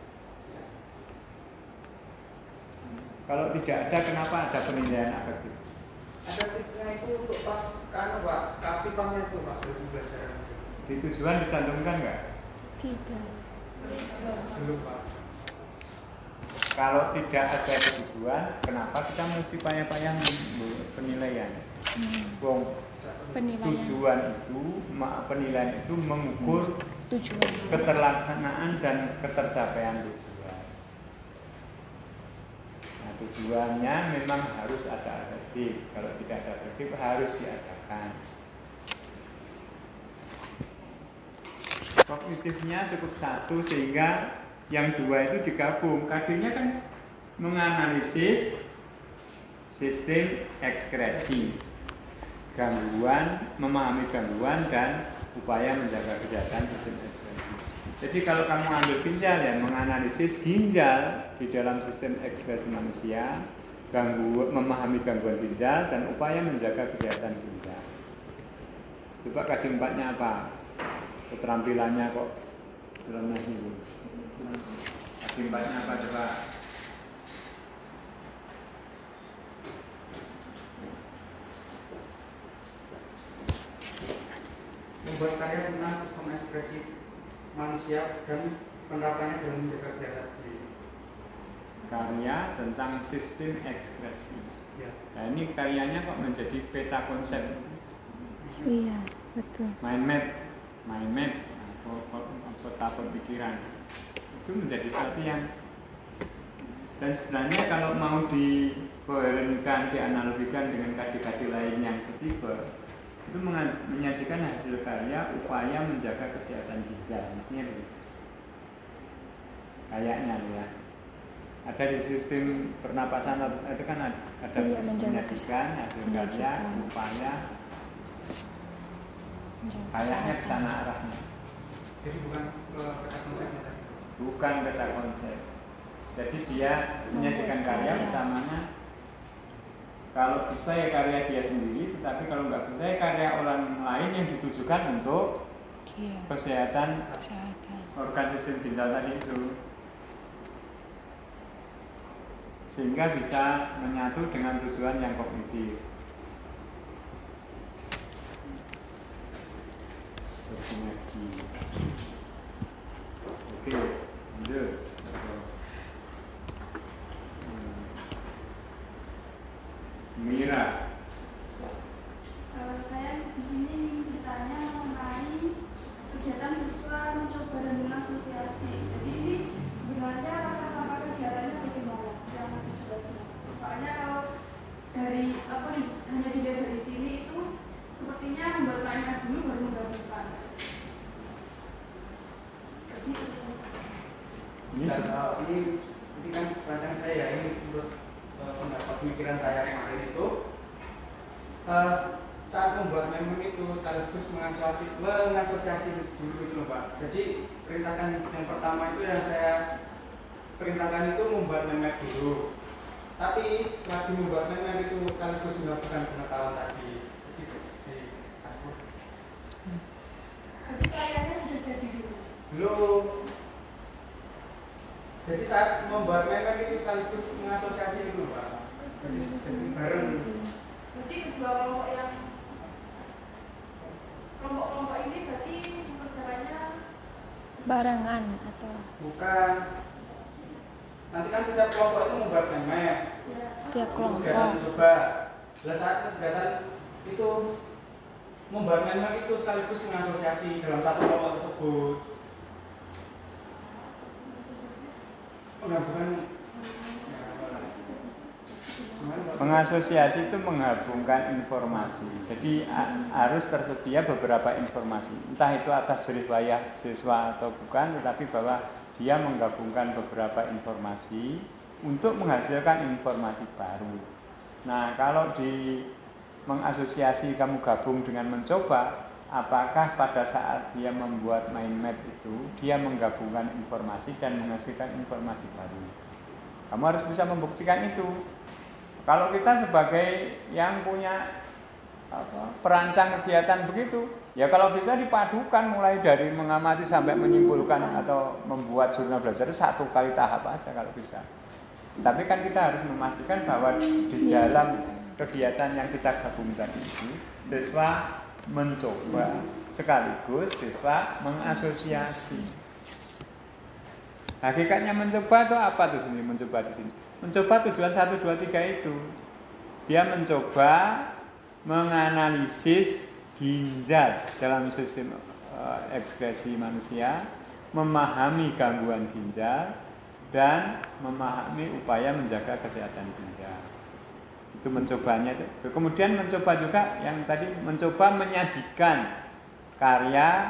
Kalau tidak ada, kenapa ada penilaian afektif? Ada tipnya itu untuk pas kan Pak, keaktifannya itu Pak dari pembelajaran. Di tujuan dicantumkan nggak? Tidak. Belum Pak. Kalau tidak ada di tujuan, kenapa kita mesti payah-payah membuat penilaian? Hmm. Wong Penilaian tujuan itu, ma- penilaian itu mengukur tujuan. keterlaksanaan dan ketercapaian tujuan. Nah, tujuannya memang harus ada efektif. Kalau tidak ada efektif harus diadakan. Kognitifnya cukup satu sehingga yang dua itu digabung. K D-nya kan menganalisis sistem ekskresi, gangguan, memahami gangguan dan upaya menjaga kesehatan sistem ekskresi. Jadi kalau kamu ambil ginjal ya menganalisis ginjal di dalam sistem ekskresi manusia, gangguan, memahami gangguan ginjal dan upaya menjaga kesehatan ginjal. Coba K D empat-nya apa? Keterampilannya kok lemah ini. K D empat-nya apa coba? Membuat karya tentang sistem ekspresi manusia dan penerapannya dalam menjaga kesehatan diri. Karya tentang sistem ekskresi. Ya. Nah ini karyanya kok menjadi peta konsep, Iya, betul. mind map, mind map, peta pemikiran. Itu menjadi sesuatu yang dan sebenarnya kalau mau dikoherenkan, dianalogikan dengan K D-K D lain yang setipe, itu menyajikan hasil karya upaya menjaga kesehatan ginjal, misalnya begitu. Kayaknya ya. Ada di sistem pernapasan itu kan ada Iya, menjaga menyajikan hasil karya menyajikan. upaya Menjaga kayaknya ke kesehatan. sana arahnya. Jadi bukan uh, kata konsepnya tadi. Bukan peta konsep. Jadi dia menyajikan karya karya. utamanya kalau bisa ya karya dia sendiri, tetapi kalau nggak bisa ya karya orang lain yang ditujukan untuk Iya, kesehatan kesehatan. organ sistem ginjal tadi itu, sehingga bisa menyatu dengan tujuan yang kognitif. Bersinergi. Oke, lanjut. Hmm. Mira. Kalau saya di sini ingin bertanya mengenai kegiatan siswa mencoba dan mengasosiasi. Jadi ini sebenarnya langkah-langkah kegiatannya bagaimana yang dijelaskan? Soalnya kalau dari apa hanya dilihat dari sini itu sepertinya membuat tanya dulu baru menggabungkan. Jadi Ini Dan uh, ini ini kan rancangan saya ya, ini untuk uh, pendapat pemikiran saya kemarin itu uh, saat membuat meme itu sekaligus mengasosiasi mengasosiasi dulu itu loh Pak. Jadi perintahkan yang pertama itu yang saya perintahkan itu membuat meme dulu. Tapi setelah membuat meme itu sekaligus melakukan pengetahuan tadi. Jadi aku Jadi kayaknya sudah jadi dulu. belum. Jadi saat membuat meme itu sekaligus mengasosiasi itu Pak. Jadi, jadi bareng. Berarti kedua kelompok yang kelompok-kelompok ini berarti mengerjakannya Barengan atau Bukan. Nanti kan setiap kelompok itu membuat meme. setiap Kegiatan kelompok. coba. Lah saat kegiatan itu membuat meme itu sekaligus mengasosiasi dalam satu kelompok tersebut. Penggabungan. Mengasosiasi itu menggabungkan informasi. Jadi a- harus tersedia beberapa informasi. Entah itu atas jerih siswa atau bukan, tetapi bahwa dia menggabungkan beberapa informasi untuk menghasilkan informasi baru. Nah, kalau di mengasosiasi kamu gabung dengan mencoba, apakah pada saat dia membuat mind map itu dia menggabungkan informasi dan menghasilkan informasi baru? Kamu harus bisa membuktikan itu. Kalau kita sebagai yang punya apa, perancang kegiatan begitu, ya kalau bisa dipadukan mulai dari mengamati sampai menyimpulkan atau membuat jurnal belajar satu kali tahap aja kalau bisa. Tapi kan kita harus memastikan bahwa di dalam kegiatan yang kita gabungkan itu siswa mencoba sekaligus siswa mengasosiasi. Hakikatnya mencoba itu apa tuh sini? Mencoba di sini. Mencoba tujuan satu, dua, tiga itu. Dia mencoba menganalisis ginjal dalam sistem uh, ekspresi manusia, memahami gangguan ginjal, dan memahami upaya menjaga kesehatan ginjal. Itu mencobanya itu. Kemudian mencoba juga yang tadi mencoba menyajikan karya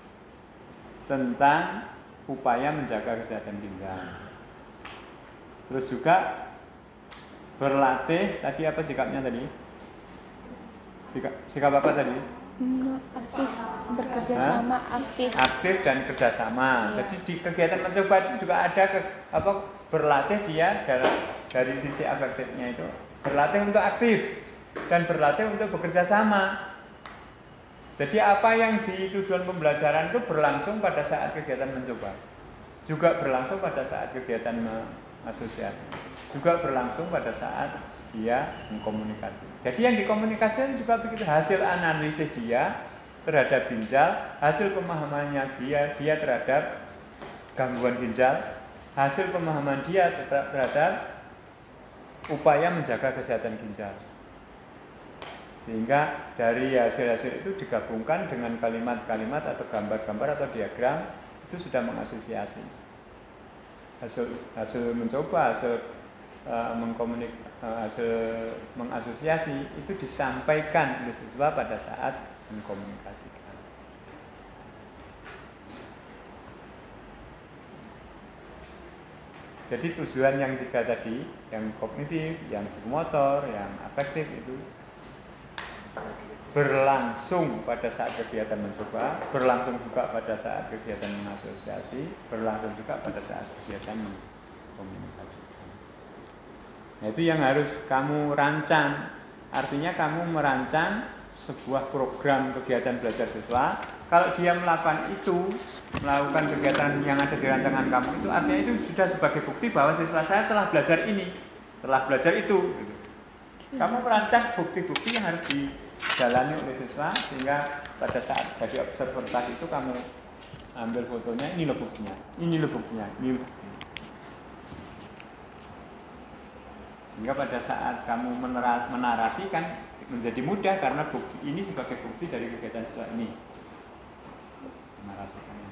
tentang upaya menjaga kesehatan ginjal. Terus juga berlatih, tadi apa sikapnya tadi? Sikap, sikap apa tadi? Hmm, aktif, bekerja sama, aktif. Aktif dan kerjasama. Iya. Jadi di kegiatan mencoba itu juga ada ke, apa berlatih dia dari, dari sisi afektifnya itu berlatih untuk aktif dan berlatih untuk bekerja sama. Jadi apa yang di tujuan pembelajaran itu berlangsung pada saat kegiatan mencoba, juga berlangsung pada saat kegiatan asosiasi, juga berlangsung pada saat dia mengkomunikasi. Jadi yang dikomunikasikan juga begitu, hasil analisis dia terhadap ginjal, hasil pemahamannya dia dia terhadap gangguan ginjal, hasil pemahaman dia terhadap upaya menjaga kesehatan ginjal. Sehingga dari hasil-hasil itu digabungkan dengan kalimat-kalimat atau gambar-gambar atau diagram, itu sudah mengasosiasi. Hasil hasil mencoba, hasil uh, mengkomunik, uh, hasil mengasosiasi itu disampaikan oleh siswa pada saat mengkomunikasikan. Jadi tujuan yang tiga tadi, yang kognitif, yang psikomotor, yang afektif itu berlangsung pada saat kegiatan mencoba, berlangsung juga pada saat kegiatan mengasosiasi, berlangsung juga pada saat kegiatan mengkomunikasikan. Nah, itu yang harus kamu rancang. Artinya kamu merancang sebuah program kegiatan belajar siswa. Kalau dia melakukan itu, melakukan kegiatan yang ada di rancangan kamu itu, artinya itu sudah sebagai bukti bahwa siswa saya telah belajar ini, telah belajar itu. Kamu merancang bukti-bukti yang harus dijalani oleh siswa, sehingga pada saat jadi observer tadi itu kamu ambil fotonya, ini loh buktinya, ini loh buktinya, ini loh buktinya. Sehingga pada saat kamu menarasikan menjadi mudah karena bukti ini sebagai bukti dari kegiatan siswa ini. Menarasikannya.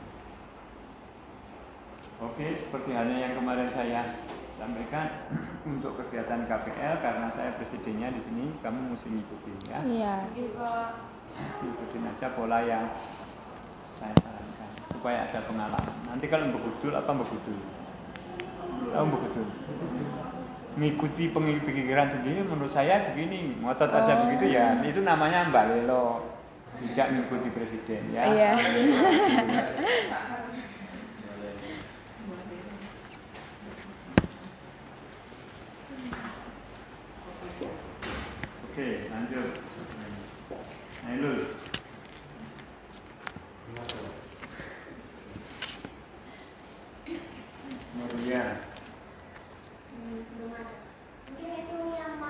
Oke, seperti halnya yang kemarin saya sampaikan untuk kegiatan K P L, karena saya presidennya di sini, kamu mesti ngikutin ya. Iya. Ikutin aja pola yang saya sarankan supaya ada pengalaman. Nanti kalau begudul apa begudul? Tahu begudul? Mengikuti pemikiran sendiri menurut saya begini, ngotot aja oh. begitu ya. Itu namanya mbalelo. Tidak mengikuti presiden ya. Iya. Oke, lanjut. Nailul. Maria. Belum ada. Mungkin itu yang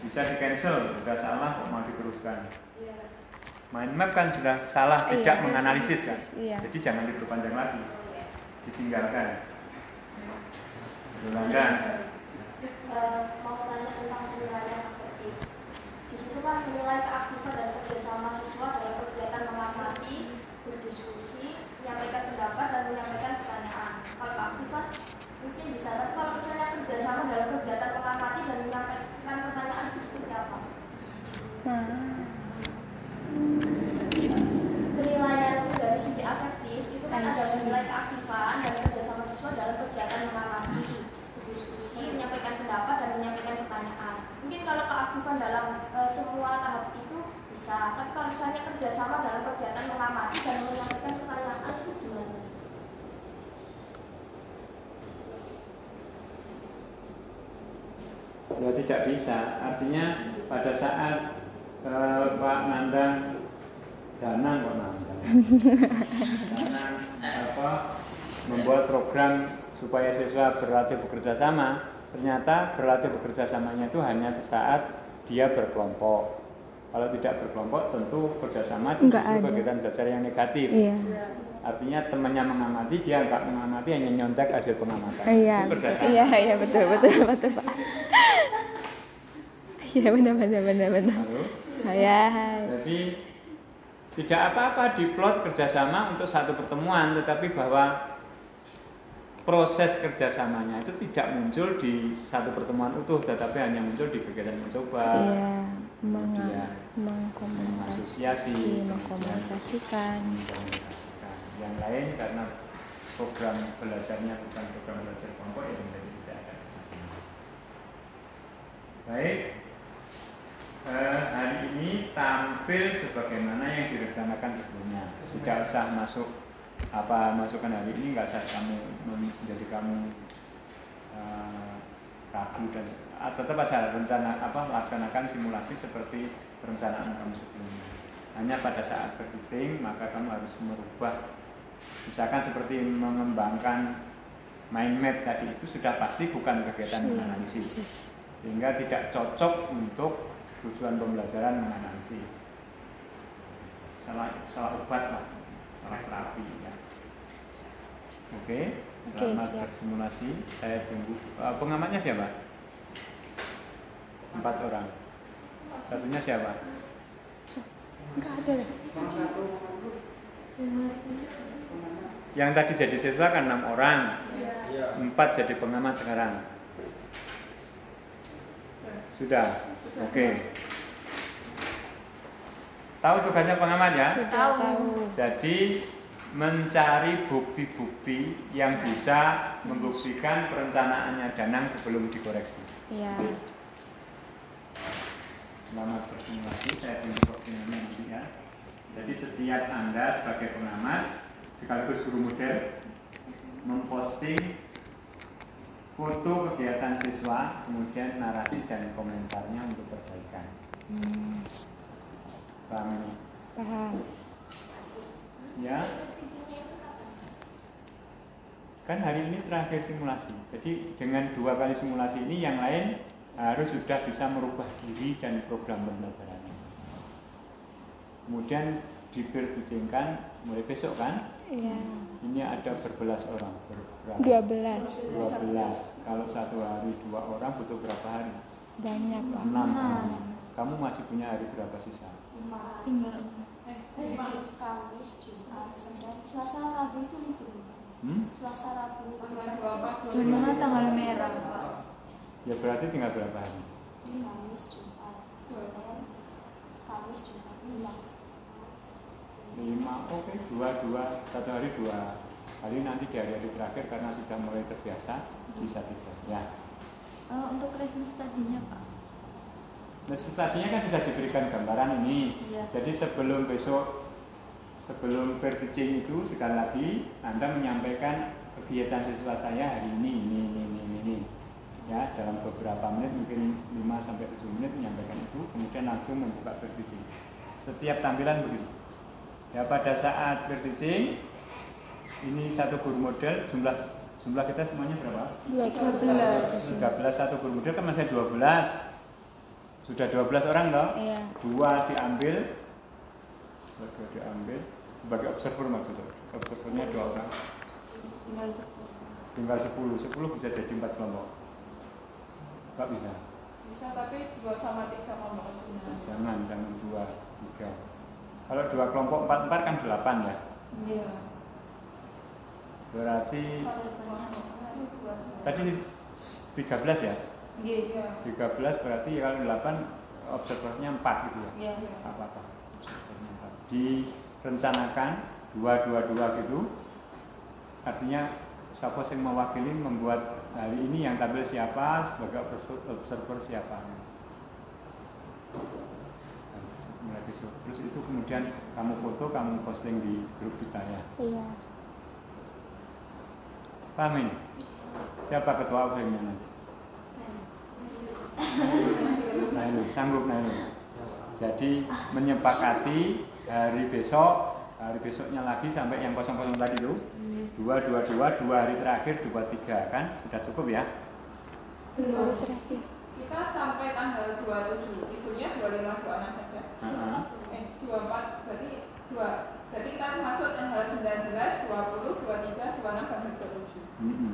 bisa di cancel, sudah salah kok mau diteruskan. Iya. Mind map kan sudah salah, Iya. tidak menganalisis kan. Iya. Jadi jangan diperpanjang lagi, ditinggalkan. Berlanggan. Eh, mau tanya tentang penilaian afektif. Di situ kan menilai keaktifan dan kerjasama siswa dalam kegiatan mengamati, berdiskusi, menyampaikan pendapat dan menyampaikan pertanyaan. Kalau keaktifan mungkin bisa, tapi kalau misalnya kerjasama dalam kegiatan mengamati dan menyampaikan pertanyaan itu seperti apa? Nah, Penilaian dari segi afektif itu kan ada menilai keaktifan dan kerjasama siswa dalam kegiatan mengamati, berdiskusi, menyampaikan pendapat dan menyampaikan pertanyaan. Mungkin kalau keaktifan dalam e, semua tahap itu bisa, tapi kalau misalnya kerjasama dalam kegiatan mengamati dan menyampaikan pertanyaan itu gimana? Ya tidak bisa, artinya pada saat eh, Pak Nandang Danang kok Nandang Danang apa membuat program supaya siswa berlatih bekerja sama, ternyata berlatih bekerja samanya itu hanya saat dia berkelompok. Kalau tidak berkelompok tentu kerjasama itu Nggak justru ada. kegiatan belajar yang negatif. iya. Artinya temannya mengamati, dia nggak mengamati, hanya nyontek hasil pengamatan. Iya, Itu kerjasama. iya, iya betul, betul, betul, Pak. Iya, benar, benar, benar, benar. Lalu, Saya, jadi tidak apa-apa diplot kerjasama untuk satu pertemuan, tetapi bahwa proses kerjasamanya itu tidak muncul di satu pertemuan utuh, tetapi hanya muncul di kegiatan mencoba, iya, meng kemudian mengkomunikasi, mengkomunikasikan. mengkomunikasikan. Yang lain karena program belajarnya bukan program belajar kelompok, ya menjadi tidak ada. Baik. Eh, hari ini tampil sebagaimana yang direncanakan sebelumnya. Tidak usah masuk apa masukan hari ini, nggak usah kamu menjadi kamu uh, ragu dan uh, tetap aja rencana apa laksanakan simulasi seperti perencanaan kamu sebelumnya. Hanya pada saat bertiting maka kamu harus merubah. Misalkan seperti mengembangkan mind map tadi itu sudah pasti bukan kegiatan menganalisis, sehingga tidak cocok untuk tujuan pembelajaran menganalisis. Salah salah obat lah, salah terapi ya. Oke, selamat siap. bersimulasi. Saya tunggu. Uh, pengamatnya siapa? Empat orang. Satunya siapa? Enggak ada. Yang tadi jadi siswa kan enam orang. Iya. Empat jadi pengamat sekarang. Sudah. Oke. Tahu tugasnya pengamat ya? Sudah tahu. Jadi mencari bukti-bukti yang bisa membuktikan perencanaannya Danang sebelum dikoreksi. Iya. Selamat bersimulasi, saya tunggu postingannya nanti ya. Jadi setiap Anda sebagai pengamat sekaligus guru model memposting foto kegiatan siswa, kemudian narasi dan komentarnya untuk perbaikan. Hmm, Paham ini? paham. Ya. Kan hari ini terakhir simulasi. Jadi dengan dua kali simulasi ini yang lain harus sudah bisa merubah diri dan program pembelajarannya. Kemudian diberbincangkan mulai besok kan? Iya. Ini ada berbelas orang, berberapa? Dua belas. dua belas. Kalau satu hari dua orang butuh berapa hari? Banyak, Pak. enam hari. Kamu masih punya hari berapa sisa? Tinggal Kamis, Jumat, Senin, Selasa, Rabu itu libur. Hmm? Selasa, Rabu libur. Gimana tanggal merah? Ya berarti tinggal berapa hari? Kamis, Jumat, Senin, Kamis, Jumat, lima. lima, oke, dua, dua, satu hari dua hari, nanti di hari-hari terakhir karena sudah mulai terbiasa bisa tiga ya. Uh, untuk lesson study-nya, Pak. Lesson study-nya kan sudah diberikan gambaran ini. Iya. Jadi sebelum besok, sebelum berteaching itu sekali lagi Anda menyampaikan kegiatan siswa saya hari ini, ini, ini, ini, ini. Ya, dalam beberapa menit, mungkin lima sampai tujuh menit menyampaikan itu, kemudian langsung membuka berteaching. Setiap tampilan begitu. Ya, pada saat berteaching ini satu guru model, jumlah jumlah kita semuanya berapa? dua belas. tiga belas, satu guru model kan masih dua belas. Sudah dua belas orang toh? Iya. Dua diambil, dua diambil sebagai observer maksudnya. Observernya dua orang. Tinggal sepuluh, sepuluh bisa jadi empat kelompok. Enggak bisa. Bisa, tapi dua sama tiga kelompok. Jangan, jangan dua, tiga. Kalau dua kelompok empat empat kan delapan ya. Iya. Berarti tadi tiga belas ya? Iya. tiga belas berarti kalau delapan observernya empat gitu ya? Iya. Apa-apa. Observernya empat. Direncanakan dua dua dua gitu. Artinya siapa yang mewakili membuat hari ini yang tampil siapa sebagai observer siapa. Mulai besok. Terus itu kemudian kamu foto, kamu posting di grup kita ya. Iya. Paham ini? Siapa ketua observernya nanti? Nah ini, sanggup nah ini. Jadi menyepakati hari besok, hari besoknya lagi sampai yang kosong-kosong tadi itu dua, dua, dua, dua hari terakhir, dua, tiga kan? Sudah cukup ya? Dua hari terakhir. Kita sampai tanggal dua puluh tujuh, itunya dua puluh lima, dua puluh enam saja. Uh-huh. Eh, dua puluh empat, berarti dua. Berarti kita masuk tanggal sembilan belas, dua puluh, dua puluh tiga, dua puluh enam, dan dua puluh tujuh. Mm-hmm.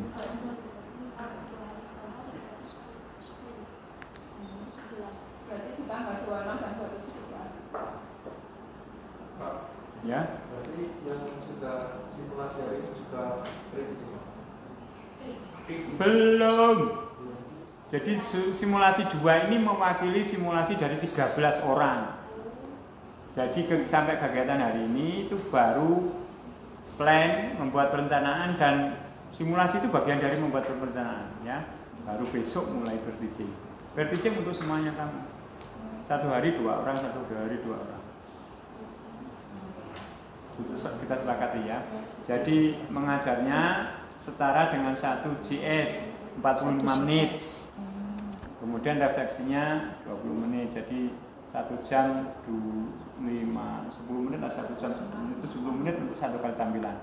Berarti di tanggal dua puluh enam dan dua puluh tujuh tiga. Ya? Berarti yang sudah simulasi hari itu sudah prediksi? Belum. Jadi simulasi dua ini mewakili simulasi dari tiga belas orang. Jadi ke, sampai kegiatan hari ini itu baru plan, membuat perencanaan, dan simulasi itu bagian dari membuat perencanaan ya. Baru besok mulai berteaching. Berteaching untuk semuanya kamu. Satu hari dua orang, satu hari dua orang. Itu kita sepakati ya. Jadi mengajarnya setara dengan satu G S empat puluh lima menit. Kemudian refleksinya dua puluh menit. Jadi satu jam lima, sepuluh menit atau satu jam sepuluh menit itu sepuluh menit untuk satu kali tampilan.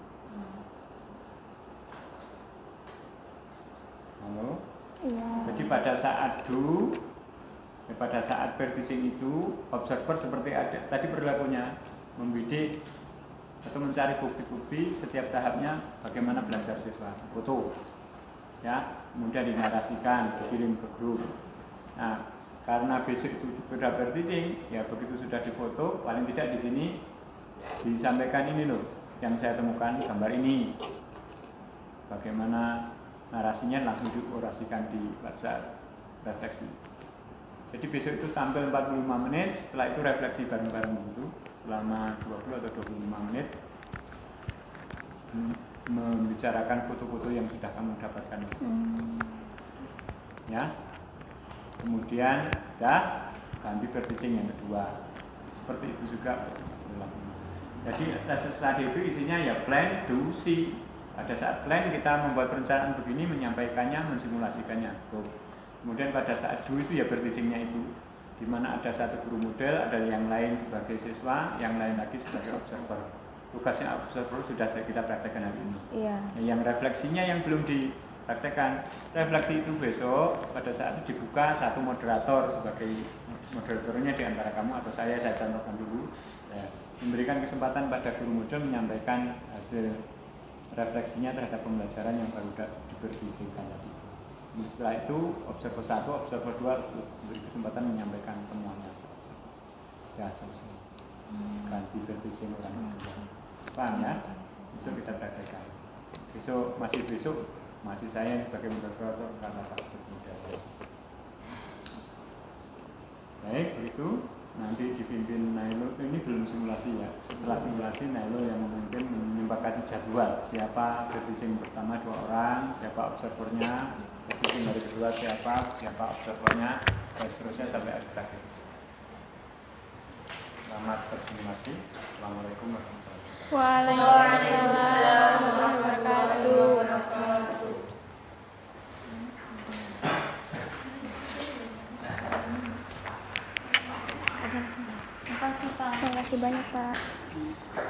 Halo? Iya. Jadi pada saat do, pada saat pre-teaching itu observer seperti ada tadi perilakunya membidik atau mencari bukti-bukti setiap tahapnya bagaimana belajar siswa, foto, ya, kemudian dinarasikan, dikirim ke grup. Nah, karena besok itu sudah pre-teaching, ya begitu sudah difoto, paling tidak di sini disampaikan ini loh, yang saya temukan gambar ini, bagaimana narasinya langsung diorasikan di WhatsApp refleksi. Jadi besok itu tampil empat puluh lima menit, setelah itu refleksi bareng-bareng gitu selama dua puluh atau dua puluh lima menit membicarakan foto-foto yang sudah kamu dapatkan. Hmm. Ya. Kemudian dah ganti pre-teaching yang kedua. Seperti itu juga berlaku. Jadi lesson study itu isinya ya plan, do, see. Pada saat plan kita membuat perencanaan begini, menyampaikannya, mensimulasikannya. Tuh. Kemudian pada saat do itu ya pre-teachingnya itu, di mana ada satu guru model, ada yang lain sebagai siswa, yang lain lagi sebagai observer. Tugasnya observer sudah kita praktekkan hari ini. Iya. Yang refleksinya yang belum dipraktekkan, refleksi itu besok pada saat itu dibuka satu moderator sebagai moderatornya di antara kamu atau saya, saya contohkan dulu. Ya, memberikan kesempatan pada guru model menyampaikan hasil refleksinya terhadap pembelajaran yang baru diberbincangkan tadi. Setelah itu observer satu, observer dua beri kesempatan menyampaikan temuannya. Ya selesai. Ganti berbincang orang kedua. Paham ya? Besok kita praktekkan. Besok masih besok masih saya sebagai moderator karena takut model. Baik begitu. Nanti dipimpin Nailo, ini belum simulasi ya. Setelah simulasi Nailo yang memimpin menyepakati jadwal. Siapa berbincang pertama dua orang, siapa observernya, berbincang hari kedua siapa, siapa observernya, dan seterusnya sampai hari terakhir. Selamat bersimulasi. Assalamualaikum warahmatullahi wabarakatuh. Waalaikumsalam warahmatullahi wabarakatuh. Terima kasih Pak. Terima kasih banyak Pak.